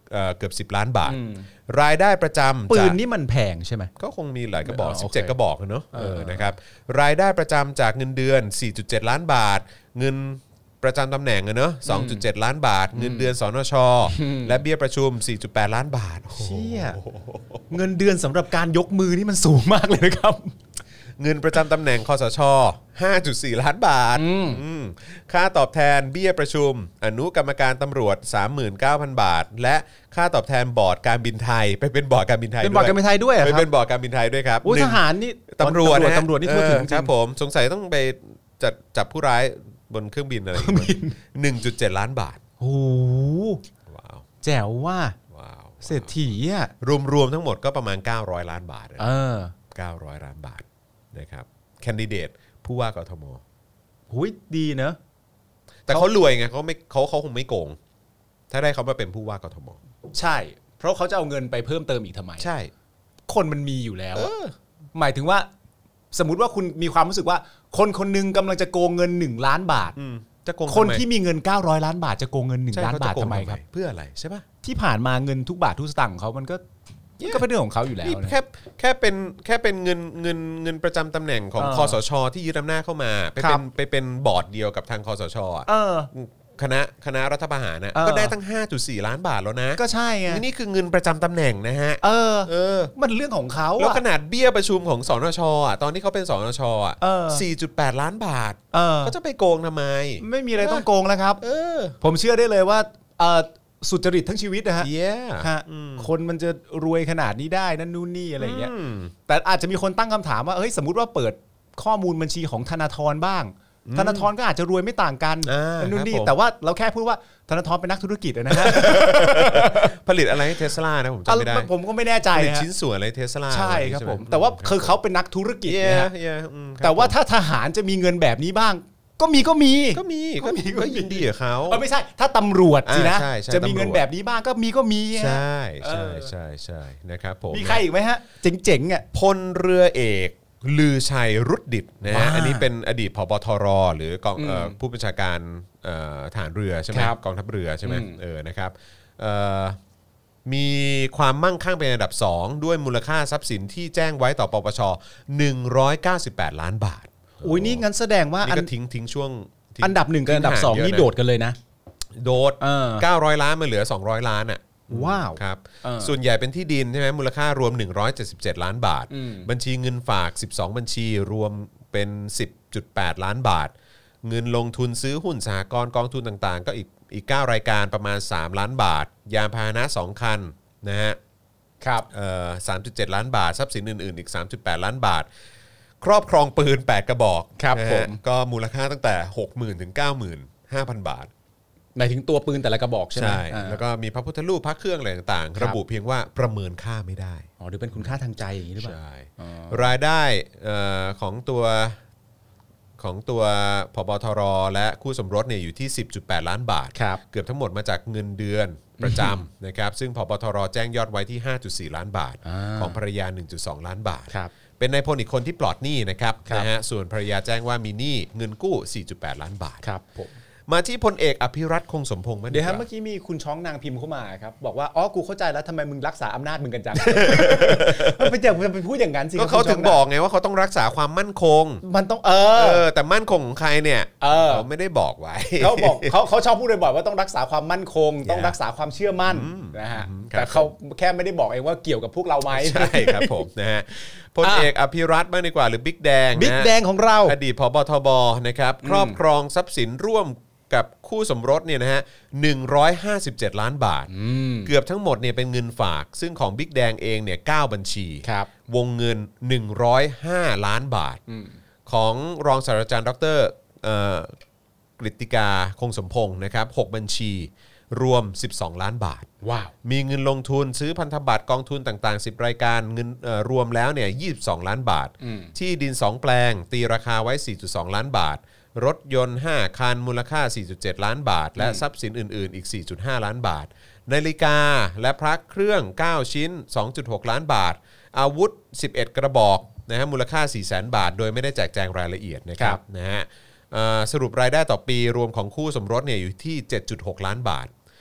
เอ่อเกือบสิบล้านบาทรายได้ประจำปืนจากนี่มันแพงใช่ไหมก็คงมีหลายกระบอกอ๋อโอเคสิบเจ็ดกระบอกเนอะเออนะครับรายได้ประจำจากเงินเดือน สี่จุดเจ็ด ล้านบาท เงินประจำตำแหน่งอะเนอะ สองจุดเจ็ด ล้านบาท เงินเดือนสนชและเบี้ยประชุม สี่จุดแปด ล้านบาทเชี่ยเงินเดือนสำหรับการยกมือนี่มันสูงมากเลยนะครับเงินประจำตำแหน่งคสช ห้าจุดสี่ ล้านบาทอืมค่าตอบแทนเบี้ยประชุม อนุกรรมการตำรวจ สามหมื่นเก้าพัน บาท และค่าตอบแทนบอร์ดการบินไทยไปเป็นบอร์ดการบินไทยเป็นบอร์ดการบินไทยด้วยเหรอไปครับเป็นบอร์ดการบินไทยด้วยครับอุ้ยหนึ่ทงหารนี่ตำรวจนะฮะตำรวจนี่ทั่วถึงจเอริอง ครับผมสงสัยต้องไปจับจับผู้ร้ายบนเครื่องบินอะไรอย่างเงี้ยหนึ่งจุดเจ็ด ล้านบาทโอ้โหว้าวแจ๋วว่าว้าวเศรษฐีอ่ะรวมๆทั้งหมดก็ประมาณเก้าร้อยล้านบาทนะเออเก้าร้อยล้านบาทนะครับแคนดิเดตผู้ว่ากทมหุยดีเนอะแต่เขารวยไงเขาไม่เขาเขาคงไม่โกง ถ้าได้เขามาเป็นผู้ว่ากทมใช่ เพราะเขาจะเอาเงินไปเพิ่มเติมอีกทำไมใช่คนมันมีอยู่แล้วเออะอหมายถึงว่า สมมุติว่าคุณมีความรู้สึกว่า คนคนหนึงกำลังจะโกงเงินหนึ่งล้านบาทอืมจะโกงคนทำไมที่มีเงินเก้าร้อยล้านบาทจะโกงเงินหนึ่งใช่ล้านเขบาจะทโกงทำไมครับเพื่ออะไรใช่ป่ะที่ผ่านมาเงินทุกบาททุกสตางค์ของเขามันก็มันก็เป็นเรื่องของเขาอยู่แล้วนี่นะแค่แค่เป็นแค่เป็นเงินเงินเงินประจำตำแหน่งของเออคอสชที่ยึดอำนาจเข้ามาไปครัเป็บนไปเป็นบอร์ดเดียวกับทางคอสชอะเออคณะคณะรัฐประหารนะเออก็ได้ตั้ง ห้าจุดสี่ ล้านบาทแล้วนะก็ใช่ไงนี่คือเงินประจำตำแหน่งนะฮะเออเออมันเรื่องของเขาแล้วอะขนาดเบี้ยประชุมของสนชอ่ะตอนที่เขาเป็นสนชอ่ะเออสี่จุดแปด ล้านบาทเออเขาจะไปโกงทำไมไม่มีอะไรต้องโกงแล้วครับเออผมเชื่อได้เลยว่าเอ่อสุจริตทั้งชีวิตนะฮะเย้ฮะคนมันจะรวยขนาดนี้ได้นั่นนู่นนี่อะไรอย่างเงี้ยอืมแต่อาจจะมีคนตั้งคำถามว่าเฮ้ยสมมุติว่าเปิดข้อมูลบัญชีของธนาธรบ้าง ธนาธรก็อาจจะรวยไม่ต่างกันอ่านั่นนู่นนี่ครับผมแต่ว่าเราแค่พูดว่าธนาธรเป็นนักธุรกิจอะนะฮะผลิตอะไรให้เทสลานะผมจำไม่ได้ผมก็ไม่แน่ใจผลิตนะฮะชิ้นส่วนอะไรเทสลาใช่ครับผม แต่ว่าคือเขาเป็นนักธุรกิจเย้นะฮะเย้อืมครับแต่ว่าถ้าทหารจะมีเงินแบบนี้บ้าง ก็มีก็มีก็มีก็ก็มีมีก็ก็มียินดีกับเขาเออไม่ใช่ ถ้าตำรวจสินะอ่าใช่ใช่จะมีเงินตำรวจแบบนี้บ้างก็มีก็มีฮะใช่ใช่เออใช่ใช่นะครับผมมีใครอีกไหมฮะ เจ๋งๆอ่ะพลเรือเอกลือชัยรุดดิตนะฮะว้าอันนี้เป็นอดีตผบทรหรือกองเอ่ออืมผู้บัญชาการเอ่อฐานเรือใช่ไหมครับกองทัพเรือใช่ไหมอืมเออนะครับเอ่อมีความมั่งคั่งเป็นอันดับสองด้วยมูลค่าทรัพย์สินที่แจ้งไว้ต่อปปชหนึ่งร้อยเก้าสิบแปด ล้านบาทอุ้ยนี่งั้นแสดงว่านี่อันก็ทิ้งทิ้งช่วงทิ้งอันดับหนึ่งกับอันดับสองทิ้นี่ห่าเยะะโดดกันเลยนะโดดเออเก้าร้อยล้านมาเหลือสองร้อยล้านอ่ะว้าวครับเออส่วนใหญ่เป็นที่ดินใช่ไหมมูลค่ารวมหนึ่งร้อยเจ็ดสิบเจ็ดล้านบาทอืมบัญชีเงินฝากสิบสองบัญชีรวมเป็น สิบจุดแปด ล้านบาท เงินลงทุนซื้อหุ้นสหกรณ์กองทุนต่างๆ ก็อีกอีกเก้ารายการประมาณสามล้านบาท ยานพาหนะสองคันนะฮะครับเอ่อ สามจุดเจ็ด ล้านบาททรัพย์สินอื่นๆอีก สามจุดแปด ล้านบาท ครอบครองปืนแปดกระบอกครับนะฮะผมก็มูลค่าตั้งแต่ หกหมื่น ถึง เก้าหมื่นห้าพัน บาทหมายถึงตัวปืนแต่ละกระบอกใช่ไหมใช่อ่าแล้วก็มีพระพุทธรูปพระเครื่องอะไรต่างครับๆ ระบุเพียงว่าประเมินค่าไม่ได้อ๋อหรือเป็นคุณค่าทางใจอย่างนี้หรือเปล่าใช่อ๋อรายได้เอ่อของตัวของตัวพบทรและคู่สมรสเนี่ยอยู่ที่ สิบจุดแปด ล้านบาทครับเกือบทั้งหมดมาจากเงินเดือนประจำ นะครับซึ่งพบทรแจ้งยอดไว้ที่ ห้าจุดสี่ ล้านบาทอ่าของภรรยา หนึ่งจุดสอง ล้านบาทครับเป็นนายพลอีกคนที่ปลอดหนี้นะครับครับนะฮะส่วนภรรยาแจ้งว่ามีหนี้เงินกู้ สี่จุดแปด ล้านบาทครับผมมาที่พลเอกอภิรัตคงสมพงษ์มั้ยเดี๋ยวฮะกาเมื่อกี้มีคุณช้องนางพิมพ์เข้ามาครับบอกว่าอ๋อกูเข้าใจแล้วทำไมมึงรักษาอำนาจมึงกันจัง มันเป็นอย่างมันเป็นพูดอย่างนั้นสิก็เขาถึงบอกไงว่าเขาต้องรักษาความมั่นคงมันต้องเอเอออแต่มั่นคงของใครเนี่ยเออเขาไม่ได้บอกไว้เขาบอกเขาเขาชอบพูดบ่อยๆว่าต้องรักษาความมั่นคง ต้อง Yeah รักษาความเชื่อมั่นนะฮะอืมครับแต่เขาแค่ไม่ได้บอกเองว่าเกี่ยวกับพวกเราไหมใช่ครับผมนะฮะพลเอกอภิรัตน์บ้างดีกว่าหรือบิ๊กแดงนะบิ๊กแดงของเราอดีตผบทบนะครับครอบครองทรัพย์สินร่วมกับคู่สมรสเนี่ยนะฮะหนึ่งร้อยห้าสิบเจ็ดล้านบาท เกือบทั้งหมดเนี่ยเป็นเงินฝาก ซึ่งของบิ๊กแดงเองเนี่ยเก้าบัญชีครับวงเงินหนึ่งร้อยห้าล้านบาท ของรองศาสตราจารย์ดรเอ่อกฤติกาคงสมพงศ์นะครับหกบัญชีรวมสิบสองล้านบาทว้าวมีเงินลงทุนซื้อพันธบัตรกองทุนต่างๆสิบรายการเงินเอ่อรวมแล้วเนี่ยยี่สิบสองล้านบาท ที่ดินสองแปลงตีราคาไว้ สี่จุดสอง ล้านบาท รถยนต์ห้าคันมูลค่า สี่จุดเจ็ด ล้านบาท และทรัพย์สินอื่นๆอีก สี่จุดห้า ล้านบาท นาฬิกาและพระเครื่องเก้าชิ้น สองจุดหก ล้านบาท อาวุธสิบเอ็ดกระบอกนะฮะมูลค่า สี่แสน บาท โดยไม่ได้แจกแจงรายละเอียดนะครับนะฮะเอ่อสรุปรายได้ต่อปีรวมของคู่สมรสเนี่ยอยู่ที่ เจ็ดจุดหก ล้านบาท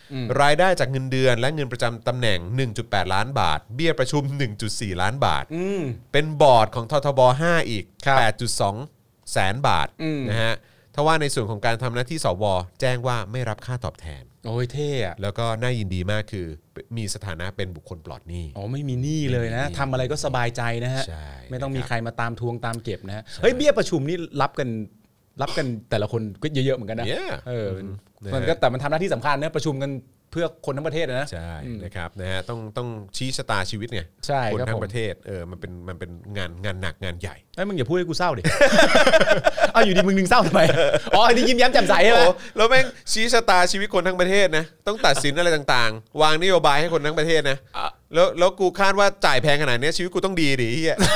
รายได้จากเงินเดือนและเงินประจำตำแหน่ง หนึ่งจุดแปด ล้านบาทเบี้ยประชุม หนึ่งจุดสี่ ล้านบาทเป็นบอร์ดของททบห้าอีก แปดจุดสอง แสนบาทนะฮะถ้าว่าในส่วนของการทำหน้าที่สวแจ้งว่าไม่รับค่าตอบแทนโอ้ยเท่อะแล้วก็น่ายินดีมากคือมีสถานะเป็นบุคคลปลอดหนี้อ๋อไม่มีหนี้เลยนะทำอะไรก็สบายใจนะฮะไม่ต้องมีใครมาตามทวงตามเก็บนะเฮ้ยเบี้ยประชุมนี่รับกันรับกันแต่ละคนก็เยอะๆเหมือนกันนะเออมันก็แต่มันทำหน้าที่สำคัญนะประชุมกันเพื่อคนทั้งประเทศนะใช่นะครับนะฮะต้องต้องชี้ชะตาชีวิตไงคนทั้งประเทศเออมันเป็นมันเป็นงานงานหนักงานใหญ่ไอ้มึงอย่าพูดให้กูเศร้าดิเอาอยู่ดีมึงนึงเศร้าทำไมอ๋ออันนี้ยิ้มแย้มแจ่มใสใช่ไหมแล้วแม่งชี้ชะตาชีวิตคนทั้งประเทศนะต้องตัดสินอะไรต่างๆวางนโยบายให้คนทั้งประเทศนะแล้วแล้วกูคาดว่าจ่ายแพงขนาดนี้ชีวิตกูต้องดีดิเฮีย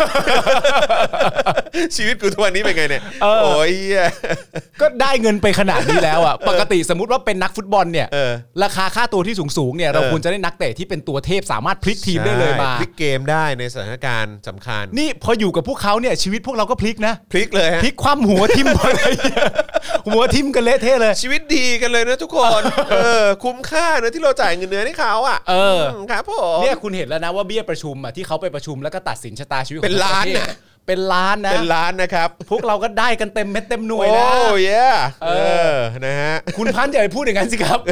ชีวิตกูทุกวันนี้เป็นไงเนี่ยโอ้ยเฮียก็ได้เงินไปขนาดนี้แล้วอ่ะปกติสมมติว่าเป็นนักฟุตบอลเนี่ยราคาค่าตัวที่สูงๆเนี่ยเราควรจะได้นักเตะที่เป็นตัวเทพสามารถพลิกทีมได้เลยมาพลิกเกมได้ในสถานการณ์สำคัญนี่พออยู่กับพวกเขาเนี่ยชีวิตพวกเราก็พลิกนะพลิกเลยฮะพลิกความหัวทิ่มอะไรหัวทิ่มกันเละเทะเลยชีวิตดีกันเลยนะทุกคนเออคุ้มค่านะที่เราจ่ายเงินเดือนให้เขาอ่ะเออครับผมเนี่ยคุณเห็นแล้วนะว่าเบี้ยประชุมอ่ะที่เขาไปประชุมแล้วก็ตัดสินชะตาชีวิตเป็นล้านนะเป็นล้านนะเป็นล้านนะครับพวกเราก็ได้กันเต็มเม็ดเต็มหน่วยนะโอ้ยเออนะฮะคุณพันธุ์อย่าไปพูดอย่างนั้นสิครับ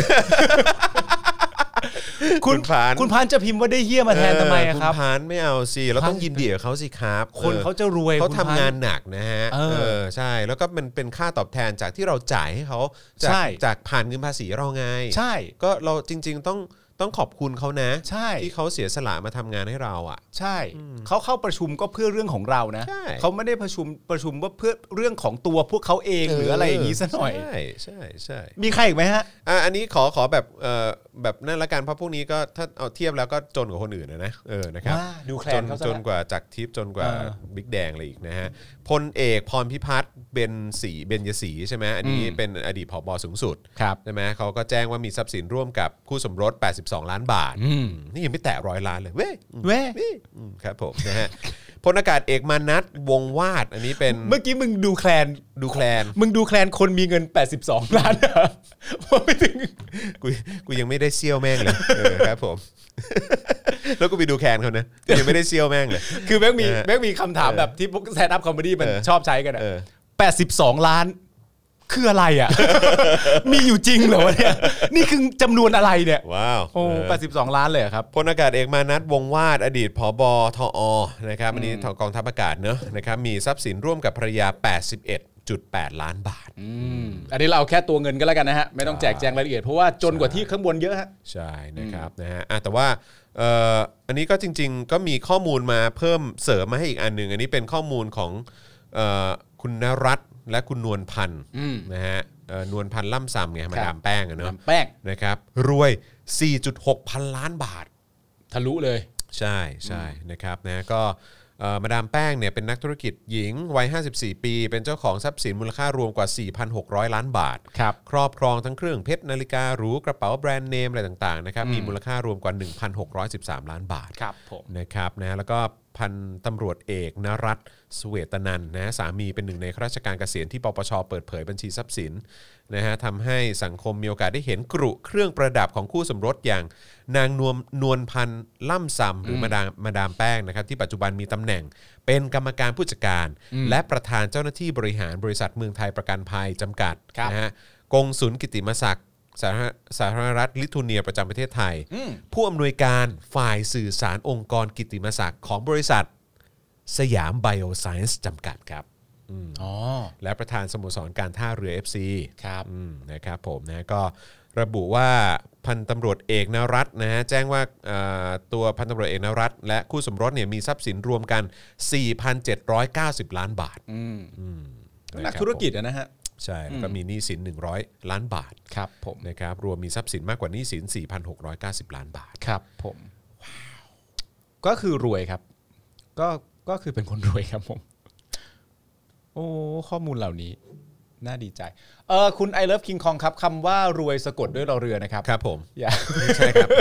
คุณพันคุณพันจะพิมพ์ว่าได้เหี้ยมาแทนทำไมครับคุณพันไม่เอาสิเราต้องยินดีกับเขาสิครับคนเขาจะรวยเขาทำงานหนักนะฮะเออใช่แล้วก็มันเป็นค่าตอบแทนจากที่เราจ่ายให้เขาจากจากผ่านเงินภาษีเราไงใช่ก็เราจริงๆต้องต้องขอบคุณเขานะใช่ที่เขาเสียสละมาทำงานให้เราอ่ะใช่เขาเข้าประชุมก็เพื่อเรื่องของเรานะเขาไม่ได้ประชุมประชุมว่าเพื่อเรื่องของตัวพวกเขาเองหรืออะไรอย่างนี้ซะหน่อยใช่ใช่ใช่มีใครอีกไหมฮะอ่ะอันนี้ขอขอแบบเอ่อแบบนั่นละกันเพราะพวกนี้ก็ถ้าเอาเทียบแล้วก็จนกว่าคนอื่นนะนะเออนะครับดูแคลนเขาจนกว่าจากทิพย์จนกว่าบิ๊กแดงอะไรอีกนะฮะพลเอกพรพิพัฒน์เบญศรีเบญยศรีใช่ไหมอันนี้เป็นอดีตผบ.สูงสุดใช่ไหมเขาก็แจ้งว่ามีทรัพย์สินร่วมกับคู่สมรสแปดสิบสองล้านบาทนี่ยังไม่แตะร้อยล้านเลยเว้ยเว้ยครับผมนะฮะพลอากาศเอกมานัทวงวาดอันนี้เป็นเมื่อกี้มึงดูแคลนดูแคลนมึงดูแคลนคนมีเงินแปดสิบสองล้านนะว่าไม่ถึงกูกูยังไม่ได้เซี่ยวแม่งเลยเออครับผมแล้วก็ไปดูแคนเขานะยังไม่ได้เซี่ยวแม่งเลยคือแม่งมีแม่งมีคำถามแบบที่พวกแซนด์อัพคอมเมดี้มันชอบใช้กันอ่ะแปดสิบสองล้านคืออะไรอ่ะมีอยู่จริงเหรอวะเนี่ยนี่คือจำนวนอะไรเนี่ยว้าวโอ้แปดสิบสองล้านเลยครับพลอากาศเอกมานัทวงวาดอดีตผบ.ทอ.นะครับอันนี้กองทัพอากาศเนอะนะครับมีทรัพย์สินร่วมกับภรรยาแปดสิบเอ็ดจุดแปด ล้านบาทอืมอันนี้เราเอาแค่ตัวเงินก็แล้วกันนะฮะไม่ต้องแจกแจงรายละเอียดเพราะว่าจนกว่าที่ข้างบนเยอะฮะใช่นะครับนะฮะแต่ว่าเอ่ออันนี้ก็จริงๆก็มีข้อมูลมาเพิ่มเสริมมาให้อีกอันหนึ่งอันนี้เป็นข้อมูลของเอ่อคุณณรัตน์และคุณนวลพันธ์นะฮะนวลพันธ์ล่ำซำไงมาดามแป้งอะเนาะแป้งนะครับรวย สี่จุดหก พันล้านบาททะลุเลยใช่ใช่นะครับนะก็มาดามแป้งเนี่ยเป็นนักธุรกิจหญิงวัยห้าสิบสี่ปีเป็นเจ้าของทรัพย์สินมูลค่ารวมกว่า สี่พันหกร้อย ล้านบาทครับครอบครองทั้งเครื่องเพชรนาฬิกาหรูกระเป๋าแบรนด์เนมอะไรต่างๆนะครับมีมูลค่ารวมกว่า หนึ่งพันหกร้อยสิบสาม ล้านบาทครับผมนะครับนะแล้วก็พันตำรวจเอกณรัตน์สเวตนันท์นะสามีเป็นหนึ่งในข้าราชการเกษียณที่ปปชเปิดเผยบัญชีทรัพย์สินนะฮะทำให้สังคมมีโอกาสได้เห็นกรุเครื่องประดับของคู่สมรสอย่างนางนวลนวลพันธ์ล่ำซำหรือมาดามมาดามแป้งนะครับที่ปัจจุบันมีตำแหน่งเป็นกรรมการผู้จัดการและประธานเจ้าหน้าที่บริหารบริษัทเมืองไทยประกันภัยจำกัดนะฮะกงสุลกิติมศักดิ์สาธารณรัฐลิทัวเนียประจำประเทศไทยผู้อำนวยการฝ่ายสื่อสารองค์กรกิติมศักดิ์ของบริษัทสยามไบโอไซเอนซ์จำกัดครับอ๋อและประธานสโมสรการท่าเรือ เอฟ ซีครับนะครับผมนะก็ระบุว่าพันตำรวจเอกณรัตน์นะฮะแจ้งว่าตัวพันตำรวจเอกณรัตน์และคู่สมรสเนี่ยมีทรัพย์สินรวมกัน สี่พันเจ็ดร้อยเก้าสิบ ล้านบาทนักธุรกิจนะฮะใช่แล้วก็มีหนี้สินหนึ่งร้อยล้านบาทครับผมนะครับรวมมีทรัพย์สินมากกว่าหนี้สิน สี่พันหกร้อยเก้าสิบ ล้านบาทครับผมว้าวก็คือรวยครับก็ก็คือเป็นคนรวยครับผมโอ้ข้อมูลเหล่านี้น่าดีใจเออคุณ I Love King Kong ครับคำว่ารวยสะกดด้วยรอเรือนะครับครับผมอย่าใช่ครับ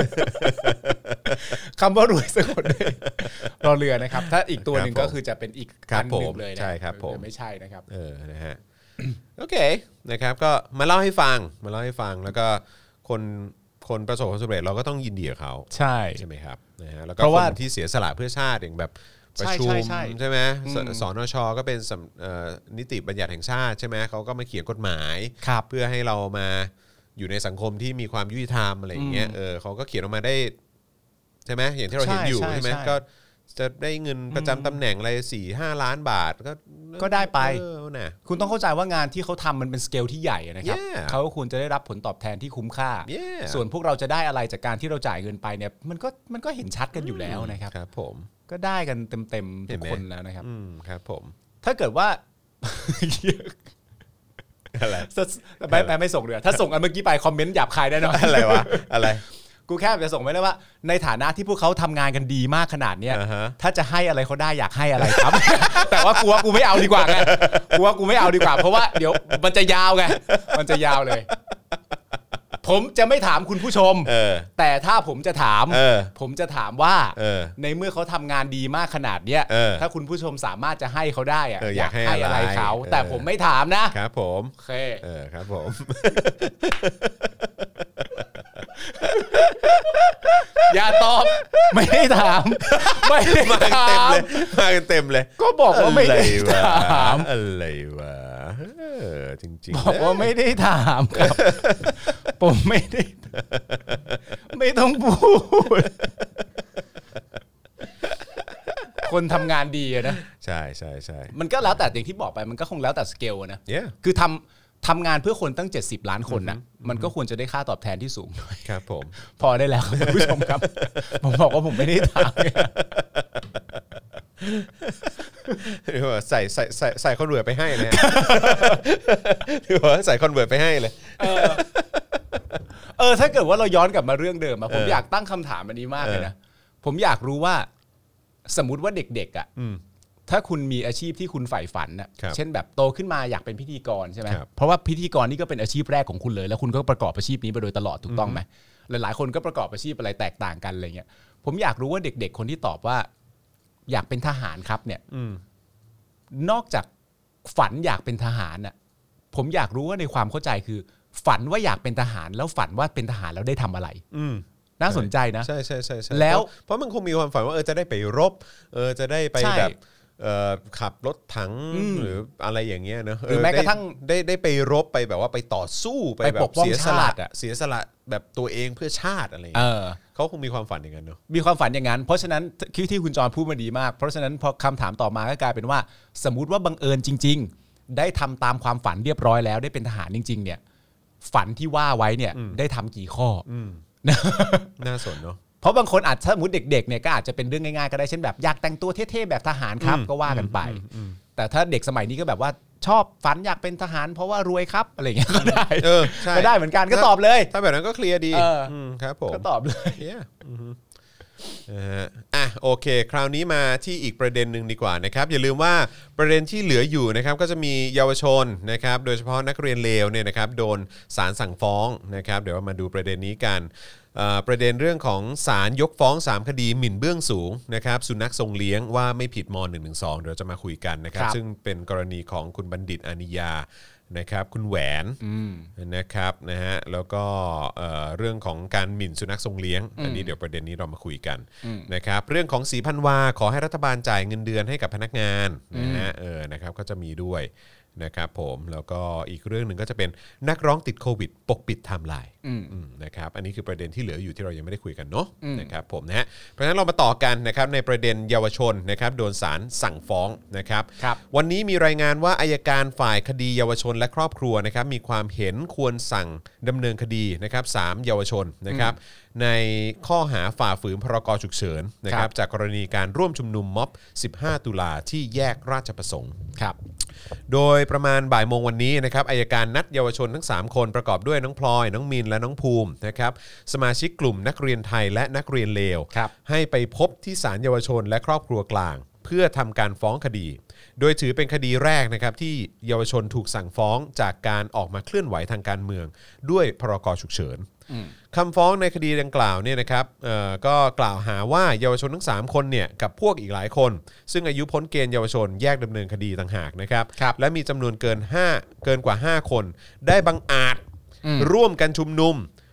คำว่ารวยสะกดด้วยรอเรือนะครับถ้าอีกตัวหนึ่งก็คือจะเป็นอีกอันหนึ่งเลยนะใช่ครับผมไม่ใช่นะครับเออนะฮะโอเคนะครับก็มาเล่าให้ฟังมาเล่าให้ฟังแล้วก็คนคนประสบความสำเร็จเราก็ต้องยินดีกับเขาใช่ใช่ไหมครับนะฮะแล้วก็เพราะคว่านที่เสียสละเพื่อชาติอย่างแบบประใช่ชุมใช่ใช่ใช่ไหมอืมสสนชก็เป็นสำเอ่อนิติบัญญัติแห่งชาติใช่ไหมเขาก็มาเขียนกฎหมายครับเพื่อให้เรามาอยู่ในสังคมที่มีความยุติธรรมอะไรอย่างเงี้ยอืมเออเขาก็เขียนออกมาได้ใช่ไหมอย่างที่เราเห็นใช่อยู่ใช่ใช่ไหมใช่ก็จะได้เงินประจำตำแหน่งอะไรสี่ห้าล้านบาทก็ก็ได้ไปเออน่ะคุณต้องเข้าใจว่างานที่เขาทำมันเป็นสเกลที่ใหญ่นะครับ Yeah เขาก็ควรจะได้รับผลตอบแทนที่คุ้มค่า Yeah ส่วนพวกเราจะได้อะไรจากการที่เราจ่ายเงินไปเนี่ยมันก็มันก็เห็นชัดกันอยู่แล้วนะครับครับผมก็ได้กันเต็มๆเห็ทุนกไหมคนแล้วนะครับอืมครับผมถ้าเกิดว่าอะไรไม่ไม่ไม่ส่งเดี๋ยวถ้าส่งอันเมื่อกี้ไปคอมเมนต์หยาบคายได้เนอะอะไรวะอะไรกูแค่จะส่งไว้เลยว่าในฐานะที่พวกเขาทำงานกันดีมากขนาดเนี้ยอ่าฮะถ้าจะให้อะไรเขาได้อยากให้อะไรครับ แต่ว่ากูว่ากูไม่เอาดีกว่าไงกูว่ากูไม่เอาดีกว่าเพราะว่าเดี๋ยวมันจะยาวไงมันจะยาวเลย ผมจะไม่ถามคุณผู้ชมเออแต่ถ้าผมจะถามเออผมจะถามว่าเออในเมื่อเขาทำงานดีมากขนาดเนี้ยเออถ้าคุณผู้ชมสามารถจะให้เขาได้อะเอออยากให้อะไรอะไรเขาเออแต่ผมไม่ถามนะครับผมโอเคเออครับผมอย่าตอบ ไม่ได้ถาม ไม่ได้มากันถาเต็มมเลยมากันเต็มเลยก็บอกว่าไม่ได้อะไรวะถามอะไรวะเออจริงๆบอกว่าไม่ได้ถามครับ ผมไม่ได้ ไม่ต้องพูด คนทำงานดีอะนะใช่ใช่ใช่มันก็แล้วแต่อย่างที่บอกไปมันก็คงแล้วแต่สเกลอะนะ yeah คือทำทำงานเพื่อคนตั้งเจ็ดสิบล้านคนนะมันก็ควรจะได้ค่าตอบแทนที่สูงด้วยครับผมพอได้แล้วคุณผู้ชมครับ ผมบอกว่าผมไม่ได้ถามหรือว่าใส่ใส่ใส่ใส่คอนเวิร์ตไปให้นะ หรือว่าใส่คอนเวิร์ตไปให้เลยเออถ้าเกิดว่าเราย้อนกลับมาเรื่องเดิมอะผมเอออยากตั้งคำถามอันนี้มากเลยเออนะผมอยากรู้ว่าสมมุติว่าเด็กๆอะอืมถ้าคุณมีอาชีพที่คุณใฝ่ฝันน่ะครับเช่นแบบโตขึ้นมาอยากเป็นพิธีกรใช่ไหมครับเพราะว่าพิธีกรนี่ก็เป็นอาชีพแรกของคุณเลยแล้วคุณก็ประกอบอาชีพนี้มาโดยตลอดถูกต้องไหมหลายๆคนก็ประกอบอาชีพอะไรแตกต่างกันอะไรเงี้ยผมอยากรู้ว่าเด็กๆคนที่ตอบว่า อยากเป็นทหารครับเนี่ยอืมนอกจากฝันอยากเป็นทหารน่ะผมอยากรู้ว่าในความเข้าใจคือ ฝันว่าอยากเป็นทหารแล้วฝันว่าเป็นทหารแล้วได้ทำอะไรอืมน่าสนใจนะใช่ใช่ใช่ใช่แล้วเพราะเพราะมันคงมีความฝันว่าเออจะได้ไปรบเออจะได้ไปใช่แบบเอ่อขับรถถังอืมหรืออะไรอย่างเงี้ยเนอะหรือแม้กระทั่งได้ได้ได้ไปรบไปแบบว่าไปต่อสู้ไปไปแบปบกป้องเสียสละชาติอะเสียสละแบบตัวเองเพื่อชาติอะไรอย่างเอเงี้ยอเขาคงมีความฝันอย่างนั้นเนอะมีความฝันอย่างนั้น เพราะฉะนั้นที่ที่คุณจรพูดมาดีมาก เพราะฉะนั้นพอคำถามต่อมาก็กลายเป็นว่า สมมุติว่าบังเอิญจริง ๆ ได้ทำตามความฝันเรียบร้อยแล้วได้เป็นทหารจริง ๆ เนี่ย ฝันที่ว่าไว้เนี่ยได้ทำกี่ข้ออน่าสนเนอะเพราะบางคนอาจถ้าสมมติเด็กๆเนี่ยก็อาจจะเป็นเรื่องง่ายๆก็ได้เช่นแบบอยากแต่งตัวเท่ๆแบบทหารครับก็ว่ากันไป แต่ถ้าเด็กสมัยนี้ก็แบบว่าชอบฝันอยากเป็นทหารเพราะว่ารวยครับอะไรอย่างเงี้ยก็ได้เออใช่ก็ได้เหมือนกันก็ตอบเลยถ้าแบบนั้นก็เคลียร์ดีเอออืมครับผมก็ตอบเลย Yeah อือฮึนะฮะอ่ะโอเค คราวนี้มาที่อีกประเด็นหนึ่งดีกว่านะครับอย่าลืมว่าประเด็นที่เหลืออยู่นะครับก็จะมีเยาวชนนะครับโดยเฉพาะนักเรียนเลวเนี่ยนะครับโดนศาลสั่งฟ้องนะครับเดี๋ยวมาดูประเด็นนี้กันเอ่อประเด็นเรื่องของศาลยกฟ้องสามคดีหมิ่นเบื้องสูงนะครับสุนัขทรงเลี้ยงว่าไม่ผิดม หนึ่งหนึ่งสอง เดี๋ยวจะมาคุยกันนะครับครับซึ่งเป็นกรณีของคุณบัณฑิตอานิยานะครับคุณแหวนนะครับนะฮะแล้วก็เอ่อเรื่องของการหมิ่นสุนัขทรงเลี้ยงอันนี้เดี๋ยวประเด็นนี้เรามาคุยกันนะครับเรื่องของศรีพันวาขอให้รัฐบาลจ่ายเงินเดือนให้กับพนักงานนะฮะเออนะครับก็จะมีด้วยนะครับผมแล้วก็อีกเรื่องหนึ่งก็จะเป็นนักร้องติดโควิดปกปิดไทม์ไลน์อืมนะครับอันนี้คือประเด็นที่เหลืออยู่ที่เรายังไม่ได้คุยกันเนาะนะครับผมนะฮะเพราะฉะนั้นเรามาต่อกันนะครับในประเด็นเยาวชนนะครับโดนศาลสั่งฟ้องนะครับครับวันนี้มีรายงานว่าอัยการฝ่ายคดีเยาวชนและครอบครัวนะครับมีความเห็นควรสั่งดำเนินคดีนะครับสามเยาวชนนะครับในข้อหาฝ่าฝืนพรกฉุกเฉินนะครับจากกรณีการร่วมชุมนุมม็อบสิบห้าตุลาที่แยกราชประสงค์ครับโดยประมาณบ่ายโมงวันนี้นะครับอัยการนัดเยาวชนทั้งสามคนประกอบด้วยน้องพลอยน้องมินและน้องภูมินะครับสมาชิกกลุ่มนักเรียนไทยและนักเรียนเลวครับให้ไปพบที่ศาลเยาวชนและครอบครัวกลาง เพื่อทำการฟ้องคดี โดยถือเป็นคดีแรกนะครับที่เยาวชนถูกสั่งฟ้องจากการออกมาเคลื่อนไหวทางการเมือง ด้วยพรกฉุกเฉินคำฟ้องในคดีดังกล่าวเนี่ยนะครับเอ่อก็กล่าวหาว่าเยาวชนทั้งสามคนเนี่ยกับพวกอีกหลายคน ซึ่งอายุพ้นเกณฑ์เยาวชนแยกดำเนินคดีต่างหากนะครับครับและมีจำนวนเกินห้าเกินกว่าห้าคน ได้บังอาจร่วมกันชุมนุม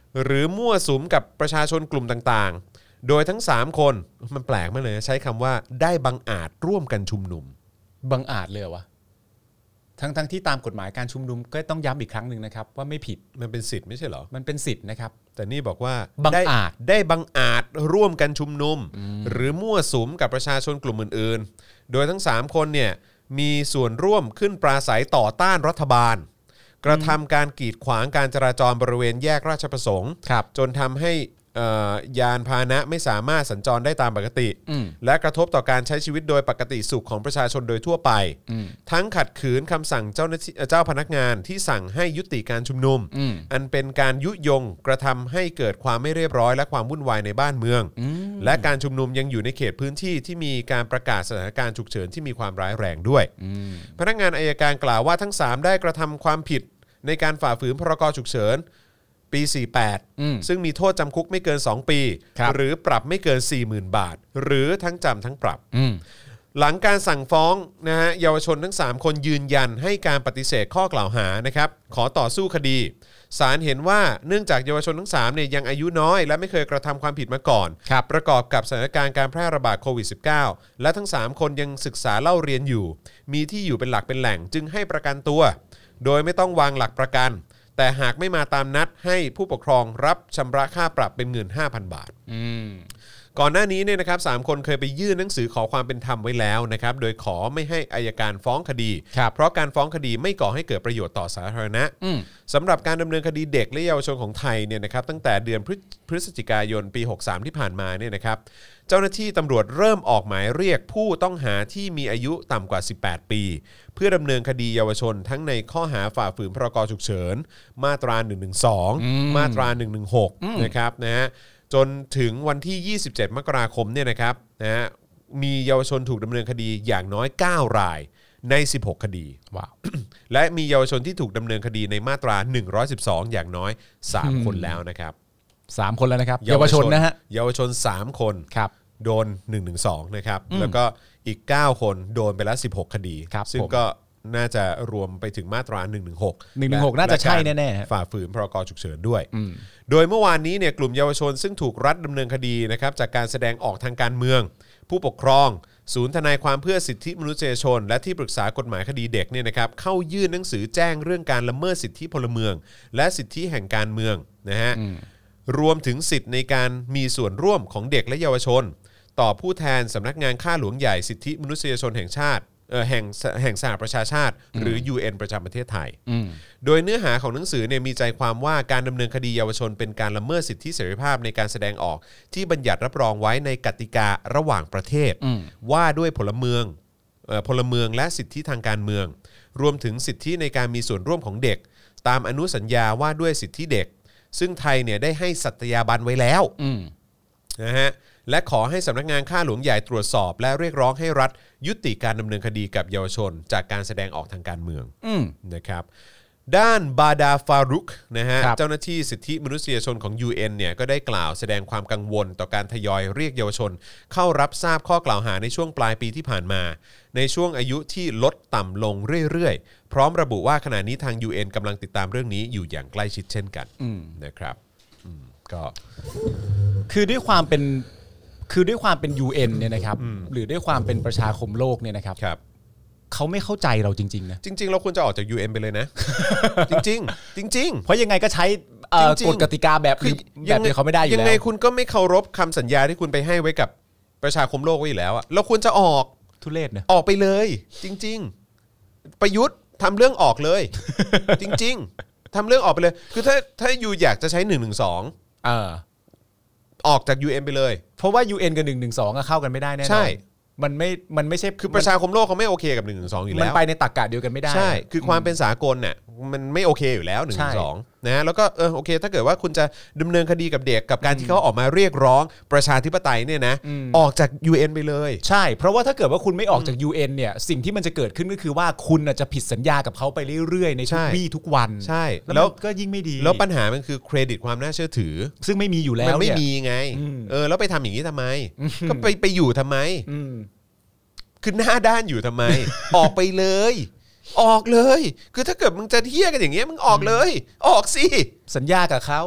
หรือมั่วสุมกับประชาชนกลุ่มต่างๆโดยทั้งสามคนมันแปลกมากเลยใช้คำว่าได้บังอาจร่วมกันชุมนุมบังอาจเลยวะทั้งทั้งที่ตามกฎหมายการชุมนุมก็ต้องย้ำอีกครั้งหนึ่งนะครับว่าไม่ผิดมันเป็นสิทธิ์ไม่ใช่เหรอมันเป็นสิทธิ์นะครับแต่นี่บอกว่าบังอาจได้บังอาจร่วมกันชุมนุมหรือมั่วสุมกับประชาชนกลุ่มอื่นๆโดยทั้งสามคนเนี่ยมีส่วนร่วมขึ้นปราศัยต่อต้านรัฐบาลกระทำการกีดขวางการจราจรบริเวณแยกราชประสงค์จนทำให้ยานพาหนะไม่สามารถสัญจรได้ตามปกติและกระทบต่อการใช้ชีวิตโดยปกติสุขของประชาชนโดยทั่วไปทั้งขัดขืนคำสั่งเจ้าหน้าที่เจ้าพนักงานที่สั่งให้ยุติการชุมนุมอันเป็นการยุยงกระทำให้เกิดความไม่เรียบร้อยและความวุ่นวายในบ้านเมืองและการชุมนุมยังอยู่ในเขตพื้นที่ที่มีการประกาศสถานการณ์ฉุกเฉินที่มีความร้ายแรงด้วยพนักงานอัยการกล่าวว่าทั้งสามได้กระทำความผิดในการฝ่าฝืนพรกฉุกเฉินปีสี่สิบแปดซึ่งมีโทษจำคุกไม่เกินสองปีหรือปรับไม่เกิน สี่หมื่น บาทหรือทั้งจำทั้งปรับหลังการสั่งฟ้องนะฮะเยาวชนทั้งสามคนยืนยันให้การปฏิเสธข้อกล่าวหานะครับขอต่อสู้คดีศาลเห็นว่าเนื่องจากเยาวชนทั้งสามเนี่ยยังอายุน้อยและไม่เคยกระทำความผิดมาก่อนประกอบกับสถานการณ์การแพร่ระบาดโควิด สิบเก้า และทั้งสามคนยังศึกษาเล่าเรียนอยู่มีที่อยู่เป็นหลักเป็นแหล่งจึงให้ประกันตัวโดยไม่ต้องวางหลักประกันแต่หากไม่มาตามนัดให้ผู้ปกครองรับชำระค่าปรับเป็นเงิน ห้าพัน บาทก่อนหน้านี้เนี่ยนะครับสามคนเคยไปยื่นหนังสือขอความเป็นธรรมไว้แล้วนะครับโดยขอไม่ให้อัยการฟ้องคดีเพราะการฟ้องคดีไม่ก่อให้เกิดประโยชน์ต่อสาธารณะสำหรับการดำเนินคดีเด็กและเยาวชนของไทยเนี่ยนะครับตั้งแต่เดือนพฤศจิกายนปีหกสิบสามที่ผ่านมาเนี่ยนะครับเจ้าหน้าที่ตำรวจเริ่มออกหมายเรียกผู้ต้องหาที่มีอายุต่ำกว่าสิบแปดปีเพื่อดำเนินคดีเยาวชนทั้งในข้อหาฝ่าฝืนพรกฉุกเฉินมาตราหนึ่งหนึ่งสองมาตราหนึ่งหนึ่งหกนะครับนะฮะจนถึงวันที่ยี่สิบเจ็ดมกราคมเนี่ยนะครับนะฮะมีเยาวชนถูกดำเนินคดีอย่างน้อยเก้ารายในสิบหกคดีว้าว และมีเยาวชนที่ถูกดำเนินคดีในมาตราหนึ่งร้อยสิบสองอย่างน้อยสามคนแล้วนะครับสามคนแล้วนะครับเยาวชนนะฮะเยาวชนสามคนครับโดนหนึ่งหนึ่งสองนะครับแล้วก็อีกเก้าคนโดนไปแล้วสิบหกคดีซึ่งก็น่าจะรวมไปถึงมาตราหนึ่งหนึ่งหกหนึ่งหนึ่งหกน่าจะใช่แน่ๆฝ่าฝืนพรกฉุกเฉินด้วยโดยเมื่อวานนี้เนี่ยกลุ่มเยาวชนซึ่งถูกรัฐดำเนินคดีนะครับจากการแสดงออกทางการเมืองผู้ปกครองศูนย์ทนายความเพื่อสิทธิมนุษยชนและที่ปรึกษากฎหมายคดีเด็กเนี่ยนะครับเข้ายื่นหนังสือแจ้งเรื่องการละเมิดสิทธิพลเมืองและสิทธิแห่งการเมืองนะฮะรวมถึงสิทธิในการมีส่วนร่วมของเด็กและเยาวชนต่อผู้แทนสำนักงานข้าหลวงใหญ่สิทธิมนุษยชนแห่งชาติแห่งแห่งสหประชาชาติหรือ ยู เอ็น ประจำประเทศไทยโดยเนื้อหาของหนังสือเนี่ยมีใจความว่าการดำเนินคดีเยาวชนเป็นการละเมิดสิทธิเสรีภาพในการแสดงออกที่บัญญัติรับรองไว้ในกติการะหว่างประเทศว่าด้วยพลเมืองพลเมืองและสิทธิทางการเมืองรวมถึงสิทธิในการมีส่วนร่วมของเด็กตามอนุสัญญาว่าด้วยสิทธิเด็กซึ่งไทยเนี่ยได้ให้สัตยาบันไว้แล้วนะฮะและขอให้สำนักงานข้าหลวงใหญ่ตรวจสอบและเรียกร้องให้รัฐยุติการดำเนินคดีกับเยาวชนจากการแสดงออกทางการเมืองนะครับด้านบาดาฟารุกนะฮะเจ้าหน้าที่สิทธิมนุษยชนของ ยู เอ็น เนี่ยก็ได้กล่าวแสดงความกังวลต่อการทยอยเรียกเยาวชนเข้ารับทราบข้อกล่าวหาในช่วงปลายปีที่ผ่านมาในช่วงอายุที่ลดต่ำลงเรื่อยๆพร้อมระบุว่าขณะนี้ทาง ยู เอ็น กำลังติดตามเรื่องนี้อยู่อย่างใกล้ชิดเช่นกันนะครับก็คือด้วยความเป็นคือด้วยความเป็น ยู เอ็น เนี่ยนะครับหรือด้วยความเป็นประชาคมโลกเนี่ยนะครับเขาไม่เข้าใจเราจริงๆนะจริงๆเราควรจะออกจาก ยู เอ็น ไปเลยนะ จริงๆจริงๆเพราะยังไงก็ใช้กฎกติกาแบบแบบนี้เขาไม่ได้อยู่แล้วยังไงคุณก็ไม่เคารพคำสัญญาที่คุณไปให้ไว้กับประชาคมโลกไว้อยู่แล้วอะเราควรจะออกทุเรศนะออกไปเลยจริงๆประยุทธ์ทำเรื่องออกเลย จริงๆทำเรื่องออกไปเลยคือถ้าถ้าอยู่อยากจะใช้หนึ่งหนึ่งสองเออออกจาก ยู เอ็น ไปเลยเพราะว่า ยู เอ็น กับหนึ่งหนึ่งสองเข้ากันไม่ได้แน่นอนใช่มันไม่มันไม่ใช่คือประชาคมโลกเขาไม่โอเคกับหนึ่งหนึ่งสองอยู่แล้วมันไปในตรรกะเดียวกันไม่ได้ใช่คือความเป็นสากลเนี่ยมันไม่โอเคอยู่แล้วหนึ่งหนึ่งสองนะแล้วก็เออโอเคถ้าเกิดว่าคุณจะดำเนินคดีกับเด็กกับการที่เขาออกมาเรียกร้องประชาธิปไตยเนี่ยนะออกจาก ยู เอ็น ไปเลยใช่เพราะว่าถ้าเกิดว่าคุณไม่ออกจาก ยู เอ็น เนี่ยสิ่งที่มันจะเกิดขึ้นก็คือว่าคุณจะผิดสัญญากับเขาไปเรื่อยๆในทุกวี่ทุกวันใช่แล้วก็ยิ่งไม่ดีแล้วปัญหามันคือเครดิตความน่าเชื่อถือซึ่งไม่มีอยู่แล้วมันไม่มีไงเออแล้วไปทำอย่างนี้ทำไมก็ไปไปอยู่ทำไมคือหน้าด้านอยู่ทำไม ออกไปเลยออกเลยคือถ้าเกิดมึงจะเที่ยกันอย่างเงี้ยมึงออกเลยออกสิสัญญากับเขาเออ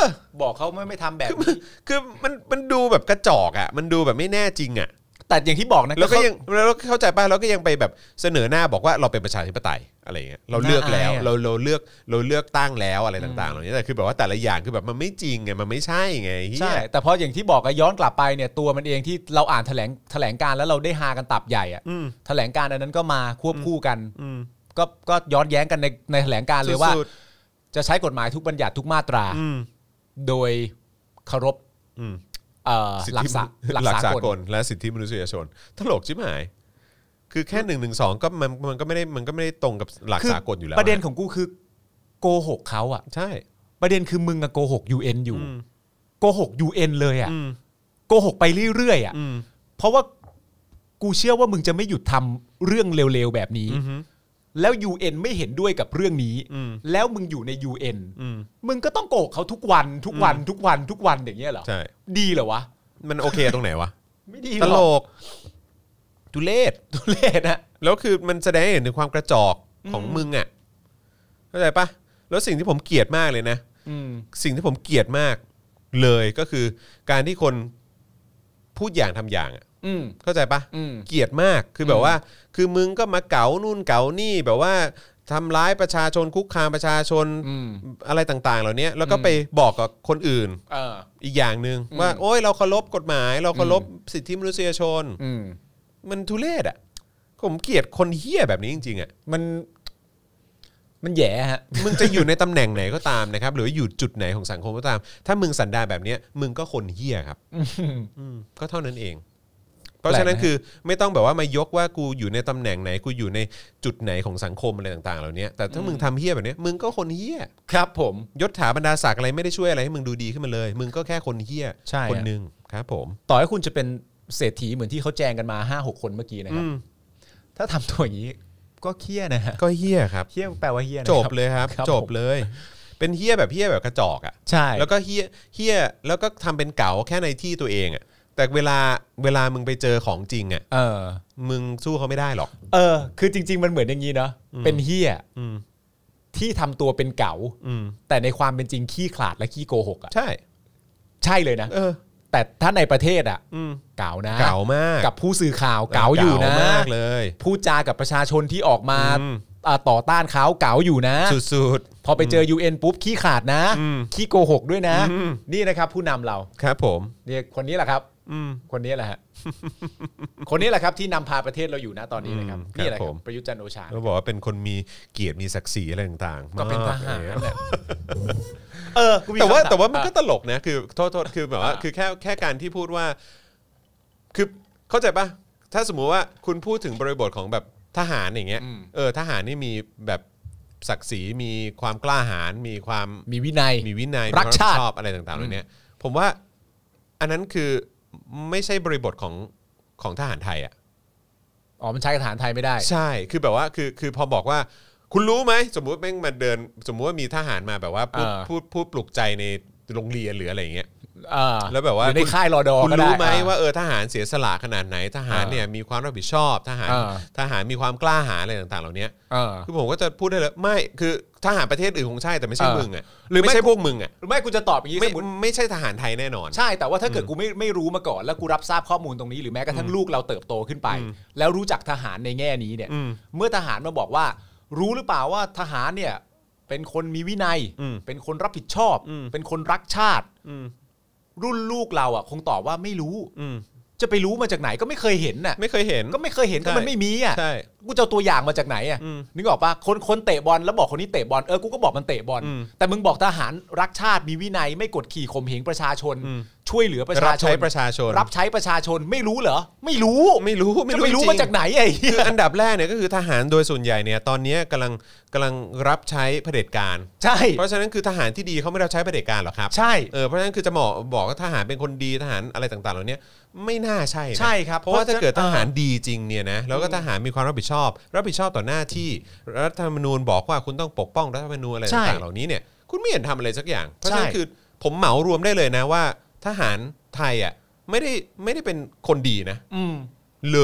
บอกเขาไม่ไม่ทำแบบคือคือมันมันดูแบบกระจอกอ่ะมันดูแบบไม่แน่จริงอ่ะแต่อย่างที่บอกนะแล้วก็ยังแล้วเข้าใจป่ะเราก็ยังไปแบบเสนอหน้าบอกว่าเราเป็นประชาธิปไตยอะไรเงี้ยเราเลือกแล้วเราเราเลือกเราเลือกตั้งแล้วอะไรต่างๆเหล่านี้แต่คือแบบว่าแต่ละอย่างคือแบบมันไม่จริงไงมันไม่ใช่ไงใช่แต่พออย่างที่บอกก็ย้อนกลับไปเนี่ยตัวมันเองที่เราอ่านแถลงแถลงการแล้วเราได้ฮากันตับใหญ่อ่ะแถลงการอันนั้นก็มาควบคู่กันก็ก็ย้อนแย้งกันในในแถลงการเลยว่าจะใช้กฎหมายทุกบัญญัติทุกมาตราโดยเคารพหลักหลักสากลและสิทธิมนุษยชนตลกชิบหายคือแค่หนึ่งหนึ่งสองก็มันมันก็ไม่ได้มันก็ไม่ได้ตรงกับหลักสากลอยู่แล้วประเด็นของกูคือโกหกเขาอ่ะใช่ประเด็นคือมึงอะโกหก ยู เอ็น อยู่โกหก ยู เอ็น เลยอ่ะโกหกไปเรื่อยๆอ่ะเพราะว่ากูเชื่อว่ามึงจะไม่หยุดทำเรื่องเร็วๆแบบนี้แล้ว ยู เอ็น ไม่เห็นด้วยกับเรื่องนี้แล้วมึงอยู่ใน ยู เอ็น มึงก็ต้องโกหกเขาทุกวันทุกวันทุกวันทุกวันอย่างเงี้ยเหรอใช่ดีเหรอวะมันโอเคตรงไหนวะไม่ดีตลกทุเรศทุเรศนะแล้วคือมันแสดงให้เห็นถึงความกระจอกของมึงอ่ะเข้าใจปะแล้วสิ่งที่ผมเกลียดมากเลยนะสิ่งที่ผมเกลียดมากเลยก็คือการที่คนพูดอย่างทำอย่างอ่ะเข้าใจปะเกลียดมากคือแบบว่าคือมึงก็มาเก๋านู่นเก๋านี่แบบว่าทำร้ายประชาชนคุกคามประชาชนอะไรต่างๆเหล่านี้แล้วก็ไปบอกกับคนอื่นอีกอย่างนึงว่าโอ๊ยเราเคารพกฎหมายเราเคารพสิทธิมนุษยชนมันทุเรศอ่ะผมเกลียดคนเหี้ยแบบนี้จริงๆอ่ะมันมันแย่ฮะมึงจะอยู่ในตำแหน่งไหนก็ตามนะครับหรืออยู่จุดไหนของสังคมก็ตามถ้ามึงสันดานแบบนี้มึงก็คนเหี้ยครับก็เท่านั้นเองเพราะฉะนั้นคือไม่ต้องแบบว่ามายกว่ากูอยู่ในตำแหน่งไหนกูอยู่ในจุดไหนของสังคมอะไรต่างๆเหล่านี้แต่ถ้ามึงทำเหี้ยแบบนี้มึงก็คนเหี้ยครับผมยศถาบรรดาศักดิ์อะไรไม่ได้ช่วยอะไรให้มึงดูดีขึ้นมาเลยมึงก็แค่คนเหี้ยคนนึงครับผมต่อให้คุณจะเป็นเศรษฐีเหมือนที่เขาแจ้งกันมา ห้าหก คนเมื่อกี้นะครับถ้าทำตัวอย่างนี้ก็เหี้ยนะก็เหี้ยครับเหี้ยแปลว่าเหี้ยจบเลยครับจบเลยเป็นเหี้ยแบบเหี้ยแบบกระจอกอ่ะใช่แล้วก็เหี้ยเหี้ยแล้วก็ทำเป็นเก๋าแค่ในที่ตัวเองอ่ะแต่เวลาเวลามึงไปเจอของจริงอ่ะเออมึงสู้เขาไม่ได้หรอกเออคือจริงๆมันเหมือนอย่างนี้เนาะเป็นเหี้ยที่ทำตัวเป็นเก๋าแต่ในความเป็นจริงขี้ขลาดและขี้โกหกอ่ะใช่ใช่เลยนะเออแต่ถ้าในประเทศอ่ะเก๋านะเก๋ามากกับผู้สื่อข่าวเก๋าอยู่นะมากเลยพูดจากับประชาชนที่ออกมาต่อต้านเขาเก๋าอยู่นะสุดๆพอไปเจอ ยู เอ็น ปุ๊บขี้ขาดนะขี้โกหกด้วยนะนี่นะครับผู้นำเราครับผมเนี่ยคนนี้แหละครับคนนี้แหละฮะคนนี้แหละครับที่นำพาประเทศเราอยู่นะตอนนี้นะครับนี่แหละครับประยุทธ์จันทร์โอชาเขาบอกว่าเป็นคนมีเกียรติมีศักดิ์ศรีอะไรต่างๆก็เป็นทหารแหละเออแต่ว่าแต่ว่ามันก็ตลกนะคือโทษโทษคือแบบว่าคือแค่แค่การที่พูดว่าคือเข้าใจป่ะถ้าสมมุติว่าคุณพูดถึงบริบทของแบบทหารอย่างเงี้ยเออทหารนี่มีแบบศักดิ์ศรีมีความกล้าหาญมีความมีวินัยมีวินัยรักชาติชอบอะไรต่างๆเหล่านี้ผมว่าอันนั้นคือไม่ใช่บริบทของของทหารไทยอ่ะอ๋อมันใช้กับทหารไทยไม่ได้ใช่คือแบบว่าคือคือพอบอกว่าคุณรู้ไหมสมมุติแม่งมาเดินสมมุติว่ามีทหารมาแบบว่าพูดพูดพูดปลุกใจในโรงเรียนหรืออะไรอย่างเงี้ยแล้วแบบว่าในค่ายรอดอคุณรู้ไหมว่าเออทหารเสียสละขนาดไหนทหารเนี่ยมีความรับผิดชอบทหารทหารมีความกล้าหาญอะไรต่างๆเหล่านี้คือผมก็จะพูดได้เลยไม่คือทหารประเทศอื่นคงใช่แต่ไม่ใช่มึงอ่ะหรือไม่ใช่พวกมึงอ่ะหรือไม่กูจะตอบอย่างนี้สมมติไม่ใช่ทหารไทยแน่นอนใช่แต่ว่าถ้าเกิดกูไม่ไม่รู้มาก่อนแล้วกูรับทราบข้อมูลตรงนี้หรือแม้กระทั่งลูกเราเติบโตขึ้นไปแล้วรู้จักทหารในแง่นี้เนี่ยเมื่อทหารมาบอกว่ารู้หรือเปล่าว่าทหารเนี่ยเป็นคนมีวินัยเป็นคนรับผิดชอบเป็นคนรักชาติรุ่นลูกเราอ่ะคงตอบว่าไม่รู้จะไปรู้มาจากไหนก็ไม่เคยเห็นน่ะไม่เคยเห็นก็ไม่เคยเห็นก็มันไม่มีอ่ะกูจะเอาตัวอย่างมาจากไหนอ่ะนึกออกปะคนคนเตะบอลแล้วบอกคนนี้เตะบอลเออกูก็บอกมันเตะบอลแต่มึงบอกทหารรักชาติมีวินัยไม่กดขี่ข่มเหงประชาชนช่วยเหลือประชาชนรับใช้ประชาชนรับใช้ประชาชนไม่รู้เหรอไม่รู้ไม่รู้จะไม่รู้มาจากไหนไอ้คืออันดับแรกเนี่ยก็คือทหารโดยส่วนใหญ่เนี่ยตอนนี้กำลังกำลังรับใช้เผด็จการใช่เพราะฉะนั้นคือทหารที่ดีเขาไม่รับใช้เผด็จการหรอกครับใช่เออเพราะฉะนั้นคือจะบอกบอกว่าทหารเป็นคนดีทหารอะไรต่างๆเหล่านี้ไม่น่าใช่ใช่ครับเพราะว่าถ้าเกิดทหารดีจริงเนี่ยนะแล้วก็ทหารมีความรับผิดชอบรับผิดชอบต่อหน้าที่รัฐธรรมนูญบอกว่าคุณต้องปกป้องรัฐธรรมนูญอะไรต่างๆเหล่านี้เนี่ยคุณไม่เห็นทำอะไรสักอย่างเพราะฉะนั้นคือผมเหมารวมได้เลยนะว่าทหารไทยอ่ะไม่ได้ไม่ได้เป็นคนดีนะเลย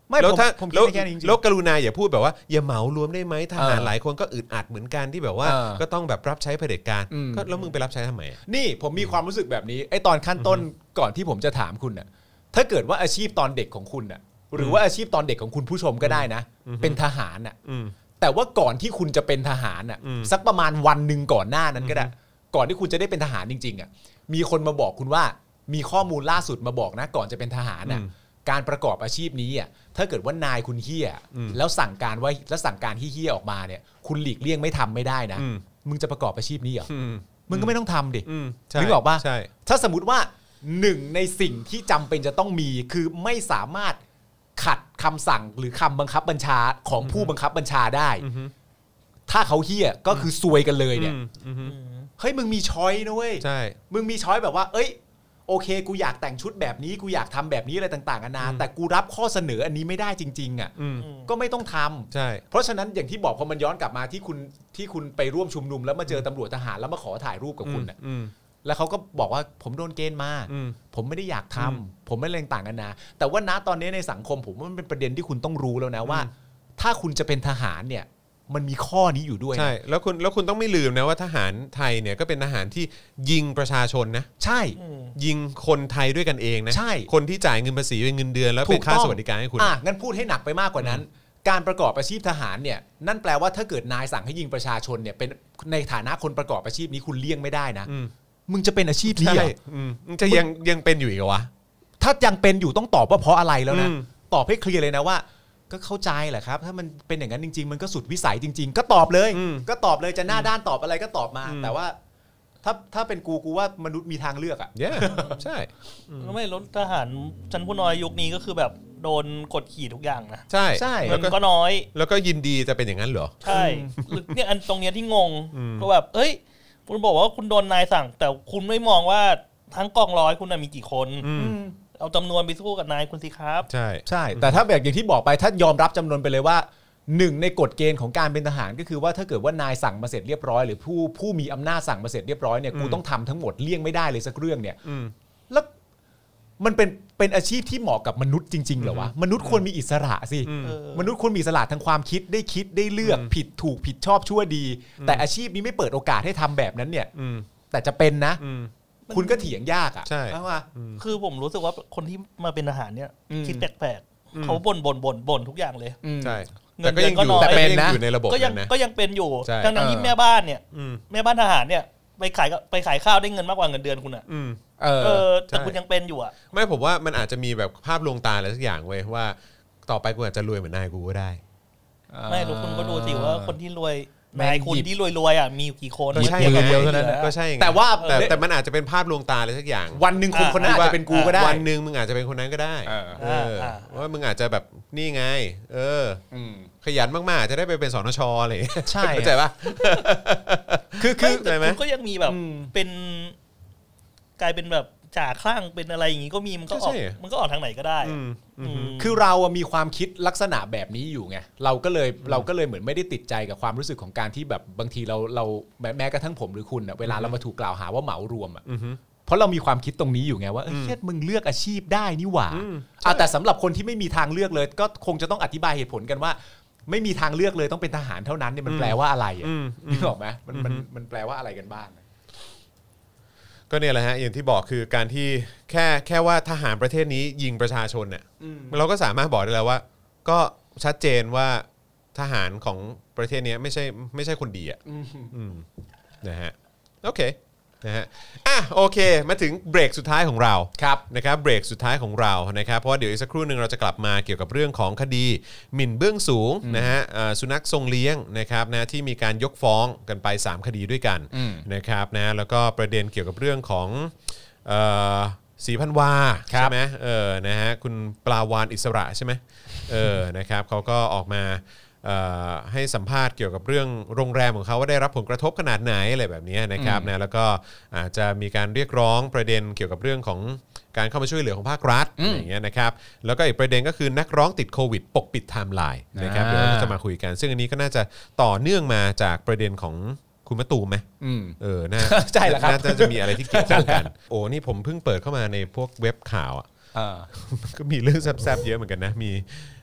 ไม่แล้วถ้าผมผมคิดแล้วแค่นี้จริงๆแล้วกรุณาอย่าพูดแบบว่าอย่าเหมารวมได้ไหมทหารเออหลายคนก็อึดอัดเหมือนกันที่แบบว่าเออก็ต้องแบบรับใช้เผด็จการอืมก็แล้วมึงไปรับใช้ทำไมนี่ผมมีความรู้สึกแบบนี้ไอ้ตอนขั้นต้นก่อนที่ผมจะถามคุณน่ะถ้าเกิดว่าอาชีพตอนเด็กของคุณน่ะหรือว่าอาชีพตอนเด็กของคุณผู้ชมก็ได้นะ เป็นทหารน่ะอืมแต่ว่าก่อนที่คุณจะเป็นทหารน่ะอืมสักประมาณวันหนึ่งก่อนหน้านั้นก็ได้ก่อนที่คุณจะได้เป็นทหารจริงๆอ่ะมีคนมาบอกคุณว่ามีข้อมูลล่าสุดมาบอกนะก่อนจะเป็นทหารน่ะการประกอบอาชีพนี้อ่ะถ้าเกิดว่านายคุณเฮี้ยแล้วสั่งการว่าแล้วสั่งการที่เฮี้ยออกมาเนี่ยคุณหลีกเลี่ยงไม่ทำไม่ได้นะมึงจะประกอบอาชีพนี้เหรออืมมึงก็ไม่ต้องทำดิอืมใช่นึกออกป่ะใช่ถ้าสมมติว่าหนึ่งในสิ่งที่จำเป็นจะต้องมีคือไม่สามารถขัดคำสั่งหรือคำบังคับบัญชาของผู้บังคับบัญชาได้ ถ้าเขาเฮี้ยก็คือซวยกันเลยเนี่ยอืมอืมเฮ้ยมึงมีช้อยนะเว้ยใช่มึงมีช้อยแบบว่า เอ้ยโอเคกูอยากแต่งชุดแบบนี้กูอยากทำแบบนี้อะไรต่างๆนานาแต่กูรับข้อเสนออันนี้ไม่ได้จริงๆอ่ะอืมก็ไม่ต้องทำใช่เพราะฉะนั้นอย่างที่บอกพอมันย้อนกลับมาที่คุณที่คุณไปร่วมชุมนุมแล้วมาเจอตำรวจทหารแล้วมาขอถ่ายรูปกับคุณน่ะอืมแล้วเขาก็บอกว่าผมโดนเกณฑ์มาอืมผมไม่ได้อยากทำผมไม่เล่นต่างกันนะแต่ว่าณตอนนี้ในสังคมผมว่ามันเป็นประเด็นที่คุณต้องรู้แล้วนะว่า ถ้าคุณจะเป็นทหารเนี่ยมันมีข้อนี้อยู่ด้วยนะใช่แล้วคุณแล้วคุณต้องไม่ลืมนะว่าทหารไทยเนี่ยก็เป็นทหารที่ยิงประชาชนนะใช่ยิงคนไทยด้วยกันเองนะใช่คนที่จ่ายเงินภาษีเป็นเงินเดือนแล้วเป็นค่าสวัสดิการให้คุณอ่ะงั้นพูดให้หนักไปมากกว่านั้น การประกอบอาชีพทหารเนี่ยนั่นแปลว่าถ้าเกิดนายสั่งให้ยิงประชาชนเนี่ยเป็นในฐานะคนประกอบอาชีพนี้คุณเลี่ยงไม่ได้นะอืมมึงจะเป็นอาชีพนี้ใช่เหรออืมมึงจะยังยังเป็นอยู่อีกเหรอวะถ้ายังเป็นอยู่ต้องตอบว่าเพราะอะไรแล้วนะอืมตอบให้เคลียร์เลยนะว่า ก็เข้าใจแหละครับ ถ้ามันเป็นอย่างนั้นจริง ๆ มันก็สุดวิสัยจริง ๆ ก็ตอบเลย ก็ตอบเลยจะหน้าด้านตอบอะไรก็ตอบมา แต่ว่า ถ้าถ้าเป็นกูกูว่ามนุษย์มีทางเลือกอ่ะเย้ ใช่ก็ไม่ลดทหารชั้นผู้น้อยยุคนี้ก็คือแบบโดนกดขี่ทุกอย่างนะใช่ใช่เงิแล้วนก็ก็น้อยแล้วก็ยินดีจะเป็นอย่างนั้นเหรอใช่เนี่ยอันตรงเนี้ยที่งงก็แบบเอ้ยคุณบอกว่าคุณโดนนายสั่ง แต่คุณไม่มองว่าทั้งกองร้อยคุณมีกี่คนเอาจำนวนไปสู้กับนายคุณสิครับใช่ใช่ แต่ถ้าแบบอย่างที่บอกไปถ้ายอมรับจำนวนไปเลยว่าหนึ่งในกฎเกณฑ์ของการเป็นทหารก็คือว่าถ้าเกิดว่านายสั่งมาเสร็จเรียบร้อยหรือผู้ผู้มีอำนาจสั่งมาเสร็จเรียบร้อยเนี่ยกูต้องทำทั้งหมดเลี่ยงไม่ได้เลยสักเรื่องเนี่ยแล้วมันเป็นเป็นอาชีพที่เหมาะกับมนุษย์จริงๆเหรอวะมนุษย์ควรมีอิสระสิมนุษย์ควรมีอิสระทางความคิดได้คิดได้เลือกผิดถูกผิดชอบชั่วดี แต่อาชีพนี้ไม่เปิดโอกาสให้ทำแบบนั้นเนี่ยแต่จะเป็นนะคุณก็เถียงยากอ่ะใช่ใช่ป่ะคือผมรู้สึกว่าคนที่มาเป็นทหารเนี่ยอืมคิดแปลกๆเขาบ่นบ่นบ่นบ่นทุกอย่างเลยใช่เงิแต่นก็เดืยัอง นอก็ยู่น้อยแต่ก็ยังแต่เป็นนะอยู่ในระบบก็ยังนั้นนะก็ยังเป็นอยู่ใช่ทั้งๆที่แม่บ้านเนี่ยแม่บ้านทหารเนี่ยไปขายไปขายข้าวได้เงินมากกว่าเงินเดือนคุณอ่ะอืมเออเออแต่ใช่คุณยังเป็นอยู่อ่ะไม่ผมว่ามันอาจจะมีแบบภาพลวงตาอะไรสักอย่างเว้ยว่าต่อไปกูอาจจะรวยเหมือนนายกูก็ได้ไม่รู้คุณก็ดูสิว่าคนที่รวยแม่งนายคุณหยิบที่รวยๆอ่ะมีอยู่กี่คนก็ใช่ทีบไงกับเดียวเท่านั้นที่หลือก็ใช่ไงแต่ว่าแต่แต่มันอาจจะเป็นภาพลวงตาอะไรสักอย่างวันหนึ่งคนคนนั้นอาจจะเป็นกูก็ได้วันหนึ่งมึงอาจจะเป็นคนนั้นก็ได้เออเออว่ามึงอาจจะแบบนี่ไง เออ ขยันมากๆจะได้ไปเป็นสนชอะไรอย่างเงี้ยใช่เข้าใจปะคือคือแต่ใช่ไหมคุณก็ยังมีแบบอืมเป็นกลายเป็นแบบจ่าคลั่งเป็นอะไรอย่างงี้ก็มีมันก็ออกใช่มันก็ออกทางไหนก็ได้อืมอืมคือเราอะมีความคิดลักษณะแบบนี้อยู่ไงเราก็เลยเราก็เลยเหมือนไม่ได้ติดใจกับความรู้สึกของการที่แบบบางทีเราเราแม้แม้กระทั่งผมหรือคุณอะเวลาเรามาถูกกล่าวหาว่าเหมารวมอะเพราะเรามีความคิดตรงนี้อยู่ไงว่าเอ้ยเฮ้ยมึงเลือกอาชีพได้นี่หว่าอ่ะแต่สำหรับคนที่ไม่มีทางเลือกเลย ก็คงจะต้องอธิบายเหตุผลกันว่า ไม่มีทางเลือกเลยต้องเป็นทหารเท่านั้นเนี่ยมันแปลว่าอะไรอะอืมนึกออกไหมมันมันมันแปลว่าอะไรกันบ้างก็เนี่ยแหละฮะอย่างที่บอกคือการที่แค่แค่ว่าทหารประเทศนี้ยิงประชาชนเนี่ยเราก็สามารถบอกได้แล้วว่า ก็ชัดเจนว่าทหารของประเทศนี้ไม่ใช่ไม่ใช่คนดีอ่ะอืมนะฮะโอเคนะฮะอ่ะโอเคมาถึงเบรกสุดท้ายของเราครับนะครับเบรกสุดท้ายของเรานะครับเพราะว่าเดี๋ยวอีกสักครู่หนึ่งเราจะกลับมาเกี่ยวกับเรื่องของคดีหมิ่นเบื้องสูงนะฮะเอ่อสุนัขทรงเลี้ยงนะครับนะที่มีการยกฟ้องกันไปสามคดีด้วยกันนะครับนะแล้วก็ประเด็นเกี่ยวกับเรื่องของเอ่อศรีพันวาใช่ไหมเออนะฮะคุณปลาวานอิสระใช่ไหมเออนะครับเขาก็ออกมาเอ่อให้สัมภาษณ์เกี่ยวกับเรื่องโรงแรมของเขาว่าได้รับผลกระทบขนาดไหนอะไรแบบนี้นะครับนะแล้วก็อาจจะมีการเรียกร้องประเด็นเกี่ยวกับเรื่องของการเข้ามาช่วยเหลือของภาครัฐอย่างเงี้ยนะครับแล้วก็อีกประเด็นก็คือนักร้องติดโควิดปกปิดไทม์ไลน์นะครับเดี๋ยวเราจะมาคุยกันซึ่งอันนี้ก็น่าจะต่อเนื่องมาจากประเด็นของคุณมะตูมไหมเออน่าใช่แหละครับน่าจะมีอะไรที่เกี่ยวข้องกันโอ้นี่ผมเพิ่งเปิดเข้ามาในพวกเว็บข่าวอ่ะก็มีเรื่องแซ่บๆเยอะเหมือนกันนะมี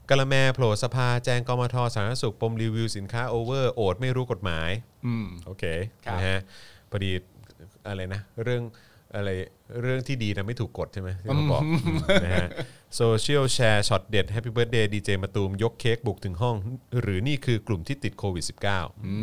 กะละแมโผล่สภาแจ้งกมทสาธารณสุขปมรีวิวสินค้าโอเวอร์โอดไม่รู้กฎหมายอืมโอเคครับนะฮะพอดีอะไรนะเรื่องอะไรเรื่องที่ดีนะไม่ถูกกฎใช่ไหมที่เขาบอกนะฮะโซเชียลแชร์ช็อตเด็ดแฮปปี้เบิร์ธเดย์ดีเจมะตูมยกเค้กบุกถึงห้อง หรือนี่คือกลุ่มที่ติดโควิด สิบเก้าอื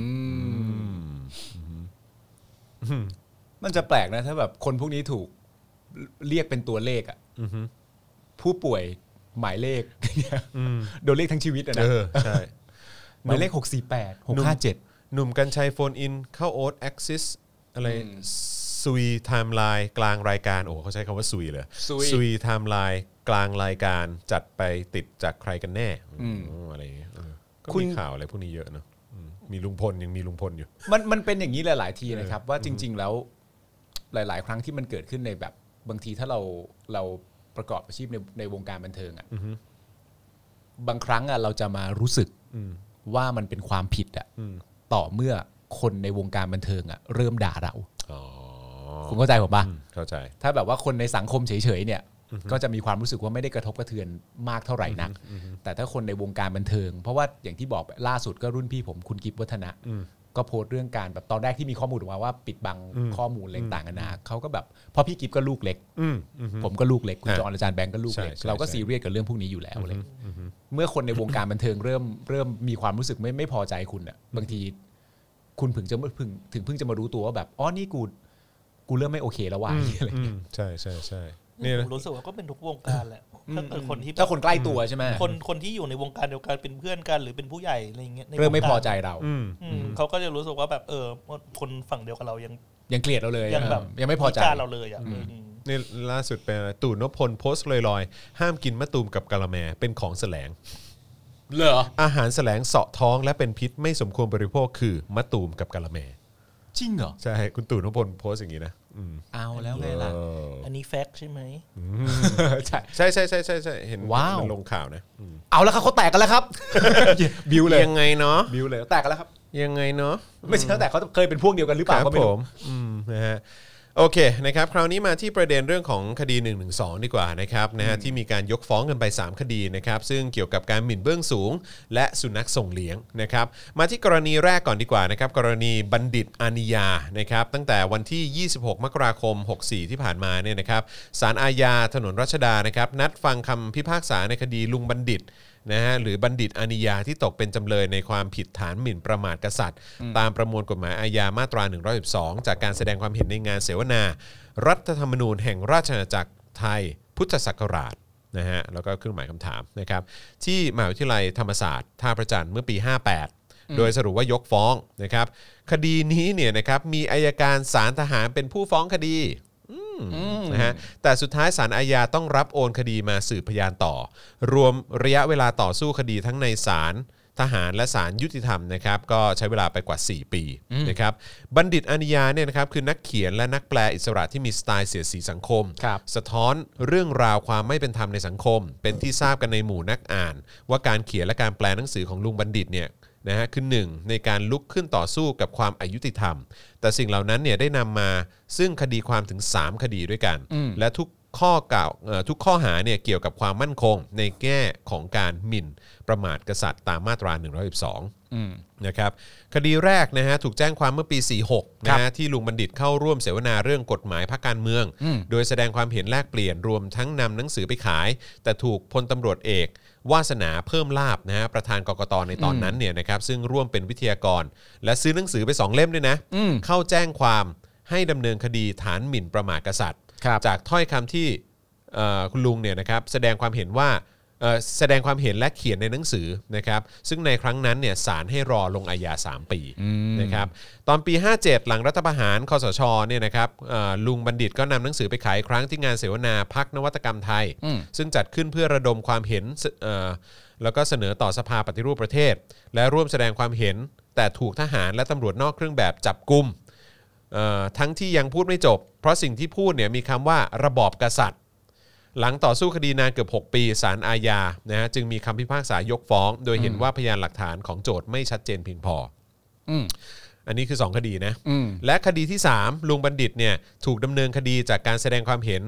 มมันจะแปลกนะถ้าแบบคนพวกนี้ถูกเรียกเป็นตัวเลขอ่ะผู้ป่วยหมายเลขโดนเรียกทั้งชีวิตอะนะเออใช่หมายเลขหกสี่แปด หกห้าเจ็ดหนุ่มกัญชัยโฟนอินเข้าโอ๊ตแอคซิสอะไรซุยไทม์ไลน์กลางรายการโอ้เขาใช้คำว่าซุยเลยซุยซุยไทม์ไลน์กลางรายการจัดไปติดจากใครกันแน่อืมอะไรอย่างเงี้ยเออก็มีข่าวอะไรพวกนี้เยอะเนอะอืมมีลุงพลยังมีลุงพลอยู่มันมันเป็นอย่างนี้หลายๆทีนะครับว่าจริง ๆ แล้วหลาย ๆ ครั้งที่มันเกิดขึ้นในแบบบางทีถ้าเราเราประกอบอาชีพในในวงการบันเทิงอ่ะบางครั้งอ่ะเราจะมารู้สึกว่ามันเป็นความผิดอ่ะต่อเมื่อคนในวงการบันเทิงอ่ะเริ่มด่าเราคุณเข้าใจผมป่ะเข้าใจถ้าแบบว่าคนในสังคมเฉยๆเนี่ยก็จะมีความรู้สึกว่าไม่ได้กระทบกระเทือนมากเท่าไหร่นักแต่ถ้าคนในวงการบันเทิงเพราะว่าอย่างที่บอกล่าสุดก็รุ่นพี่ผมคุณกิฟต์วัฒนะก็โพสต์เรื่องการแบบตอนแรกที่มีข้อมูลออกมาว่าปิดบังข้อมูลอะไรต่างๆนานาเขาก็แบบเพราะพี่กิฟต์ก็ลูกเล็กผมก็ลูกเล็กคุณจอห์นอาจารย์แบงก์ก็ลูกเล็กเราก็ซีเรียสกับเรื่องพวกนี้อยู่แล้วเลยเมื่อคนในวงการบันเทิงเริ่มเริ่มมีความรู้สึกไม่ไม่พอใจคุณอ่ะบางทีคุณถึงจะถึงถึงเพิ่งจะมารู้ตัวว่าแบบอ๋อนี่กูกูเริ่มไม่โอเคแล้วว่ะอะไรอย่างเงี้ยใช่ใช่ใช่นี่ผมรู้สึกว่าก็เป็นทุกวงการแหละถ้าเกิดคนที่ถ้าคนใกล้ตัวใช่ไหมคนคนที่อยู่ในวงการเดียวกันเป็นเพื่อนกันหรือเป็นผู้ใหญ่อะไรอย่างเงี้ยเริ่มไม่พอใจเราเขาก็จะรู้สึกว่าแบบเออคนฝั่งเดียวกับเรายังยังเกลียดเราเลยยังแบบยังไม่พอใจเราเลยอ่ะนี่ล่าสุดเป็นตู่นพพลโพสต์ลอยๆห้ามกินมะตูมกับกะละแมเป็นของแสลงเหรออาหารแสลงเสาะท้องและเป็นพิษไม่สมควรบริโภคคือมะตูมกับกะละแมจริงเหรอใช่คุณตู่นพพลโพสต์อย่างนี้นะเอาแล้วไงล่ะอันนี้แฟกต์ใช่ไหมใช่ใช่ใช่ใช่ใช่ใช่เห็นมันลงข่าวนะเอาแล้วครับเขาแตกกันแล้วครับบิวเลยยังไงเนาะบิวเลยแตกกันแล้วครับยังไงเนาะไม่ใช่แต่เขาเคยเป็นพวกเดียวกันหรือเปล่าก็ไม่รู้นะฮะโอเคนะครับคราวนี้มาที่ประเด็นเรื่องของคดีหนึ่งหนึ่งสองดีกว่านะครับนะฮะที่มีการยกฟ้องกันไปสามคดีนะครับซึ่งเกี่ยวกับการหมิ่นเบื้องสูงและสุนัขส่งเลี้ยงนะครับมาที่กรณีแรกก่อนดีกว่านะครับกรณีบัณฑิตอานิยานะครับตั้งแต่วันที่ยี่สิบหกมกราคมหกสี่ที่ผ่านมาเนี่ยนะครับศาลอาญาถนนรัชดานะครับนัดฟังคำพิพากษาในคดีลุงบัณฑิตนะฮะหรือบัณฑิตอานิยาที่ตกเป็นจำเลยในความผิดฐานหมิ่นประมาทกษัตริย์ตามประมวลกฎหมายอาญามาตราหนึ่งร้อยสิบสองจากการแสดงความเห็นในงานเสวนารัฐธรรมนูญแห่งราชอาณาจักรไทยพุทธศักราชนะฮะแล้วก็เครื่องหมายคำถามนะครับที่มหาวิทยาลัยธรรมศาสตร์ท่าพระจันทร์เมื่อปีห้าแปดโดยสรุปว่ายกฟ้องนะครับคดีนี้เนี่ยนะครับมีอัยการศาลทหารเป็นผู้ฟ้องคดีนะฮะแต่สุดท้ายศาลอาญาต้องรับโอนคดีมาสืบพยานต่อรวมระยะเวลาต่อสู้คดีทั้งในศาลทหารและศาลยุติธรรมนะครับก็ใช้เวลาไปกว่าสี่ปีนะครับบัณฑิตอานิยาเนี่ยนะครับคือนักเขียนและนักแปลอิสระที่มีสไตล์เสียดสีสังคมสะท้อนเรื่องราวความไม่เป็นธรรมในสังคมเป็นที่ทราบกันในหมู่นักอ่านว่าการเขียนและการแปลหนังสือของลุงบัณฑิตเนี่ยนะฮะคือหนึ่งในการลุกขึ้นต่อสู้กับความอายุติธรรมแต่สิ่งเหล่านั้นเนี่ยได้นำมาซึ่งคดีความถึงสามคดีด้วยกันและทุกข้อกล่าวทุกข้อหาเนี่ยเกี่ยวกับความมั่นคงในแง่ของการหมิ่นประมาทกษัตริย์ตามมาตราหนึ่งร้อยสิบสองนะครับคดีแรกนะฮะถูกแจ้งความเมื่อปีสี่สิบหกนะฮะที่ลุงบัณฑิตเข้าร่วมเสวนาเรื่องกฎหมายพรรคการเมืองโดยแสดงความเห็นแลกเปลี่ยนรวมทั้งนำหนังสือไปขายแต่ถูกพลตำรวจเอกวาสนาเพิ่มลาภนะฮะประธานกกต.ในตอนนั้นเนี่ยนะครับซึ่งร่วมเป็นวิทยากรและซื้อหนังสือไปสองเล่มด้วยนะเข้าแจ้งความให้ดำเนินคดีฐานหมิ่นประมาทกษัตริย์จากถ้อยคำที่คุณลุงเนี่ยนะครับแสดงความเห็นว่าแสดงความเห็นและเขียนในหนังสือนะครับซึ่งในครั้งนั้นเนี่ยศาลให้รอลงอาญาสามปีนะครับตอนปีห้าเจ็ดหลังรัฐประหารคสชเนี่ยนะครับลุงบัณฑิตก็นำหนังสือไปขายครั้งที่งานเสวนาพรรคนวัตกรรมไทยซึ่งจัดขึ้นเพื่อระดมความเห็นแล้วก็เสนอต่อสภาปฏิรูปประเทศและร่วมแสดงความเห็นแต่ถูกทหารและตำรวจนอกเครื่องแบบจับกุมทั้งที่ยังพูดไม่จบเพราะสิ่งที่พูดเนี่ยมีคำว่าระบอบกษัตริย์หลังต่อสู้คดีนานเกือบหกปีศาลอาญานะฮะจึงมีคำพิพากษายกฟ้องโดยเห็นว่าพยานหลักฐานของโจทย์ไม่ชัดเจนเพียงพออืมอันนี้คือสองคดีนะและคดีที่สามลุงบัณฑิตเนี่ยถูกดำเนินคดีจากการแสดงความเห็น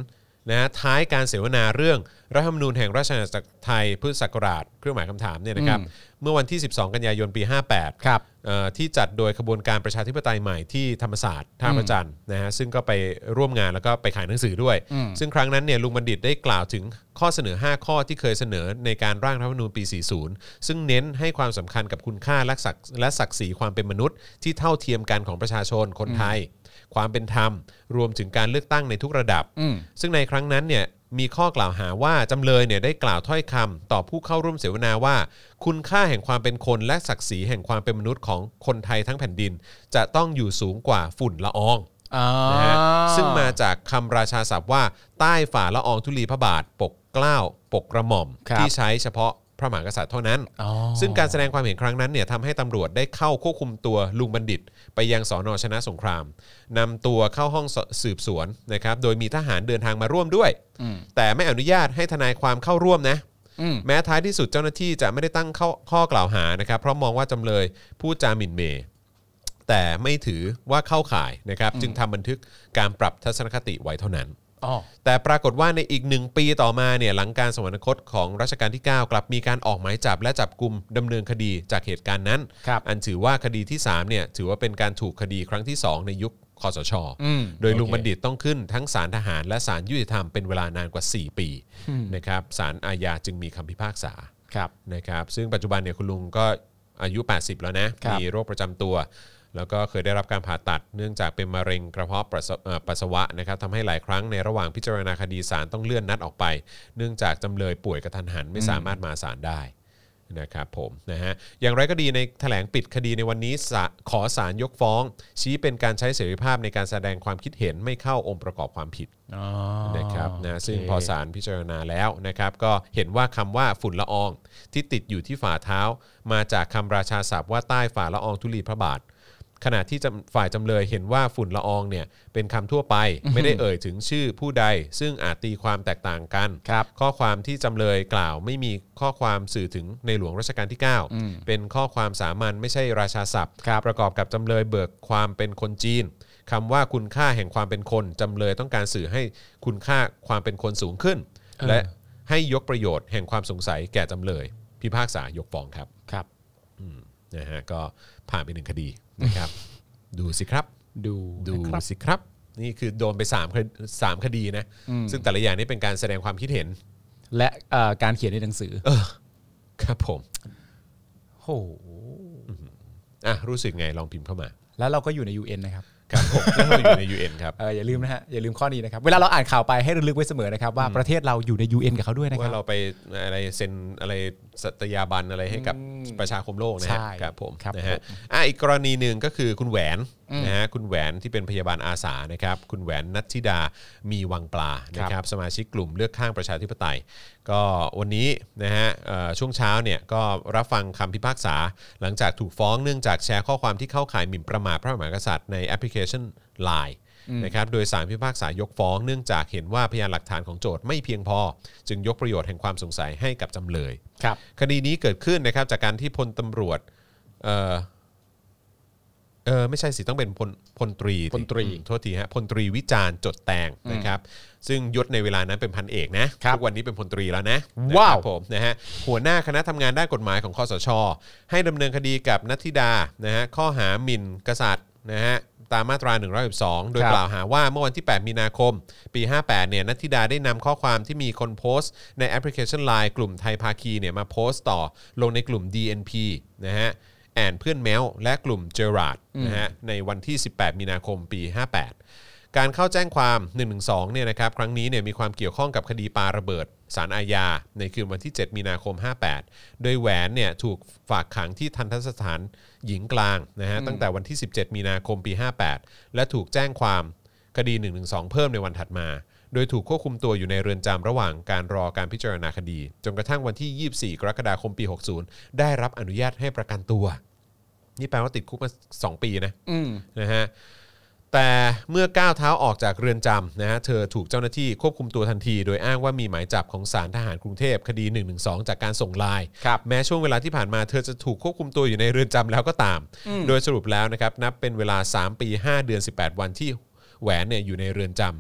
นะฮะท้ายการเสวนาเรื่องรัฐธรรมนูญแห่งราชอาณาจักรไทยพุทธศักราชเครื่องหมายคำถามเนี่ยนะครับเมื่อวันที่สิบสองกันยายนปีห้าแปดครับที่จัดโดยขบวนการประชาธิปไตยใหม่ที่ธรรมศาสตร์ท่าพระจันทร์นะฮะซึ่งก็ไปร่วมงานแล้วก็ไปขายหนังสือด้วยซึ่งครั้งนั้นเนี่ยลุงบัณฑิตได้กล่าวถึงข้อเสนอห้าข้อที่เคยเสนอในการร่างรัฐธรรมนูญปีสี่สิบซึ่งเน้นให้ความสำคัญกับคุณค่าและศักดิ์และศักดิ์ศรีความเป็นมนุษย์ที่เท่าเทียมกันของประชาชนคนไทยความเป็นธรรมรวมถึงการเลือกตั้งในทุกระดับซึ่งในครั้งนั้นเนี่ยมีข้อกล่าวหาว่าจำเลยเนี่ยได้กล่าวถ้อยคำต่อผู้เข้าร่วมเสวนาว่าคุณค่าแห่งความเป็นคนและศักดิ์ศรีแห่งความเป็นมนุษย์ของคนไทยทั้งแผ่นดินจะต้องอยู่สูงกว่าฝุ่นละอองนะฮะซึ่งมาจากคำราชาศัพท์ว่าใต้ฝ่าละอองธุลีพระบาทปกเกล้าปกกระหม่อมที่ใช้เฉพาะพระมหากษัตริย์เท่านั้นซึ่งการแสดงความเห็นครั้งนั้นเนี่ยทำให้ตำรวจได้เข้าควบคุมตัวลุงบัณฑิตไปยังสน.ชนะสงครามนำตัวเข้าห้องสืบสวนนะครับโดยมีทหารเดินทางมาร่วมด้วยแต่ไม่อนุญาตให้ทนายความเข้าร่วมนะแม้ท้ายที่สุดเจ้าหน้าที่จะไม่ได้ตั้งข้อกล่าวหานะครับเพราะมองว่าจำเลยพูดจาหมิ่นเหม่แต่ไม่ถือว่าเข้าข่ายนะครับจึงทำบันทึกการปรับทัศนคติไว้เท่านั้นแต่ปรากฏว่าในอีกหนึ่งปีต่อมาเนี่ยหลังการสวรรคตของรัชกาลที่เก้ากลับมีการออกหมายจับและจับกุมดำเนินคดีจากเหตุการณ์นั้นอันถือว่าคดีที่สามเนี่ยถือว่าเป็นการถูกคดีครั้งที่สองในยุคคสช.โดยลุงบัณฑิตต้องขึ้นทั้งศาลทหารและศาลยุติธรรมเป็นเวลานานกว่าสี่ปีนะครับศาลอาญาจึงมีคำพิพากษานะครับซึ่งปัจจุบันเนี่ยคุณลุงก็อายุแปดสิบแล้วนะมีโรคประจำตัวแล้วก็เคยได้รับการผ่าตัดเนื่องจากเป็นมะเร็งกระเพาะปัสสาวะนะครับทำให้หลายครั้งในระหว่างพิจารณาคดีศาลต้องเลื่อนนัดออกไปเนื่องจากจำเลยป่วยกระทันหันไม่สามารถมาศาลได้นะครับผมนะฮะอย่างไรก็ดีในแถลงปิดคดีในวันนี้ขอศาลยกฟ้องชี้เป็นการใช้เสรีภาพในการแสดงความคิดเห็นไม่เข้าองค์ประกอบความผิดนะครับนะซึ่งพอศาลพิจารณาแล้วนะครับก็เห็นว่าคำว่าฝุ่นละอองที่ติดอยู่ที่ฝ่าเท้ามาจากคำราชาศัพท์ว่าใต้ฝ่าละอองธุลีพระบาทขณะที่ฝ่ายจำเลยเห็นว่าฝุ่นละอองเนี่ยเป็นคำทั่วไปไม่ได้เอ่ยถึงชื่อผู้ใดซึ่งอาจตีความแตกต่างกันข้อความที่จำเลยกล่าวไม่มีข้อความสื่อถึงในหลวงรัชกาลที่เก้าเป็นข้อความสามัญไม่ใช่ราชาศัพท์ประกอบกับจำเลยเบิกความเป็นคนจีนคำว่าคุณค่าแห่งความเป็นคนจำเลยต้องการสื่อให้คุณค่าความเป็นคนสูงขึ้นและให้ยกประโยชน์แห่งความสงสัยแก่จำเลยพิพากษายกฟ้องครับครับนะฮะก็ผ่านไปหนึ่งคดีนะครับดูสิครับดูดูสิครับนี่คือโดนไปสามสามคดีนะซึ่งแต่ละอย่างนี้เป็นการแสดงความคิดเห็นและการเขียนในหนังสือเออครับผมโหอ่ะรู้สึกไงลองพิมพ์เข้ามาแล้วเราก็อยู่ใน ยู เอ็น นะครับครับผมแล้วเราอยู่ใน ยู เอ็น ครับเอออย่าลืมนะฮะอย่าลืมข้อนี้นะครับเวลาเราอ่านข่าวไปให้ระลึกไว้เสมอนะครับว่าประเทศเราอยู่ใน ยู เอ็น กับเขาด้วยนะครับว่าเราไปอะไรเซ็นอะไรสัตยาบันอะไรให้กับประชาคมโลกนะฮะครับผมนะฮะอ่ะอีกกรณีหนึ่งก็คือคุณแหวนนะฮะคุณแหวนที่เป็นพยาบาลอาสานะครับคุณแหวนนัทธิดามีวังปลานะครับสมาชิกกลุ่มเลือกข้างประชาธิปไตยก็วันนี้นะฮะช่วงเช้าเนี่ยก็รับฟังคำพิพากษาหลังจากถูกฟ้องเนื่องจากแชร์ข้อความที่เข้าข่ายหมิ่นประมาทพระมหากษัตริย์ในแอปพลิเคชัน ไลน์ นะครับโดยศาลพิพากษายกฟ้องเนื่องจากเห็นว่าพยานหลักฐานของโจทก์ไม่เพียงพอจึงยกประโยชน์แห่งความสงสัยให้กับจำเลยครับคดีนี้เกิดขึ้นนะครับจากการที่พลตำรวจเอ่อเออไม่ใช่สิต้องเป็นพลพลตรีพลตรีโทษทีฮะพลตรีวิจารณ์จดแตงนะครับซึ่งยศในเวลานั้นเป็นพันเอกนะทุกวันนี้เป็นพลตรีแล้วนะว้าวผมนะฮะหัวหน้าคณะทำงานด้านกฎหมายของคสช.ให้ดำเนินคดีกับนัทธิดานะฮะข้อหาหมิ่นกษัตริย์นะฮะตามมาตราหนึ่งร้อยสิบสองโดยกล่าวหาว่าเมื่อวันที่แปดมีนาคมปีห้าแปดเนี่ยนัทธิดาได้นำข้อความที่มีคนโพสต์ในแอปพลิเคชัน ไลน์ กลุ่มไทยภาคีเนี่ยมาโพสต์ต่อลงในกลุ่ม ดี เอ็น พี นะฮะแอนเพื่อนแมวและกลุ่มเจอราร์ดนะฮะในวันที่สิบแปดมีนาคมปีห้าแปดการเข้าแจ้งความหนึ่งหนึ่งสองเนี่ยนะครับครั้งนี้เนี่ยมีความเกี่ยวข้องกับคดีปาระเบิดศาลอาญาในคืนวันที่เจ็ดมีนาคมห้าแปดโดยแหวนเนี่ยถูกฝากขังที่ทันตสถานหญิงกลางนะฮะตั้งแต่วันที่สิบเจ็ดมีนาคมปีห้าแปดและถูกแจ้งความคดีหนึ่งหนึ่งสองเพิ่มในวันถัดมาโดยถูกควบคุมตัวอยู่ในเรือนจำระหว่างการรอการพิจารณาคดีจนกระทั่งวันที่ยี่สิบสี่กรกฎาคมปีหกสิบได้รับอนุญาตให้ประกันตัวนี่แปลว่าติดคุกมาสองปีนะนะฮะแต่เมื่อก้าวเท้าออกจากเรือนจำนะฮะเธอถูกเจ้าหน้าที่ควบคุมตัวทันทีโดยอ้างว่ามีหมายจับของศาลทหารกรุงเทพคดีหนึ่งหนึ่งสองจากการส่งไลน์แม้ช่วงเวลาที่ผ่านมาเธอจะถูกควบคุมตัวอยู่ในเรือนจำแล้วก็ตามโดยสรุปแล้วนะครับนับเป็นเวลาสามปีห้าเดือนสิบแปดวันที่แหวนเนี่ยอยู่ในเรือนจำ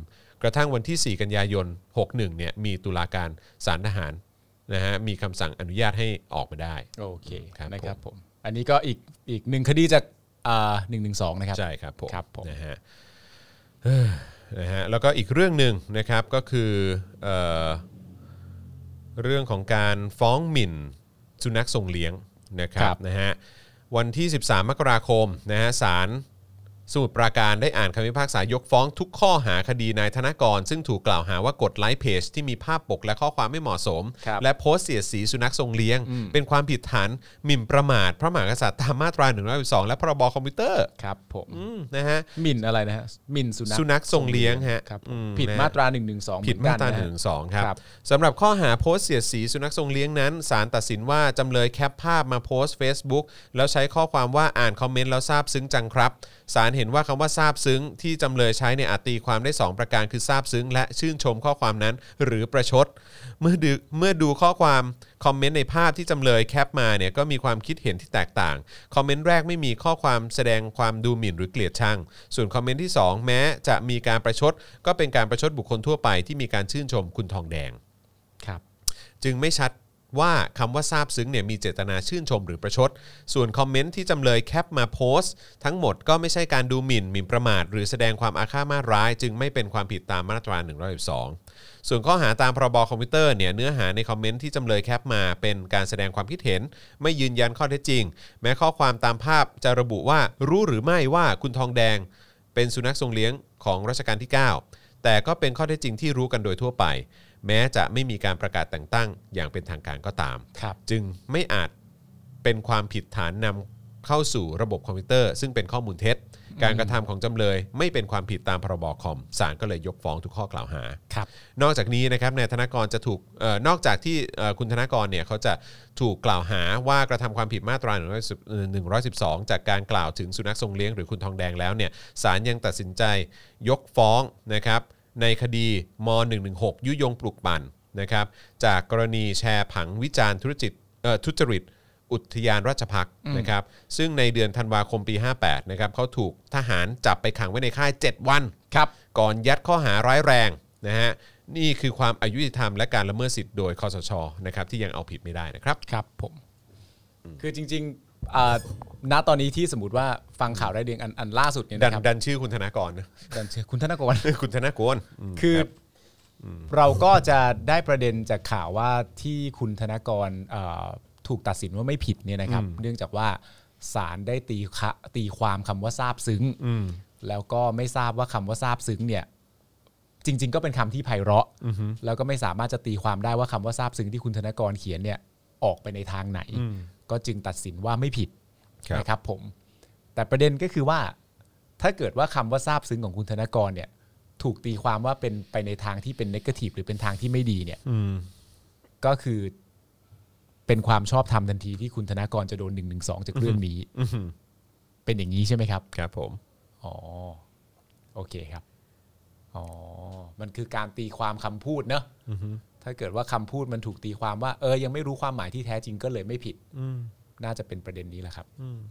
กระทั่งวันที่สี่กันยายนหกสิบเอ็ดเนี่ยมีตุลาการศาลทหารนะฮะมีคำสั่งอนุญาตให้ออกมาได้โอเคครับนะครับผมอันนี้ก็อีกอีกหนึ่งคดีจากอ่าหนึ่งหนึ่งสองนะครับใช่ครับผมครับผมนะฮะนะฮะแล้วก็อีกเรื่องหนึ่งนะครับก็คือเอ่อเรื่องของการฟ้องหมิ่นสุนัขทรงเลี้ยงนะครับนะฮะวันที่สิบสามมกราคมนะฮะศาลสมุทรปราการได้อ่านคำพิพากษายกฟ้องทุกข้อหาคดีนายธนกรซึ่งถูกกล่าวหาว่ากดไลค์เพจที่มีภาพปกและข้อความไม่เหมาะสมและโพสต์เสียดสีสุนัขทรงเลี้ยงเป็นความผิดฐานหมิ่นประมาทพระมหากษัตริย์ตามมาตราหนึ่งร้อยสิบสองและพรบคอมพิวเตอร์ครับผมนะฮะหมิ่นอะไรนะฮะหมิ่นสุนัขสุนัขทรงเลี้ยงฮะผิดมาตราหนึ่งหนึ่งสองผิดมาตราหนึ่งหนึ่งสองครับสำหรับข้อหาโพสต์เสียดสีสุนัขทรงเลี้ยงนั้นศาลตัดสินว่าจำเลยแคปภาพมาโพสต์ Facebook แล้วใช้ข้อความว่าอ่านคอมเมนต์แล้วซาบซึ้งจังครับศาลเห็นว่าคำว่าซาบซึ้งที่จำเลยใช้ในอาจตีความได้สองประการคือซาบซึ้งและชื่นชมข้อความนั้นหรือประชดเมื่อดูเมื่อดูข้อความคอมเมนต์ในภาพที่จำเลยแคปมาเนี่ยก็มีความคิดเห็นที่แตกต่างคอมเมนต์แรกไม่มีข้อความแสดงความดูหมิ่นหรือเกลียดชังส่วนคอมเมนต์ที่สองแม้จะมีการประชดก็เป็นการประชดบุคคลทั่วไปที่มีการชื่นชมคุณทองแดงครับจึงไม่ชัดว่าคำว่าซาบซึ้งเนี่ยมีเจตนาชื่นชมหรือประชดส่วนคอมเมนต์ที่จำเลยแคปมาโพสต์ทั้งหมดก็ไม่ใช่การดูหมิ่นหมิ่นประมาทหรือแสดงความอาฆาตมาร้ายจึงไม่เป็นความผิดตามมาตราหนึ่งร้อยสิบสองส่วนข้อหาตามพรบคอมพิวเตอร์เนี่ยเนื้อหาในคอมเมนต์ที่จำเลยแคปมาเป็นการแสดงความคิดเห็นไม่ยืนยันข้อเท็จจริงแม้ข้อความตามภาพจะระบุว่ารู้หรือไม่ว่าคุณทองแดงเป็นสุนัขทรงเลี้ยงของรัชกาลที่เก้าแต่ก็เป็นข้อเท็จจริงที่รู้กันโดยทั่วไปแม้จะไม่มีการประกาศแต่งตั้งอย่างเป็นทางการก็ตามจึงไม่อาจเป็นความผิดฐานนำเข้าสู่ระบบคอมพิวเตอร์ซึ่งเป็นข้อมูลเท็จการกระทำของจำเลยไม่เป็นความผิดตามพรบคอมศาลก็เลยยกฟ้องทุกข้อกล่าวหานอกจากนี้นะครับนายธนกรจะถูกเอ่อนอกจากที่เอ่อคุณธนกรเนี่ยเขาจะถูกกล่าวหาว่ากระทำความผิดมาตราหนึ่งร้อยสิบสองจากการกล่าวถึงสุนัขทรงเลี้ยงหรือคุณทองแดงแล้วเนี่ยศาลยังตัดสินใจยกฟ้องนะครับในคดีมหนึ่งหนึ่งหกยุยงปลุกปั่นนะครับจากกรณีแชร์ผังวิจารณ์ธุรกิจเอ่อทุจริตอุทยานราชภัฏนะครับซึ่งในเดือนธันวาคมปีห้าสิบแปดนะครับเขาถูกทหารจับไปขังไว้ในค่ายเจ็ดวันครับก่อนยัดข้อหาร้ายแรงนะฮะนี่คือความอายุติธรรมและการละเมิดสิทธิ์โดยคสช.นะครับที่ยังเอาผิดไม่ได้นะครับครับผมคือจริงๆณตอนนี้ที่สมมติว่าฟังข่าวได้เดือนอันอันล่าสุดเนี่ยนะครับดันชื่อคุณธนกรนะดันชื่อคุณธนกรคุณธนกรคือเราก็จะได้ประเด็นจากข่าวว่าที่คุณธนกรถูกตัดสินว่าไม่ผิดเนี่ยนะครับเนื่องจากว่าศาลได้ตีตีความคำว่าซาบซึ้งแล้วก็ไม่ทราบว่าคำว่าซาบซึ้งเนี่ยจริงๆก็เป็นคำที่ไพเราะแล้วก็ไม่สามารถจะตีความได้ว่าคำว่าซาบซึ้งที่คุณธนกรเขียนเนี่ยออกไปในทางไหนก็จึงตัดสินว่าไม่ผิดนะครับผมแต่ประเด็นก็คือว่าถ้าเกิดว่าคำว่าซาบซึ้งของคุณธนกรเนี่ยถูกตีความว่าเป็นไปในทางที่เป็นเนกาทีฟหรือเป็นทางที่ไม่ดีเนี่ยก็คือเป็นความชอบธรรมทันทีที่คุณธนกรจะโดนหนึ่งหนึ่งสองจากเรื่องนี้เป็นอย่างนี้ใช่ไหมครับครับผมอ๋อโอเคครับอ๋อมันคือการตีความคำพูดเนอะถ้าเกิดว่าคำพูดมันถูกตีความว่าเออยังไม่รู้ความหมายที่แท้จริงก็เลยไม่ผิดน่าจะเป็นประเด็นนี้แหละครับ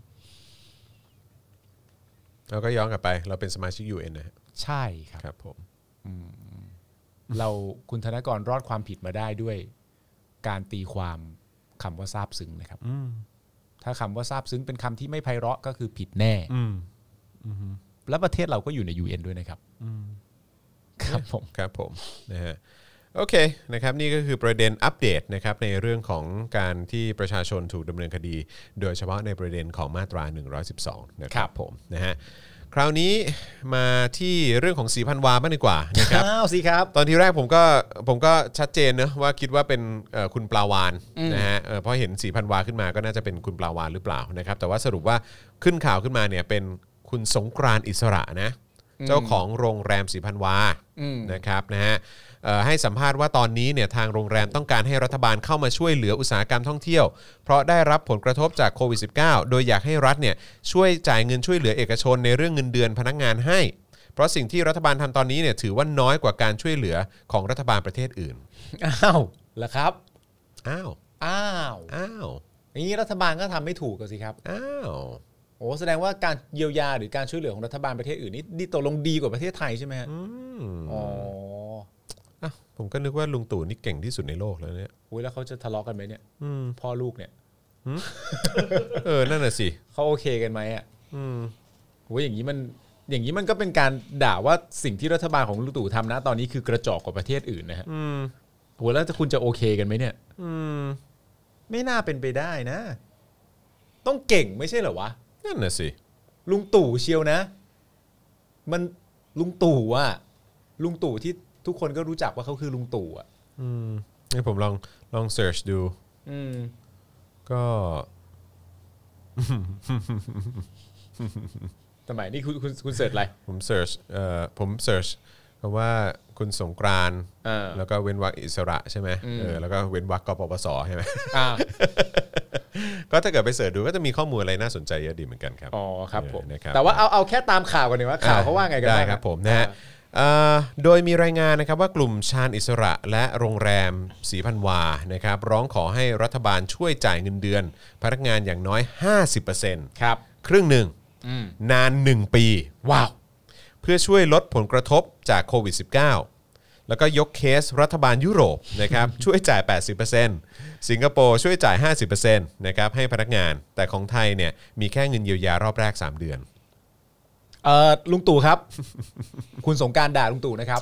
เราก็ย้อนกลับไปเราเป็นสมาชิก ยู เอ็น นะใช่ครับครับผมเราคุณธนกรรอดความผิดมาได้ด้วยการตีความคำว่าซาบซึ้งนะครับถ้าคำว่าซาบซึ้งเป็นคำที่ไม่ไพเราะก็คือผิดแน่และประเทศเราก็อยู่ใน ยู เอ็น ด้วยนะครับครับผมครับผมนะฮะโอเคนะครับนี่ก็คือประเด็นอัปเดตนะครับในเรื่องของการที่ประชาชนถูกดำเนินคดีโดยเฉพาะในประเด็นของมาตราหนึ่งร้อยสิบสองนะครับผมนะฮะคราวนี้มาที่เรื่องของสีพันวาบ้างดีกว่านะครับอ้าวสิครับตอนที่แรกผมก็ผมก็ชัดเจนนะว่าคิดว่าเป็นคุณปลาวานนะฮะเพราะเห็นสีพันวาขึ้นมาก็น่าจะเป็นคุณปลาวานหรือเปล่านะครับแต่ว่าสรุปว่าขึ้นข่าวขึ้นมาเนี่ยเป็นคุณสงกรานต์อิสระนะเจ้าของโรงแรมสีพันวานะครับนะฮะให้สัมภาษณ์ว่าตอนนี้เนี่ยทางโรงแรมต้องการให้รัฐบาลเข้ามาช่วยเหลืออุตสาหกรรมท่องเที่ยวเพราะได้รับผลกระทบจากโควิด สิบเก้า โดยอยากให้รัฐเนี่ยช่วยจ่ายเงินช่วยเหลือเอกชนในเรื่องเงินเดือนพนักงานให้เพราะสิ่งที่รัฐบาลทำตอนนี้เนี่ยถือว่าน้อยกว่าการช่วยเหลือของรัฐบาลประเทศอื่นอ้าวเหรอครับอ้าวอ้าวอ้าวอย่างนี้รัฐบาลก็ทำไม่ถูกกันสิครับอ้าวโอ้แสดงว่าการเยียวยาหรือการช่วยเหลือของรัฐบาลประเทศอื่นนี่นี่ตกลงดีกว่าประเทศไทยใช่ไหมฮะอ๋ออ่ะผมก็นึกว่าลุงตู่นี่เก่งที่สุดในโลกแล้วเนี่ยอุ้ยแล้วเขาจะทะเลาะกันไหมเนี่ยพ่อลูกเนี่ยเออนั่นน่ะสิเขาโอเคกันไหมอ่ะโอ้ยอย่างนี้มันอย่างนี้มันก็เป็นการด่าว่าสิ่งที่รัฐบาลของลุงตู่ทำนะตอนนี้คือกระจอกกว่าประเทศอื่นนะฮะโหแล้วคุณจะโอเคกันไหมเนี่ยไม่น่าเป็นไปได้นะต้องเก่งไม่ใช่เหรอวะนั่นน่ะสิลุงตู่เชียวนะมันลุงตู่อ่ะลุงตู่ที่ทุกคนก็รู้จักว่าเขาคือลุงตู่อ่ะอืมให้ผมลองลองเสิร์ชดูอืมก็ทำไมนี่คุณคุณคุณเสิร์ชอะไรผมเสิร์ชเอ่อผมเสิร์ชเพราะว่าคุณสงกรานต์แล้วก็เว้นวรรคอิสระใช่ไหมเออแล้วก็เว้นวรรคกปปสใช่ไหมก็ถ้าเกิดไปเสิร์ชดูก็จะมีข้อมูลอะไรน่าสนใจเยอะดีเหมือนกันครับอ๋อครับผมแต่ว่าเอาเอาแค่ตามข่าวกันดีว่าข่าวเขาว่าไงกันได้ครับผมนะฮะโดยมีรายงานนะครับว่ากลุ่มชาญอิสระและโรงแรมศรีพันวานะครับร้องขอให้รัฐบาลช่วยจ่ายเงินเดือนพนักงานอย่างน้อย ห้าสิบเปอร์เซ็นต์ครับครึ่งหนึ่งนานหนึ่งปีว้าวเพื่อช่วยลดผลกระทบจากโควิด สิบเก้า แล้วก็ยกเคสรัฐบาลยุโรปนะครับ ช่วยจ่าย แปดสิบเปอร์เซ็นต์ สิงคโปร์ช่วยจ่าย ห้าสิบเปอร์เซ็นต์ นะครับให้พนักงานแต่ของไทยเนี่ยมีแค่เงินเยียวยารอบแรกสามเดือนเอ่อลุงตู่ครับ คุณสงกรานต์ด่าลุงตู่นะครับ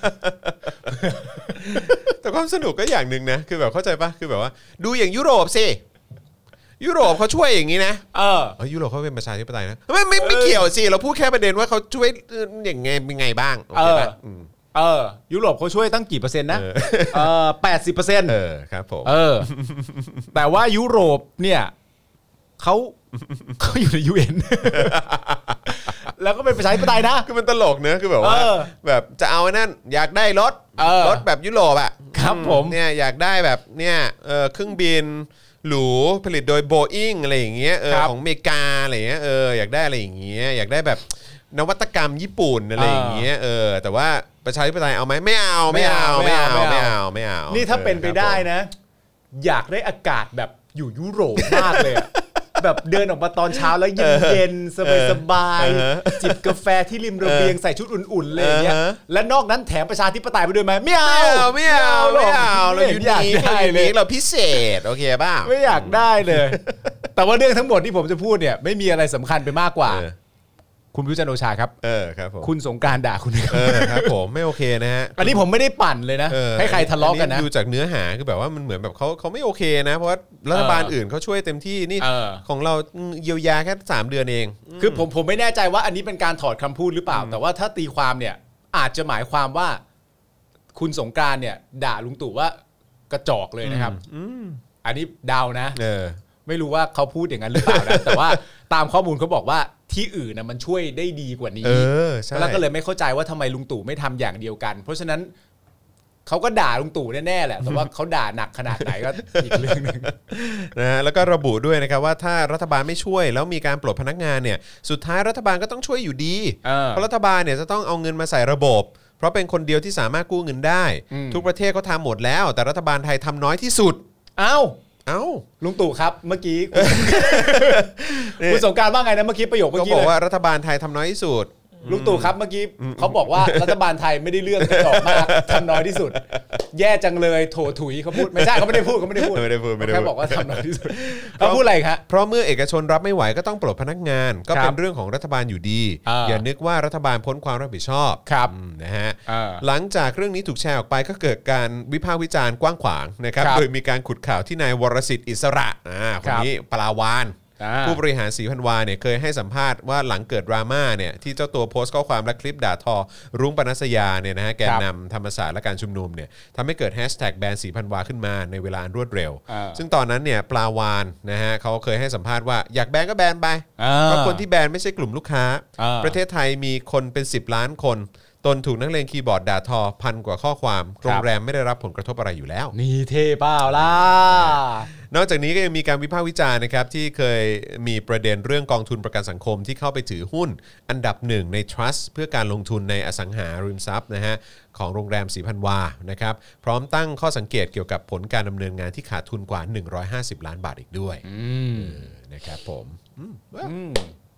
แต่ความสนุกก็อย่างนึงนะคือแบบเข้าใจป่ะคือแบบว่าดูอย่างยุโรปสิยุโรปเขาช่วยอย่างนี้นะเออยุโรปเขาเป็นประชาธิปไตยนะไม่ไม่ไม่เกี่ยวสิเราพูดแค่ประเด็นว่าเขาช่วยอย่างไงเป็นไงบ้างโอเคป่ะเออยุโรปเขาช่วยตั้งกี่เปอร์เซ็นต์นะเออแปดสิบเปอร์เซ็นต์เออครับผมเออแต่ว่ายุโรปเนี่ยเขาเขาอยู่ในยูเอ็นแล้วก็เป็นประชาธิปไตยนะคือมันตลกเนอะคือแบบว่าแบบจะเอาไอ้นั่นอยากได้รถรถแบบยุโรปอ่ะครับผมเนี่ยอยากได้แบบเนี่ยเออเครื่องบินหรูผลิตโดย Boeing อะไรอย่างเงี้ยเออของอเมริกาอะไรอย่างเงี้ยเอออยากได้อะไรอย่างเงี้ยอยากได้แบบนวัตกรรมญี่ปุ่นอะไรอย่างเงี้ยเออแต่ว่าประชาธิปไตยเอาไหมไม่เอาไม่เอาไม่เอาไม่เอาไม่เอานี่ถ้าเป็นไปได้นะอยากได้อากาศแบบอยู่ยุโรปมากเลยแบบเดินออกมาตอนเช้าแล้วเย็นๆสบายๆจิบกาแฟที่ริมระเบียงใส่ชุดอุ่นๆเลยอย่างเงี้ยและนอกนั้นแถมประชาธิปไตยไปด้วยไหมไม่เอาไม่เอาไม่เอาเราอยู่นี่เลยเราพิเศษโอเคป่ะไม่อยากได้เลยแต่ว่าเรื่องทั้งหมดที่ผมจะพูดเนี่ยไม่มีอะไรสำคัญไปมากกว่าคุณพิจันทร์โอชาครับเออครับผมคุณสงกรานต์ด่าคุณเออครับผมไม่โอเคนะฮะอันนี้ผมไม่ได้ปั่นเลยนะให้ใครทะเลาะกันนะดูจากเนื้อหาคือแบบว่ามันเหมือนแบบเขาเขาไม่โอเคนะเพราะว่ารัฐบาลอื่นเขาช่วยเต็มที่นี่ของเราเยียวยาแค่สามเดือนเองคือผมผมไม่แน่ใจว่าอันนี้เป็นการถอดคำพูดหรือเปล่าแต่ว่าถ้าตีความเนี่ยอาจจะหมายความว่าคุณสงกรานต์เนี่ยด่าลุงตู่ว่ากระจอกเลยนะครับอันนี้เดานะไม่รู้ว่าเขาพูดอย่างนั้นหรือเปล่านะแต่ว่าตามข้อมูลเขาบอกว่าที่อื่นนะมันช่วยได้ดีกว่านี้แล้วก็เลยไม่เข้าใจว่าทำไมลุงตู่ไม่ทำอย่างเดียวกันเพราะฉะนั้นเขาก็ด่าลุงตู่แน่ๆแหละแต่ว่าเขาด่าหนักขนาดไหนก็อีกเรื่องนึงนะฮะแล้วก็ระบุด้วยนะครับว่าถ้ารัฐบาลไม่ช่วยแล้วมีการปลดพนักงานเนี่ยสุดท้ายรัฐบาลก็ต้องช่วยอยู่ดีเพราะรัฐบาลเนี่ยจะต้องเอาเงินมาใส่ระบบเพราะเป็นคนเดียวที่สามารถกู้เงินได้ทุกประเทศเขาทำหมดแล้วแต่รัฐบาลไทยทำน้อยที่สุดเอ้าเอ้าลุงตู่ครับเมื่อกี้คุณสงกรานต์ว่าไงนะเมื่อกี้ประโยคเมื่อกี้เขาบอกว่ารัฐบาลไทยทำน้อยที่สุดลุงตู่ครับเมื่อกี้เขาบอกว่ารัฐบาลไทยไม่ได้เลือกกระจอกมากทำน้อยที่สุดแย่จังเลยโถถุยเขาพูดไม่ใช่เขาไม่ได้พูดเขาไม่ได้พูดไม่ได้พูดไม่ได้แค่บอกว่าทำน้อยที่สุดเขาพูดอะไรครับเพราะเมื่อเอกชนรับไม่ไหวก็ต้องปลดพนักงานก็เป็นเรื่องของรัฐบาลอยู่ดีอย่านึกว่ารัฐบาลพ้นความรับผิดชอบนะฮะหลังจากเรื่องนี้ถูกแชร์ออกไปก็เกิดการวิพากษ์วิจารณ์กว้างขวางนะครับโดยมีการขุดข่าวที่นายวรสิทธิ์อิสระคนนี้ปลาวานผู้บริหารศรีพันวาเนี่ยเคยให้สัมภาษณ์ว่าหลังเกิดดราม่าเนี่ยที่เจ้าตัวโพสต์ข้อความและคลิปด่าทอรุ้งปนัสยาเนี่ยนะฮะแกนนำธรรมศาสตร์และการชุมนุมเนี่ยทำให้เกิดแฮชแท็กแบนศรีพันวาขึ้นมาในเวลารวดเร็วซึ่งตอนนั้นเนี่ยปลาวานนะฮะเขาเคยให้สัมภาษณ์ว่าอยากแบนก็แบนไปเพราะคนที่แบนไม่ใช่กลุ่มลูกค้าประเทศไทยมีคนเป็นสิบล้านคนตนถูกนักเลงคีย์บอร์ดด่าทอพันกว่าข้อความโรงแรมไม่ได้รับผลกระทบอะไรอยู่แล้วนี่เท่เปล่าล่ะนอกจากนี้ก็ยังมีการวิพากษ์วิจารณ์นะครับที่เคยมีประเด็นเรื่องกองทุนประกันสังคมที่เข้าไปถือหุ้นอันดับหนึ่งใน Trust เพื่อการลงทุนในอสังหาริมทรัพย์นะฮะของโรงแรมศรีพันวานะครับพร้อมตั้งข้อสังเกตเกี่ยวกับผลการดำเนินงานที่ขาดทุนกว่าหนึ่งร้อยห้าสิบล้านบาทอีกด้วยนะครับผม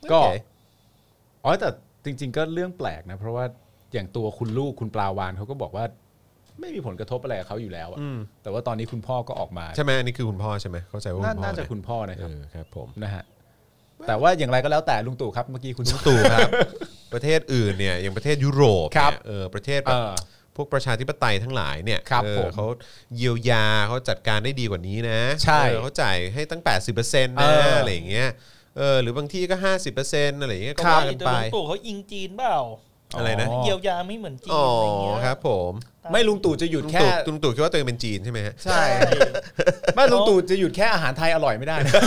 ก็โอเคอ๋อแต่จริงๆก็เรื่องแปลกนะเพราะว่าอย่างตัวคุณลูกคุณปลาวานเขาก็บอกว่าไม่มีผลกระทบอะไรกับเขาอยู่แล้วอะแต่ว่าตอนนี้คุณพ่อก็ออกมาใช่ไหมอันนี้คือคุณพ่อใช่ไหมเข้าใจว่าคุณพ่อน่าจะคุณพ่อนะครับเออครับผมนะฮะแต่ว่าอย่างไรก็แล้วแต่ลุงตู่ครับเมื่อกี้คุณลุงตู่ครับ ประเทศอื่นเนี่ยอย่างประเทศยุโรปครัเนี่บยเออประเทศแบบเออพวกประชาธิปไตยทั้งหลายเนี่ยครับเออผมเขาเยียวยาเขาจัดการได้ดีกว่านี้นะใช่เออเขาจ่ายให้ตั้ง แปดสิบเปอร์เซ็นต์เอนะอออะไรอย่างเงี้ยเออหรือบางที่ก็ ห้าสิบเปอร์เซ็นต์ อะไรอย่างเงี้ยก็ครับว่ากันแต่ไปลุงตู่เขาอิงจีนเปล่าอะไรนะเยียวยาไม่เหมือนจีนอ๋ออะไรเงี้ยครับผมไม่ลุงตู่จะหยุดลุงแค่ตู่ลุงตู่คิดว่าตัวเองเป็นจีนใช่ไหมฮะใช่ไม่ลุงตู่จะหยุดแค่อาหารไทยอร่อยไม่ได้นะ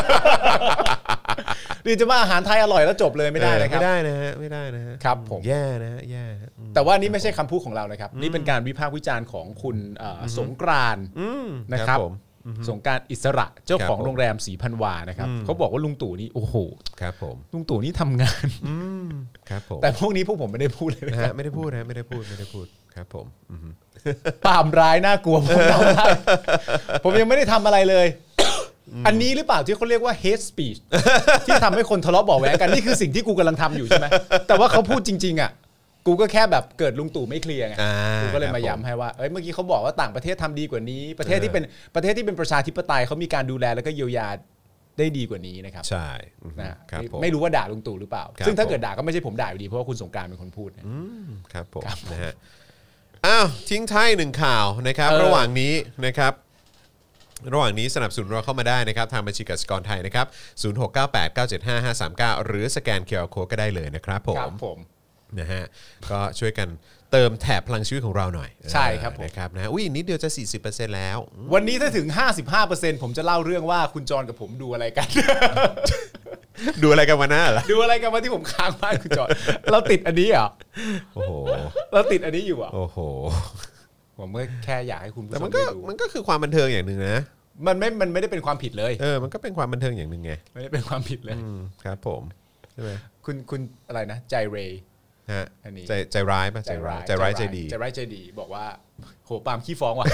หรือจะมาอาหารไทยอร่อยแล้วจบเลยไม่ได้นะครัไม่บได้นะฮะไม่ได้นะฮะครับผมแย่นะฮะแย่ฮะอืมแต่ว่านี่ไม่ใช่คำพูดของเรานะครับนี่เป็นการวิพากษ์วิจารณ์ของคุณเอ่อสงกรานต์อืมนะครับผมสงกรานต์อิสระเจ้าของครับผมโรงแรมสีพันวานะครับเขาบอกว่าลุงตู่นี่โอ้โหครับผมลุงตู่นี่ทำงานครับผมแต่พวกนี้พวกผมไม่ได้พูดเลยนะนะคฮะรับไม่ได้พูดนะไม่ได้พูดไม่ได้พูดครับผมอือฮึปามร้ายน่ากลัวผมทำได้ผมยังไม่ได้ทำอะไรเลย อันนี้หรือเปล่าที่เขาเรียกว่า hate speech ที่ทำให้คนทะเลาะเบาะแว้งกันนี่คือสิ่งที่กูกำลังทำอยู่ใช่ไหมแต่ว่าเขาพูดจริงๆอ่ะกูก็แค่แบบเกิดลุงตู่ไม่เคลียร์ไงอ่ากูก็เลยครับมาผมย้ำให้ว่าเอ้ยเมื่อกี้เขาบอกว่าต่างประเทศทำดีกว่านี้ ประเทศที่เป็นประเทศที่เป็นประชาธิปไตยเขามีการดูแลแล้วก็เยียวยาได้ดีกว่านี้นะครับใช่อือฮึนะฮะครับผมไม่รู้ว่าด่าลุงตู่หรือเปล่าครับซึ่งถ้าผมเกิดด่าก็ไม่ใช่ผมด่าอยู่ดีเพราะว่าคุณสงกรานต์เป็นคนพูดนะครับผมนะฮะอ้าวทิ้งท้ายหนึ่งข่าวนะครับเออระหว่างนี้นะครับ ระหว่างนี้สนับสนุนเราเข้ามาได้นะครับทางบัญชีกสิกรไทยนะครับศูนย์ หก เก้า แปด เก้า เจ็ด ห้า ห้า สาม เก้าหรือสแกน คิว อาร์ Code ก็ได้เลยนะครับผครัมบผมนะฮะก็ช่วยกันเติมแถบพลังชีวิตของเราหน่อยใช่ครับผมนะครับนะอุ้ยนิดเดียวจะ สี่สิบเปอร์เซ็นต์ แล้ววันนี้ถ้าถึง ห้าสิบห้าเปอร์เซ็นต์ ผมจะเล่าเรื่องว่าคุณจรกับผมดูอะไรกันดูอะไรกันมาหน้าเหรอดูอะไรกันวันที่ผมค้างบ้านคุณจรเราติดอันนี้เหรอโอ้โหเราติดอันนี้อยู่เหรอ่ะโอ้โหผมก็แค่อยากให้คุณผู้แต่ชมัมนก็ได้ดูมันก็คือความบันเทิงอย่างหนึ่งนะมันไม่มันไม่ได้เป็นความผิดเลยเออมันก็เป็นความบันเทิงอย่างหนึ่งไงไม่ได้เป็นความผิดเลยอืมครับผมใช่ไหมคุณคุณอะไรนะใจเรย์ฮะอันนี้ใจใจร้ายป่ะใจร้ายใจร้ายใจดีใจร้ายใจดีบอกว่าโหปาล์มขี้ฟ้องว่ะ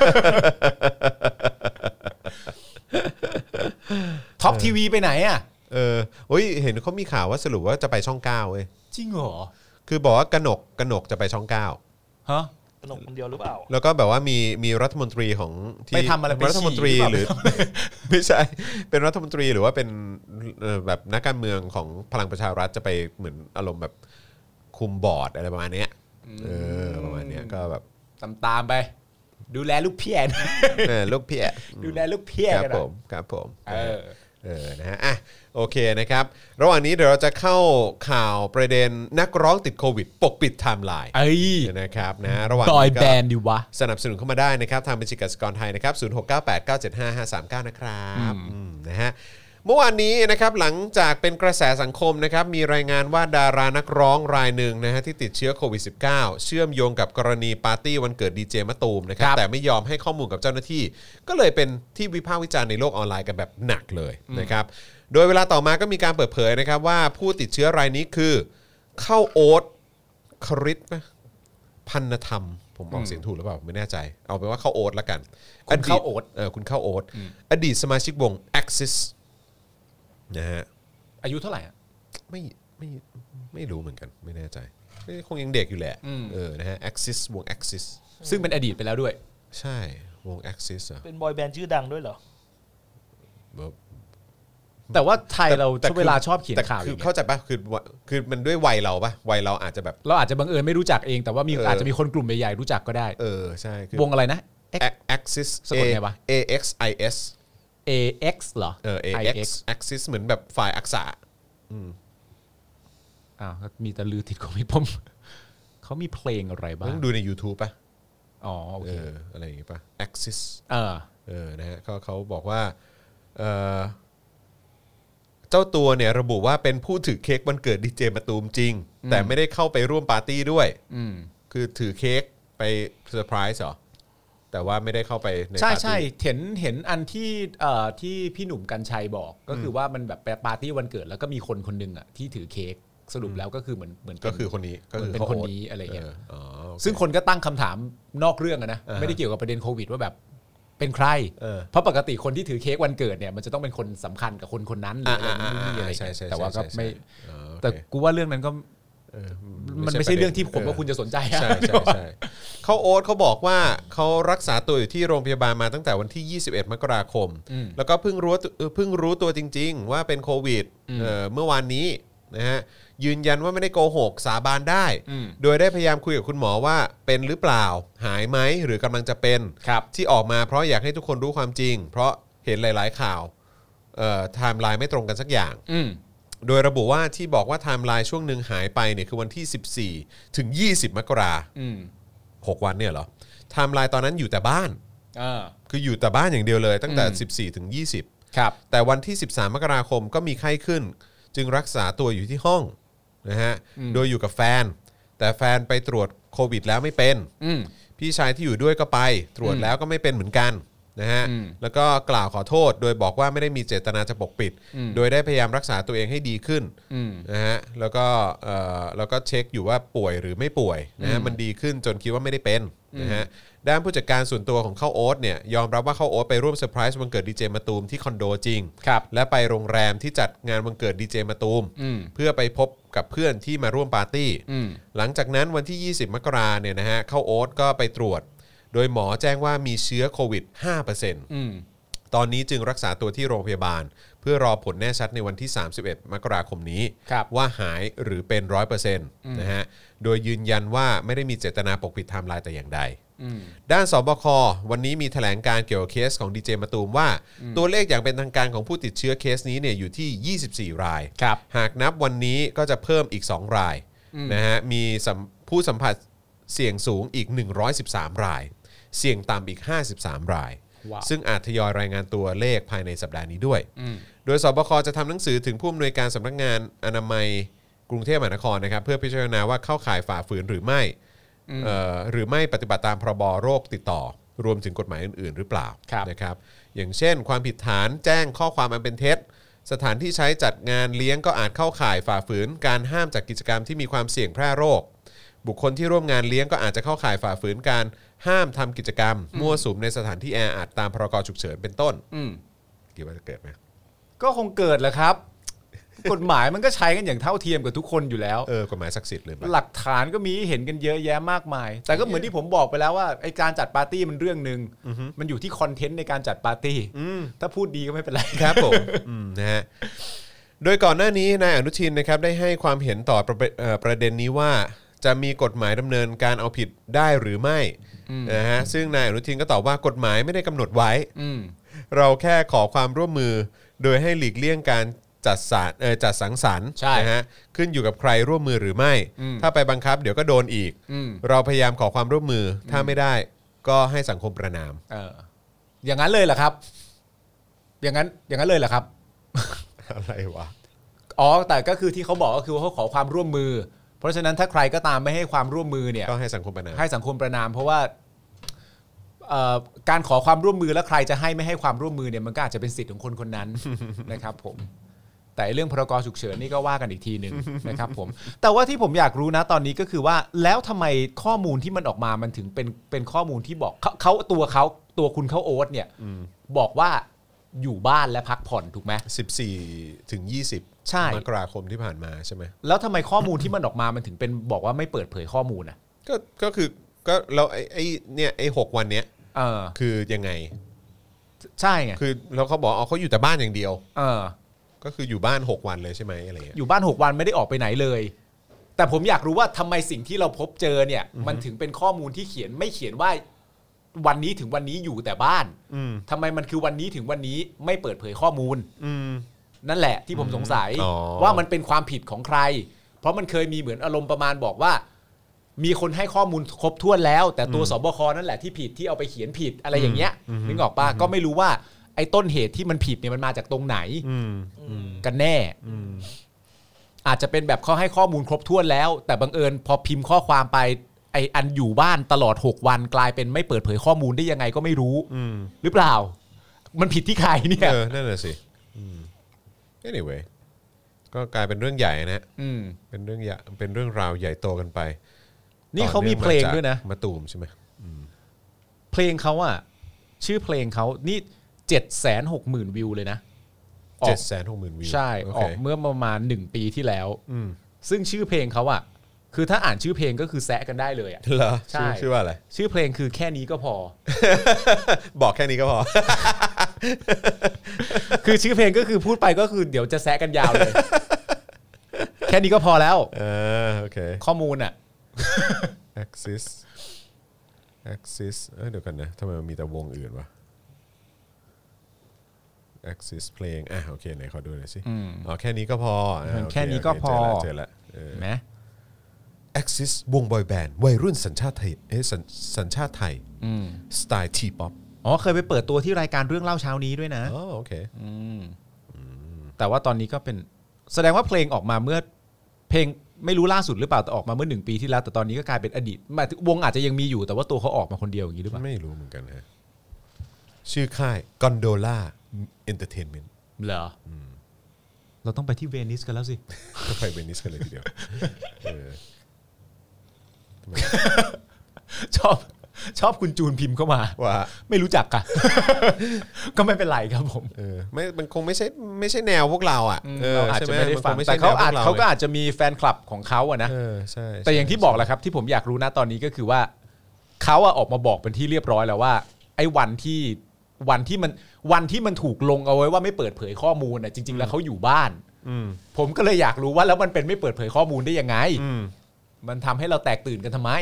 ท็อปทีวีไปไหนอ่ะเออโอ้ยเห็นเขามีข่าวว่าสรุปว่าจะไปช่องเก้าเว้ยจริงเหรอคือบอกว่ากนกกนกจะไปช่องเก้าฮะสนุกคนเดียวหรือเปล่าแล้วก็แบบว่ามีมีรัฐมนตรีของที่ไปทำอะไรไปรัฐมนตรีฉี่หหรืรืออเปล่าไม่ใช่เป็นรัฐมนตรีหรือว่าเป็นเอ่อแบบนักการเมืองของพลังประชารัฐจะไปเหมือนอารมณ์แบบคุมบอร์ดอะไรประมาณเนี้ยเออประมาณเนี้ยก็แบบตามตามๆไป ดูแลลูกเพี้ยนเออลูกเพี้ยดูแลลูกเพี้ยครักันบหผน่อยมครับผมเออเออนะฮะอ่ะโอเคนะครับ ระหว่างนี้เดี๋ยวเราจะเข้าข่าวประเด็นนักร้องติดโควิด ปกปิดไทม์ไลน์เอ้ยนะครับนะระหว่างบอยนี้ก็แบนด์ดิวะสนับสนุนเข้ามาได้นะครับทางบัญชีกสิกรไทยนะครับศูนย์ หก เก้า แปด เก้า เจ็ด ห้า ห้า สาม เก้านะครับอืมนะฮะเมื่อวานนี้นะครับหลังจากเป็นกระแสสังคมนะครับมีรายงานว่าดารานักร้องรายหนึ่งนะฮะที่ติดเชื้อโควิด สิบเก้า เชื่อมโยงกับกรณีปาร์ตี้วันเกิดดีเจมะตูมนะครับครับแต่ไม่ยอมให้ข้อมูลกับเจ้าหน้าที่ ก็เลยเป็นที่วิพากษ์วิจารณ์ในโลกออนไลน์กันแบบหนักเลยนะครับโดยเวลาต่อมาก็มีการเปิดเผยนะครับว่าผู้ติดเชื้อรายนี้คือเข้าโอ๊ตคริสปะพันธธรรมผมออกเสียงถูกหรือเปล่าไม่แน่ใจเอาเป็นว่าเข้าโอ๊ตละกันคุณเข้าโอ๊ตเออคุณเข้าโอ๊ตอดีตสมาชิกวง Axis นะฮะอายุเท่าไหร่อะไม่ไม่ไม่รู้เหมือนกันไม่แน่ใจไม่คงยังเด็กอยู่แหละอืมเออนะฮะ Axis วง Axis ซึ่งเป็นอดีตไปแล้วด้วยใช่วง Axis อ่ะเป็นบอยแบนด์ชื่อดังด้วยเหรอแบบแต่ว่าไทยเราแต่ช่วงเวลาชอบเขียนแต่ข่าวอคือย่างเงี้ยเข้าใจปะคือว่าคือมันด้วยวัยเราปะวัยเราอาจจะแบบเราอาจจะบังเอิญไม่รู้จักเอง แต่ว่ามีเออออาจจะมีคนกลุ่มใหญ่ๆรู้จักก็ได้เออใช่คือวงอะไรนะ A- Axis สะกดไงวะ A X I S A X เหรอเออ A X Axis เหมือนแบบฝ่ายอักษะอ้าวมีแต่ลือติดของพี่ผมเขามีเพลงอะไรบ้าต้งองดูใน YouTube ปะอ๋อโอเอเคออะไรอย่างงี้ปะ Axis เออเออ นะฮะเขาเขาบอกว่าเอ่อเจ้าตัวเนี่ยระบุว่าเป็นผู้ถือเค้กวันเกิดดีเจมะตูมจริง แต่ไม่ได้เข้าไปร่วมปาร์ตี้ด้วยอืมคือถือเค้กไปเซอร์ไพรส์เหรอ แต่ว่าไม่ได้เข้าไปในใช่ปาร์ตี้ใช่เห็นเห็นอันที่เอ่อที่พี่หนุ่มกัญชัยบอก ก็คือว่ามันแบบปาร์ตี้วันเกิดแล้วก็มีคนคนหนึ่งอ่ะที่ถือเค้กสรุปแล้วก็คือเหมือนเหมือนก็คือคนนี้ก็เหมืคืออนเป็นขาคนโอ๊ตนี้อะไรเงี้ยออ๋อโอเคซึ่งคนก็ตั้งคำถามนอกเรื่องอะนะอ่าฮะไม่ได้เกี่ยวกับประเด็นโควิดว่าแบบเป็นใครเออเพราะปกติคนที่ถือเค้กวันเกิดเนี่ยมันจะต้องเป็นคนสำคัญกับคนคนนั้นหรืออะไรนู่นนี่อะไรใช่ใช่แต่ว่าก็ไม่อ๋อโอเคแต่กูว่าเรื่องนั้นก็มันไม่ใช่เรื่องที่ผมว่าคุณจะสนใจอะใช่ใช่ใช่เขาโอ๊ตเขาบอกว่าเขารักษาตัวอยู่ที่โรงพยาบาลมาตั้งแต่วันที่ยี่สิบเอ็ดมกราคมแล้วก็เพิ่งรู้เออเพิ่งรู้ตัวจริงๆว่าเป็นโควิดเอ่อเมื่อวานนี้นะฮะยืนยันว่าไม่ได้โกหกสาบานได้โดยได้พยายามคุยกับคุณหมอว่าเป็นหรือเปล่าหายไหมหรือกำลังจะเป็นที่ออกมาเพราะอยากให้ทุกคนรู้ความจริงเพราะเห็นหลายๆข่าวเอ่อไทม์ไลน์ไม่ตรงกันสักอย่างโดยระบุว่าที่บอกว่าไทม์ไลน์ช่วงหนึ่งหายไปเนี่ยคือวันที่สิบสี่ถึงยี่สิบมกราคมหกวันเนี่ยเหรอไทม์ไลน์ตอนนั้นอยู่แต่บ้านคืออยู่แต่บ้านอย่างเดียวเลยตั้งแต่สิบสี่ถึงยี่สิบครับแต่วันที่สิบสามมกราคมก็มีไข้ขึ้นจึงรักษาตัวอยู่ที่ห้องนะฮะโดยอยู่กับแฟนแต่แฟนไปตรวจโควิดแล้วไม่เป็นพี่ชายที่อยู่ด้วยก็ไปตรวจแล้วก็ไม่เป็นเหมือนกันนะฮะแล้วก็กล่าวขอโทษโดยบอกว่าไม่ได้มีเจตนาจะปกปิดโดยได้พยายามรักษาตัวเองให้ดีขึ้นนะฮะแล้วก็เอ่อแล้วก็เช็คอยู่ว่าป่วยหรือไม่ป่วยนะฮะมันดีขึ้นจนคิดว่าไม่ได้เป็นนะฮะด้านผู้จัดการส่วนตัวของข้าวโอ๊ตเนี่ยยอมรับว่าข้าวโอ๊ตไปร่วมเซอร์ไพรส์วันเกิดดีเจมะตูมที่คอนโดจริงและไปโรงแรมที่จัดงานวันเกิดดีเจมะตูมเพื่อไปพบกับเพื่อนที่มาร่วมปาร์ตี้หลังจากนั้นวันที่ยี่สิบมกราเนี่ยนะฮะข้าวโอ๊ตก็ไปตรวจโดยหมอแจ้งว่ามีเชื้อโควิด ห้าเปอร์เซ็นต์ อืมตอนนี้จึงรักษาตัวที่โรงพยาบาลเพื่อรอผลแน่ชัดในวันที่สามสิบเอ็ดมกราคมนี้ว่าหายหรือเป็น ร้อยเปอร์เซ็นต์ นะฮะโดยยืนยันว่าไม่ได้มีเจตนาปกปิดไทม์ไลน์แต่อย่างใดด้านสบควันนี้มีแถลงการเกี่ยวกับเคสของดีเจมะตูมว่าตัวเลขอย่างเป็นทางการของผู้ติดเชื้อเคสนี้เนี่ยอยู่ที่ยี่สิบสี่รายหากนับวันนี้ก็จะเพิ่มอีกสองรายนะฮะมีผู้สัมผัสเสี่ยงสูงอีกหนึ่งร้อยสิบสามรายเสี่ยงต่ำอีกห้าสิบสามราย wow. ซึ่งอาจทยอยรายงานตัวเลขภายในสัปดาห์นี้ด้วยโดยสบคจะทำหนังสือถึงผู้อำนวยการสำนักงานอนามัยกรุงเทพมหานครนะครับเพื่อพิจารณาว่าเข้าข่ายฝ่าฝืนหรือไม่หรือไม่ปฏิบัติตามพรบโรคติดต่อรวมถึงกฎหมายอื่นๆหรือเปล่านะครับอย่างเช่นความผิดฐานแจ้งข้อความอันเป็นเท็จสถานที่ใช้จัดงานเลี้ยงก็อาจเข้าข่ายฝ่าฝืนการห้ามจัดกิจกรรมที่มีความเสี่ยงแพร่โรคบุคคลที่ร่วมงานเลี้ยงก็อาจจะเข้าข่ายฝ่าฝืนการห้ามทำกิจกรรมมั่วสุมในสถานที่แออัดตามพรกฉุกเฉินเป็นต้นคิดว่าจะเกิดไหมก็คงเกิดแหละครับ กฎหมายมันก็ใช้กันอย่างเท่าเทียมกับทุกคนอยู่แล้วเออกฎหมายศักดิ์สิทธิ์เลยหลักฐานก็มีเห็นกันเยอะแยะมากมายแต่ก็เหมือนที่ผมบอกไปแล้วว่าไอ้การจัดปาร์ตี้มันเรื่องนึงมันอยู่ที่คอนเทนต์ในการจัดปาร์ตี้ถ้าพูดดีก็ไม่เป็นไรครับผมนะฮะโดยก่อนหน้านี้นายอนุทินนะครับได้ให้ความเห็นต่อประเด็นนี้ว่าจะมีกฎหมายดำเนินการเอาผิดได้หรือไม่นะฮะซึ่งนายอนุทินก็ตอบว่ากฎหมายไม่ได้กำหนดไว้เราแค่ขอความร่วมมือโดยให้หลีกเลี่ยงการจัดสารเออจัดสังสรรค์นะฮะขึ้นอยู่กับใครร่วมมือหรือไม่ถ้าไปบังคับเดี๋ยวก็โดนอีกเราพยายามขอความร่วมมือถ้าไม่ได้ก็ให้สังคมประณามเอออย่างนั้นเลยเหรอครับอย่างนั้นอย่างนั้นเลยเหรอครับอะไรวะอ๋อแต่ก็คือที่เขาบอกก็คือว่าเขาขอความร่วมมือเพราะฉะนั้นถ้าใครก็ตามไม่ให้ความร่วมมือเนี่ยก็ให้สังคมประณามให้สังคมประณามเพราะว่าการขอความร่วมมือแล้วใครจะให้ไม่ให้ความร่วมมือเนี่ยมันก็อาจจะเป็นสิทธิ์ของคนคนนั้น นะครับผมแต่เรื่องพรกฉุกเฉินนี่ก็ว่ากันอีกทีนึง นะครับผมแต่ว่าที่ผมอยากรู้นะตอนนี้ก็คือว่าแล้วทำไมข้อมูลที่มันออกมามันถึงเป็นเป็นข้อมูลที่บอกเขาเขาตัวเขาตัวคุณเขาโอ๊ตเนี่ยบอกว่าอยู่บ้านและพักผ่อนถูกไหมสิบสี่ถึงยี่สิบใช่มกราคมที่ผ่านมาใช่ไหมแล้วทำไมข้อมูลที่มันออกมามันถึงเป็นบอกว่าไม่เปิดเผยข้อมูลอ่ะก็ก็คือก็เราไอ้ไอ้เนี่ยไอ้หกวันเนี้ยเออคือยังไงใช่ไงคือแล้วเขาบอกอ๋อเขาอยู่แต่บ้านอย่างเดียวเออก็คืออยู่บ้านหกวันเลยใช่ไหมอะไรเงี้ยอยู่บ้านหกวันไม่ได้ออกไปไหนเลยแต่ผมอยากรู้ว่าทำไมสิ่งที่เราพบเจอเนี่ยมันถึงเป็นข้อมูลที่เขียนไม่เขียนว่าวันนี้ถึงวันนี้อยู่แต่บ้านทำไมมันคือวันนี้ถึงวันนี้ไม่เปิดเผยข้อมูลนั่นแหละที่ผมสงสัยว่ามันเป็นความผิดของใครเพราะมันเคยมีเหมือนอารมณ์ประมาณบอกว่ามีคนให้ข้อมูลครบถ้วนแล้วแต่ตัวสบคนั่นแหละที่ผิดที่เอาไปเขียนผิดอะไรอย่างเงี้ยนึกออกป่ะก็ไม่รู้ว่าไอ้ต้นเหตุที่มันผิดเนี่ยมันมาจากตรงไหนกันแน่อาจจะเป็นแบบเขาให้ข้อมูลครบถ้วนแล้วแต่บังเอิญพอพิมพ์ข้อความไปไอ้อันอยู่บ้านตลอดหกวันกลายเป็นไม่เปิดเผยข้อมูลได้ยังไงก็ไม่รู้หรือเปล่ามันผิดที่ใครเนี่ยเออนั่นแหละสิanyway ก็กลายเป็นเรื่องใหญ่นะเป็นเรื่องใหญ่เป็นเรื่องราวใหญ่โตกันไปนี่เขามีเพลงด้วยนะมาตูมใช่ไหมเพลงเขาอะชื่อเพลงเขานี่เจ็ดแสนหกหมื่นวิวเลยนะออกเจ็ดแสนหกหมื่นวิวใช่โออเคอกเมื่อประมาณหนึ่งปีที่แล้วอืมซึ่งชื่อเพลงเขาอ่ะคือถ้าอ่านชื่อเพลงก็คือแซะกันได้เลยอ่ะเหรอใช่ชื่อชื่อว่าอะไรชื่อเพลงคือแค่นี้ก็พอบอกแค่นี้ก็พอคือชื่อเพลงก็คือพูดไปก็คือเดี๋ยวจะแซะกันยาวเลย แค่นี้ก็พอแล้วเออโอเคข้อมูลอ่ะ Axis Axis เอ้ยเดี๋ยวกันนะทำไมมันมีแต่วงอื่นวะ Axis เพลงอ่ะโอเคไหนขอดูหน่อยสิอ๋อแค่นี้ก็พออ่ะมันโอเแค่นี้ก็พอเจอละเจอละเออนะ Axis วงบอยแบนด์วัยรุ่นสัญชาติไทยเอ๊ะสัญสัญชาติไทยสไตล์ทีป๊อปอ๋อเคยไปเปิดตัวที่รายการเรื่องเล่าเช้านี้ด้วยนะอ๋อโอเคแต่ว่าตอนนี้ก็เป็นแสดงว่าเพลงออกมาเมื่อเพลงไม่รู้ล่าสุดหรือเปล่าแต่ออกมาเมื่อหนึ่งปีที่แล้วแต่ตอนนี้ก็กลายเป็นอดีตหมายถึงวงอาจจะยังมีอยู่แต่ว่าตัวเขาออกมาคนเดียวอย่างนี้หรือเปล่าไม่รู้เหมือนกันฮะชื่อค่าย Gondola Entertainment เหรอเราต้องไปที่เวนิสกันแล้วสิก็ไปเวนิสกันเลยทีเดียวเออชอบชอบคุณจูนพิมพ์เข้ามาว่าไม่รู้จักกัน ก็ไม่เป็นไรครับผมเออไม่มันคงไม่ใช่ไม่ใช่แนวพวกเราอ่ะเราอาจจะไม่ได้ฟังนคแต่ใช่เขาอาจแนวพวเขาก็ลยอาจจะมีแฟนคลับของเขาอะนะเออใช่แต่อย่างที่บอกแหละครับที่ผมอยากรู้นะตอนนี้ก็คือว่าเขาอะออกมาบอกเป็นที่เรียบร้อยแล้วว่าไอ้วันที่วันที่มันวันที่มันถูกลงเอาไว้ว่าไม่เปิดเผยข้อมูลน่ะจริง ๆ แล้วเขาอยู่บ้านผมก็เลยอยากรู้ว่าแล้วมันเป็นไม่เปิดเผยข้อมูลได้ยังไงมันทำให้เราแตกตื่นกันทำไม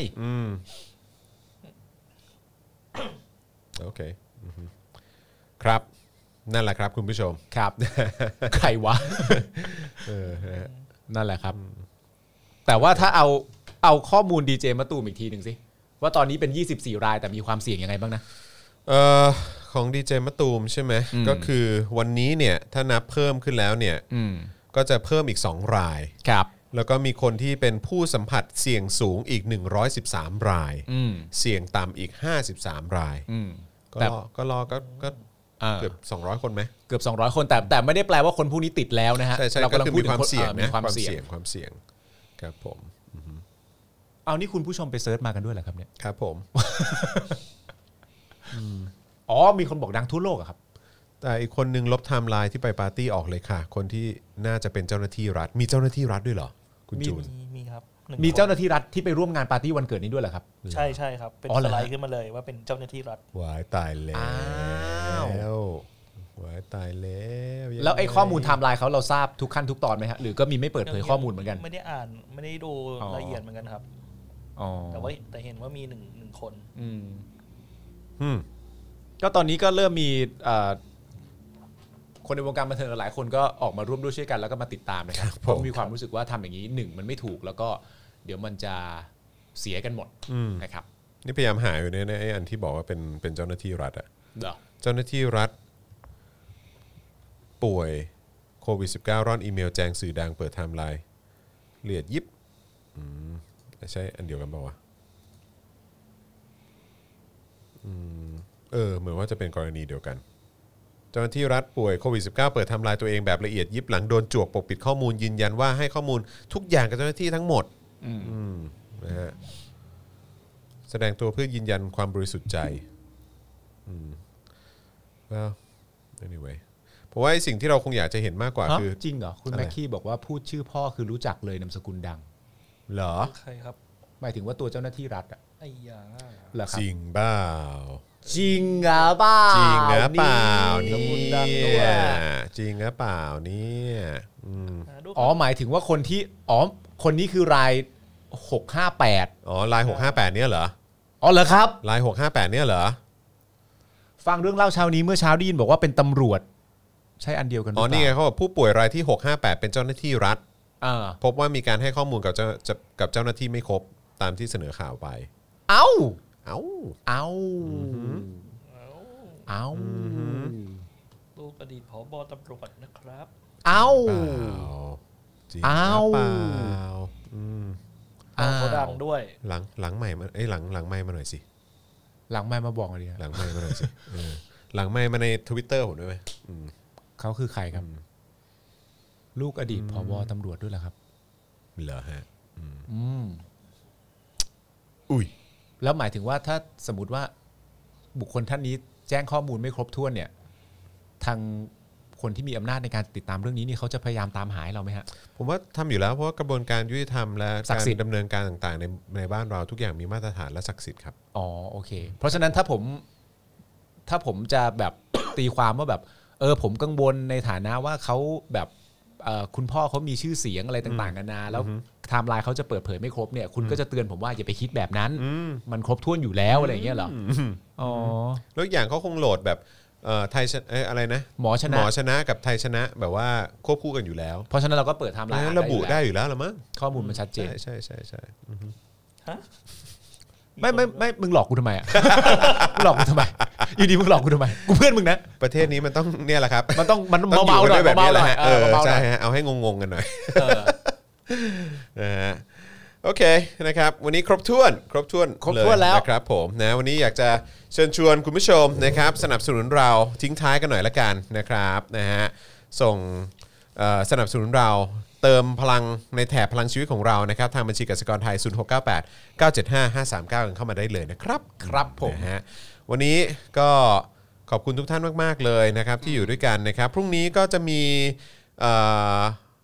โอเคครับนั่นแหละครับคุณผู้ชมครับ ใครวะเออนั่นแหละครับแต่ว่าถ้าเอาเอาข้อมูลดีเจมะตูมอีกทีหนึ่งสิว่าตอนนี้เป็นยี่สิบสี่รายแต่มีความเสี่ยงยังไงบ้างนะเอ่อของดีเจมะตูมใช่ไหมก็คือวันนี้เนี่ยถ้านับเพิ่มขึ้นแล้วเนี่ยก็จะเพิ่มอีกสองรายครับแล้วก็มีคนที่เป็นผู้สัมผัสเสี่ยงสูงอีกหนึ่งร้อยสิบสามรายเสี่ยงต่ำอีกห้าสิบสามรายก็รอก็รอก็ก็เกือบสองร้อยคนไหมเกือบสองร้อยคนแต่แต่ไม่ได้แปลว่าคนพวกนี้ติดแล้วนะฮะใช่ใช่เรากำลังพูดถึงความเสี่ยงนะความเสี่ยงความเสี่ยงครับผมเอานี่คุณผู้ชมไปเซิร์ชมากันด้วยเหรอครับเนี่ยครับผมอ๋อมีคนบอกดังทั่วโลกอะครับแต่อีกคนนึงลบไทม์ไลน์ที่ไปปาร์ตี้ออกเลยค่ะคนที่น่าจะเป็นเจ้าหน้าที่รัฐมีเจ้าหน้าที่รัฐด้วยเหรอคุณจูนมีครับมีเจ้าหน้าที่รัฐที่ไปร่วมงานปาร์ตี้วันเกิดนี้ด้วยเหรอครับใช่ใช่ครับเป็นสไลด์ขึ้นมาเลยว่าเป็นเจ้าหน้าที่รัฐวายตายแล้ววายตายแล้วแล้วไอ้ข้อมูลไทม์ไลน์เขาเราทราบทุกขั้นทุกตอนไหมฮะหรือก็มีไม่เปิดเผยข้อมูลเหมือนกันไม่ได้อ่านไม่ได้ดูละเอียดเหมือนกันครับแต่ว่าแต่เห็นว่ามีหนึ่งหนึ่งคนอืมอืมก็ตอนนี้ก็เริ่มมีคนในวงการบันเทิงหลายคนก็ออกมาร่วมด้วยช่วยกันแล้วก็มาติดตามนะครับเพราะมีความรู้สึกว่าทำอย่างนี้หนึ่งมันไม่ถูกแล้วก็เดี๋ยวมันจะเสียกันหมดนะครับนี่พยายามหาอยู่เนี่ยไอ้อันที่บอกว่าเป็นเป็นเจ้าหน้าที่รัฐอะเจ้าหน้าที่รัฐป่วยโควิด สิบเก้า ร่อนอีเมลแจ้งสื่อดังเปิดไทม์ไลน์เลียดยิบอืมใช่อันเดียวกันเปล่าวะอืมเออเหมือนว่าจะเป็นกรณีเดียวกันเจ้าหน้าที่รัฐป่วยโควิด สิบเก้า เปิดไทม์ไลน์ตัวเองแบบละเอียดยิบหลังโดนจวกปกปิดข้อมูลยืนยันว่าให้ข้อมูลทุกอย่างกับเจ้าหน้าที่ทั้งหมดอืมนะฮะแสดงตัวเพื่อยืนยันความบริสุทธิ์ใจอืม well anyway เพราะว่าสิ่งที่เราคงอยากจะเห็นมากกว่าคือจริงเหรอคุณแม็กกี้บอกว่าพูดชื่อพ่อคือรู้จักเลยนามสกุลดังเหรอใครครับหมายถึงว่าตัวเจ้าหน้าที่รัฐอ่ะไอ้ยาเหรอครับจริงเปล่าจริงหรือเปล่าจริงหรือเปล่าเนี่ยจริงหรือเปล่าเนี่ยอ๋อหมายถึงว่าคนที่อ๋อคนนี้คือรายหกห้าแปดอ๋อรายหกห้าแปดเนี่ยเหรออ๋อเหรอครับรายหกห้าแปดเนี่ยเหรอฟังเรื่องเล่าเช้านี้เมื่อเช้าได้ยินบอกว่าเป็นตำรวจใช่อันเดียวกันหรือเปล่าอ๋อนี่ไงเขาบอกผู้ป่วยรายที่หกห้าแปดเป็นเจ้าหน้าที่รัฐพบว่ามีการให้ข้อมูลกับเจ้ากับเจ้าหน้าที่ไม่ครบตามที่เสนอข่าวไปเอ้าเอ้าเอ้าเอ้าลูกอดีตผบ.ตำรวจนะครับเอ้าเอ้าอืมเขาดังด้วยหลังหลังใหม่มาเอ้ยหลังหลังใหม่มาหน่อยสิหลังใหม่มาบอกเลยหลังใหม่มาหน่อยสิหลังใหม่มาใน Twitter ผมด้วยมั้ยเขาคือใครครับลูกอดีตผบ.ตำรวจด้วยเหรอครับเหรอฮะอืมอุ้ยแล้วหมายถึงว่าถ้าสมมติว่าบุคคลท่านนี้แจ้งข้อมูลไม่ครบถ้วนเนี่ยทางคนที่มีอำนาจในการติดตามเรื่องนี้นี่เขาจะพยายามตามหาให้เราไหมฮะผมว่าทำอยู่แล้วเพราะว่ากระบวนการยุติธรรมและศักกาดิ์รสิทธิ์ดำเนินการต่างๆในในบ้านเราทุกอย่างมีมาตรฐานและศักดิ์สิทธิ์ครับอ๋อโอเคเพราะฉะนั้นถ้าผมถ้าผมจะแบบ ตีความว่าแบบเออผมกังวลในฐานะว่าเขาแบบคุณพ่อเขามีชื่อเสียงอะไรต่างๆนานาแล้วไทม์ไลน์เขาจะเปิดเผยไม่ครบเนี่ยคุณก็จะเตือนผมว่าอย่าไปคิดแบบนั้นมันครบถ้วนอยู่แล้วอะไรอย่างเงี้ยเหรออ๋อแล้วอย่างเขาคงโหลดแบบไทยอะไรนะหมอชนะหมอชนะกับไทยชนะแบบว่าควบคู่กันอยู่แล้วเพราะฉะนั้นเราก็เปิดไทม์ไลน์ระบุได้อยู่แล้วหรอมั้งข้อมูลมันชัดเจนใช่ใช่ใช่ฮะไม่ไม่ไม่มึงหลอกกูทำไมอ่ะมึงหลอกกูทำไมอยู่ดีมึงหลอกกูทำไมกูเพื่อนมึงนะประเทศนี้มันต้องเนี่ยแหละครับมันต้องมันเบาๆหน่อยแบบนี้แหละเออใช่ฮะเอาให้งงๆกันหน่อยนะฮะโอเคนะครับวันนี้ครบถ้วนครบถ้วนครบถ้วนแล้วนะครับผมนะวันนี้อยากจะเชิญชวนคุณผู้ชมนะครับสนับสนุนเราทิ้งท้ายกันหน่อยละกันนะครับนะฮะส่งสนับสนุนเราเติมพลังในแถบพลังชีวิตของเรานะครับทางบัญชีกสิกรไทยศูนย์ หก เก้า แปด เก้า เจ็ด ห้า ห้า สาม เก้ากันเข้ามาได้เลยนะครับครับผมนะฮะวันนี้ก็ขอบคุณทุกท่านมากๆเลยนะครับที่อยู่ด้วยกันนะครับพรุ่งนี้ก็จะมีเอ่อ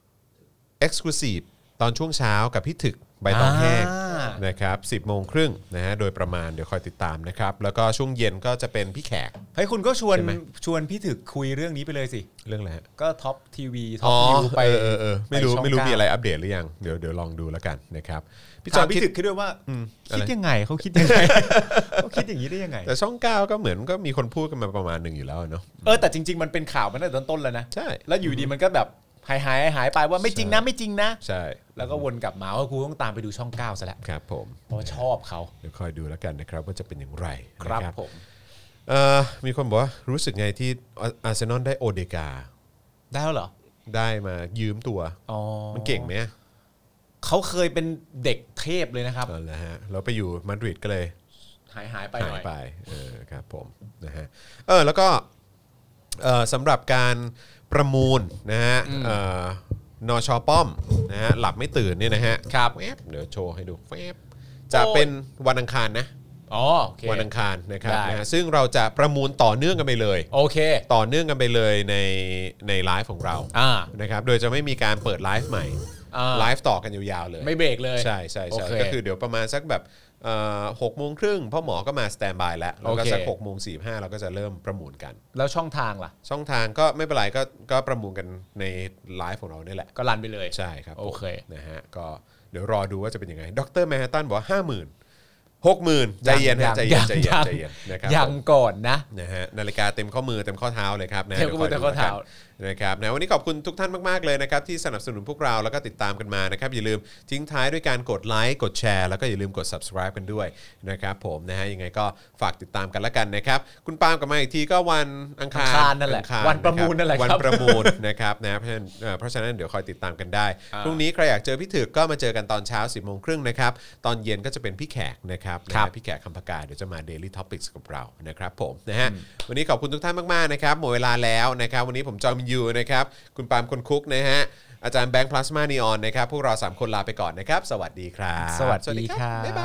Exclusive ตอนช่วงเช้ากับพี่ถึกใบตองแห้งนะครับ สิบโมงครึ่งนะฮะโดยประมาณเดี๋ยวคอยติดตามนะครับแล้วก็ช่วงเย็นก็จะเป็นพี่แขกเฮ้ยคุณก็ชวนชวนพี่ถึกคุยเรื่องนี้ไปเลยสิเรื่องอะไรก็ท็อปทีวีท็อปนิวไปเออเออไม่รู้ไม่รู้มีอะไรอัปเดตหรือยังเดี๋ยวเดี๋ยวลองดูแล้วกันนะครับพี่จอนพี่ถึกคิดด้วยว่าคิดยังไงเขาคิดยังไงเขาคิดอย่างนี้ได้ยังไงแต่ช่องเก้าก็เหมือนก็มีคนพูดกันมาประมาณหนึ่งอยู่แล้วเนาะเออแต่จริงๆมันเป็นข่าวมาตั้งแต่ต้นแล้วนะใช่แล้วอยู่ดีมันก็แบบหายหายหายไปว่าไม่จริงนะไม่จริงนะใช่แล้วก็วนกลับมาว่ากูต้องตามไปดูช่องเก้าซะแล้วครับผมเพราะชอบเขาเดี๋ยวคอยดูแล้วกันนะครับว่าจะเป็นอย่างไรครับผมเอ่อมีคนบอกว่ารู้สึกไงที่อาร์เซนอลได้โอเดกาได้แล้วเหรอได้มายืมตัวอ๋อมันเก่งไหมเขาเคยเป็นเด็กเทพเลยนะครับนั่นแหละฮะเราไปอยู่มาดริดก็เลยหายหายไปหน่อยไปเออครับผมนะฮะเออแล้วก็เอ่อสำหรับการประมูลนะฮะนช.ป้อมนะฮะหลับไม่ตื่นเนี่ยนะฮะครับเดี๋ยวโชว์ให้ดูแฟบจะเป็นวันอังคารนะอ๋อวันอังคารนะครับนะฮะซึ่งเราจะประมูลต่อเนื่องกันไปเลยโอเคต่อเนื่องกันไปเลยในในไลฟ์ของเรานะครับโดยจะไม่มีการเปิดไลฟ์ใหม่ไลฟ์ต่อกันยาวๆเลยไม่เบรกเลยใช่ใช่ใช่ก็คือเดี๋ยวประมาณสักแบบหกโมงครึ่งพ่อหมอก็มาสแตนบายแล้วแล้วก็สักหกโมงสี่ห้าเราก็จะเริ่มประมูลกันแล้วช่องทางล่ะช่องทางก็ไม่เป็นไรก็ก็ประมูลกันในไลฟ์ของเราเนี่ยแหละก็รันไปเลยใช่ครับโอเคนะฮะก็เดี๋ยวรอดูว่าจะเป็นยังไงดรแมนฮัตตันบอกว่าห้าหมื่นหกหมื่นใจเย็นฮะใจเย็นใจเย็นใจเย็นนะครับยังก่อนนะนะฮะนาฬิกาเต็มข้อมือเต็มข้อเท้าเลยครับนะเต็มข้อมือเต็มข้อเท้านะครับนะวันนี้ขอบคุณทุกท่านมากๆเลยนะครับที่สนับสนุนพวกเราแล้วก็ติดตามกันมานะครับอย่าลืมทิ้งท้ายด้วยการกดไลค์กดแชร์แล้วก็อย่าลืมกด subscribe กันด้วยนะครับผมนะฮะยังไงก็ฝากติดตามกันละกันนะครับคุณปาล์มกลับมาอีกทีก็วันอังคารนั่นแหละวันประมูลนั่นแหละวันประมูลนะครับนะเพราะฉะนั้นเพราะฉะนั้นเดี๋ยวคอยติดตามกันได้พรุ่งนี้ใครอยากเจอพี่ถึกก็มาเจอกันตอนเช้า สิบโมงครึ่งนะครับตอนเย็นก็จะเป็นพี่แขกนะครับพี่แขกคำปากาเดี๋ยวจะมา Daily Topics กับเรานะครับผมนะฮะวันนี้ขอบคุณทุกท่านมากๆนะครับหมดเวลาแล้วนะครับวันนี้ผมจอมยูนะครับคุณปาล์มคนคุกนะฮะอาจารย์แบงค์พลาสมานีออนนะครับพวกเราสามคนลาไปก่อนนะครับสวัสดีครับสวัสดีครับบ๊ายบาย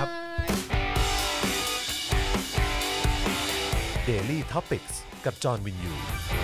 Daily Topics กับจอห์นวินยู